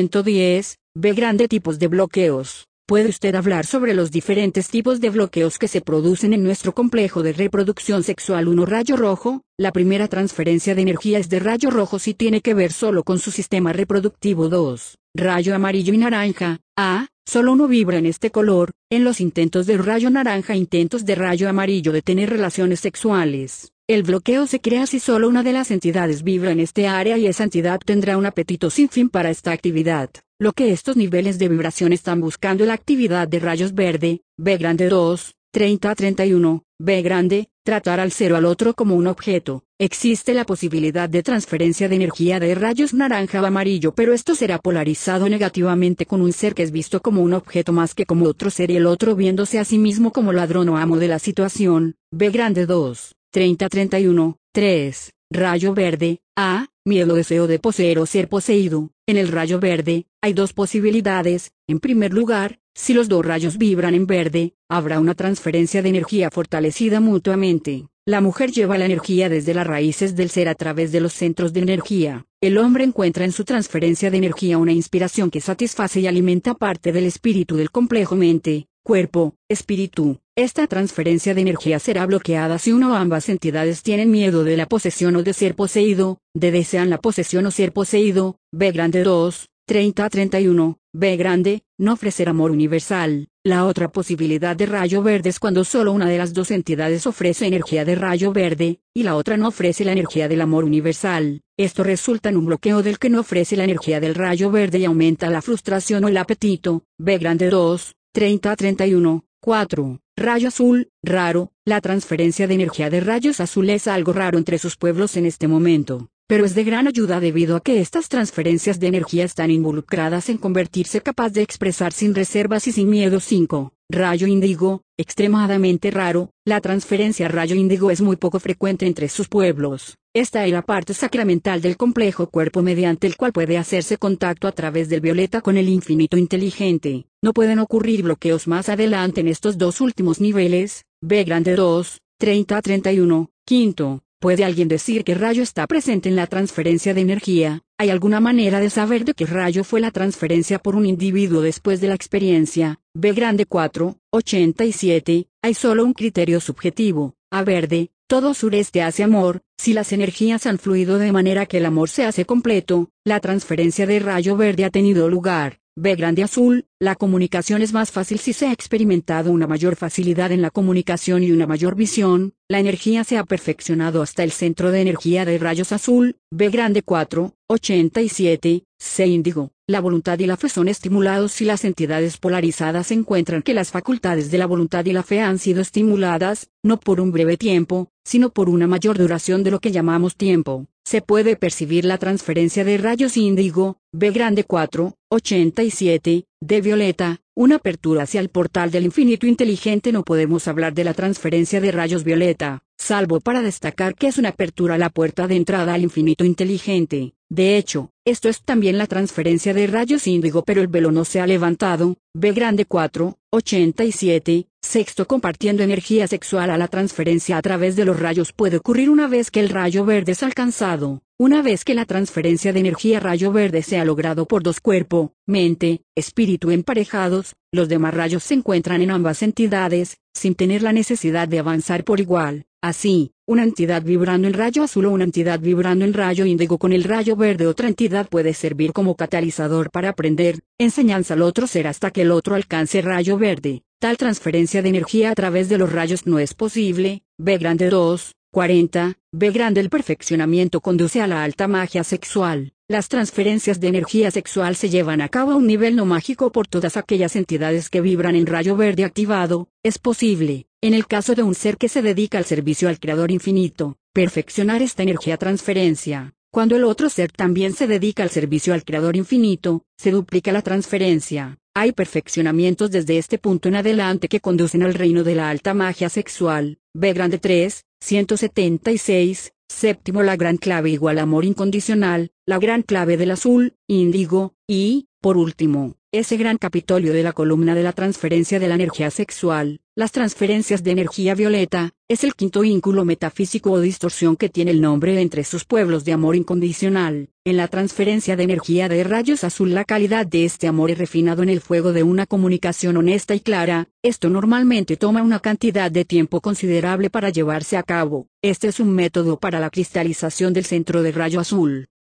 110. B grande tipos de bloqueos. ¿Puede usted hablar sobre los diferentes tipos de bloqueos que se producen en nuestro complejo de reproducción sexual? 1. Rayo rojo. La primera transferencia de energía es de rayo rojo si tiene que ver solo con su sistema reproductivo. 2. Rayo amarillo y naranja. A. Solo uno vibra en este color. En los intentos de rayo naranja e intentos de rayo amarillo de tener relaciones sexuales, el bloqueo se crea si solo una de las entidades vibra en este área y esa entidad tendrá un apetito sin fin para esta actividad. Lo que estos niveles de vibración están buscando es la actividad de rayos verde. B grande 2, 30 a 31. B grande, tratar al ser o al otro como un objeto. Existe la posibilidad de transferencia de energía de rayos naranja o amarillo, pero esto será polarizado negativamente con un ser que es visto como un objeto más que como otro ser y el otro viéndose a sí mismo como ladrón o amo de la situación. B grande 2, 30 a 31. 3. Rayo verde. A. Miedo, deseo de poseer o ser poseído. En el rayo verde, hay dos posibilidades. En primer lugar, si los dos rayos vibran en verde, habrá una transferencia de energía fortalecida mutuamente. La mujer lleva la energía desde las raíces del ser a través de los centros de energía. El hombre encuentra en su transferencia de energía una inspiración que satisface y alimenta parte del espíritu del complejo mente, cuerpo, espíritu. Esta transferencia de energía será bloqueada si una o ambas entidades tienen miedo de la posesión o de ser poseído, desean la posesión o ser poseído. B grande 2, 30 a 31. B grande, no ofrecer amor universal. La otra posibilidad de rayo verde es cuando solo una de las dos entidades ofrece energía de rayo verde, y la otra no ofrece la energía del amor universal. Esto resulta en un bloqueo del que no ofrece la energía del rayo verde y aumenta la frustración o el apetito. B grande 2, 30 a 31. 4. Rayo azul, raro. La transferencia de energía de rayos azules es algo raro entre sus pueblos en este momento, pero es de gran ayuda debido a que estas transferencias de energía están involucradas en convertirse capaz de expresar sin reservas y sin miedo. 5. Rayo índigo, extremadamente raro. La transferencia rayo índigo es muy poco frecuente entre sus pueblos. Esta es la parte sacramental del complejo cuerpo mediante el cual puede hacerse contacto a través del violeta con el infinito inteligente. No pueden ocurrir bloqueos más adelante en estos dos últimos niveles. B grande 2, 30 a 31. Quinto. ¿Puede alguien decir qué rayo está presente en la transferencia de energía? ¿Hay alguna manera de saber de qué rayo fue la transferencia por un individuo después de la experiencia? B grande 4, 87. Hay solo un criterio subjetivo. A verde, todo sureste hace amor. Si las energías han fluido de manera que el amor se hace completo, la transferencia de rayo verde ha tenido lugar. B grande azul, la comunicación es más fácil si se ha experimentado una mayor facilidad en la comunicación y una mayor visión. La energía se ha perfeccionado hasta el centro de energía de rayos azul. B grande 4, 87. C índigo, la voluntad y la fe son estimulados si las entidades polarizadas encuentran que las facultades de la voluntad y la fe han sido estimuladas, no por un breve tiempo, sino por una mayor duración de lo que llamamos tiempo. Se puede percibir la transferencia de rayos índigo. B grande 4, 87. De violeta, una apertura hacia el portal del infinito inteligente. No podemos hablar de la transferencia de rayos violeta, salvo para destacar que es una apertura a la puerta de entrada al infinito inteligente. De hecho, esto es también la transferencia de rayos índigo, pero el velo no se ha levantado. B grande 4, 87. Sexto, compartiendo energía sexual a la transferencia a través de los rayos puede ocurrir una vez que el rayo verde es alcanzado. Una vez que la transferencia de energía rayo verde se ha logrado por dos cuerpo, mente, espíritu emparejados, los demás rayos se encuentran en ambas entidades, sin tener la necesidad de avanzar por igual. Así, una entidad vibrando en rayo azul o una entidad vibrando en rayo índigo con el rayo verde, otra entidad puede servir como catalizador para aprender enseñanza al otro ser hasta que el otro alcance rayo verde. Tal transferencia de energía a través de los rayos no es posible. B grande 2, 40. B grande. El perfeccionamiento conduce a la alta magia sexual. Las transferencias de energía sexual se llevan a cabo a un nivel no mágico por todas aquellas entidades que vibran en rayo verde activado. Es posible, en el caso de un ser que se dedica al servicio al Creador Infinito, perfeccionar esta energía transferencia. Cuando el otro ser también se dedica al servicio al Creador Infinito, se duplica la transferencia. Hay perfeccionamientos desde este punto en adelante que conducen al reino de la alta magia sexual. B grande 3, 176. Séptimo. La gran clave igual amor incondicional, la gran clave del azul, índigo, y, por último, ese gran capitolio de la columna de la transferencia de la energía sexual, las transferencias de energía violeta, es el quinto vínculo metafísico o distorsión que tiene el nombre entre sus pueblos de amor incondicional. En la transferencia de energía de rayos azul la calidad de este amor es refinado en el fuego de una comunicación honesta y clara. Esto normalmente toma una cantidad de tiempo considerable para llevarse a cabo. Este es un método para la cristalización del centro de rayo azul.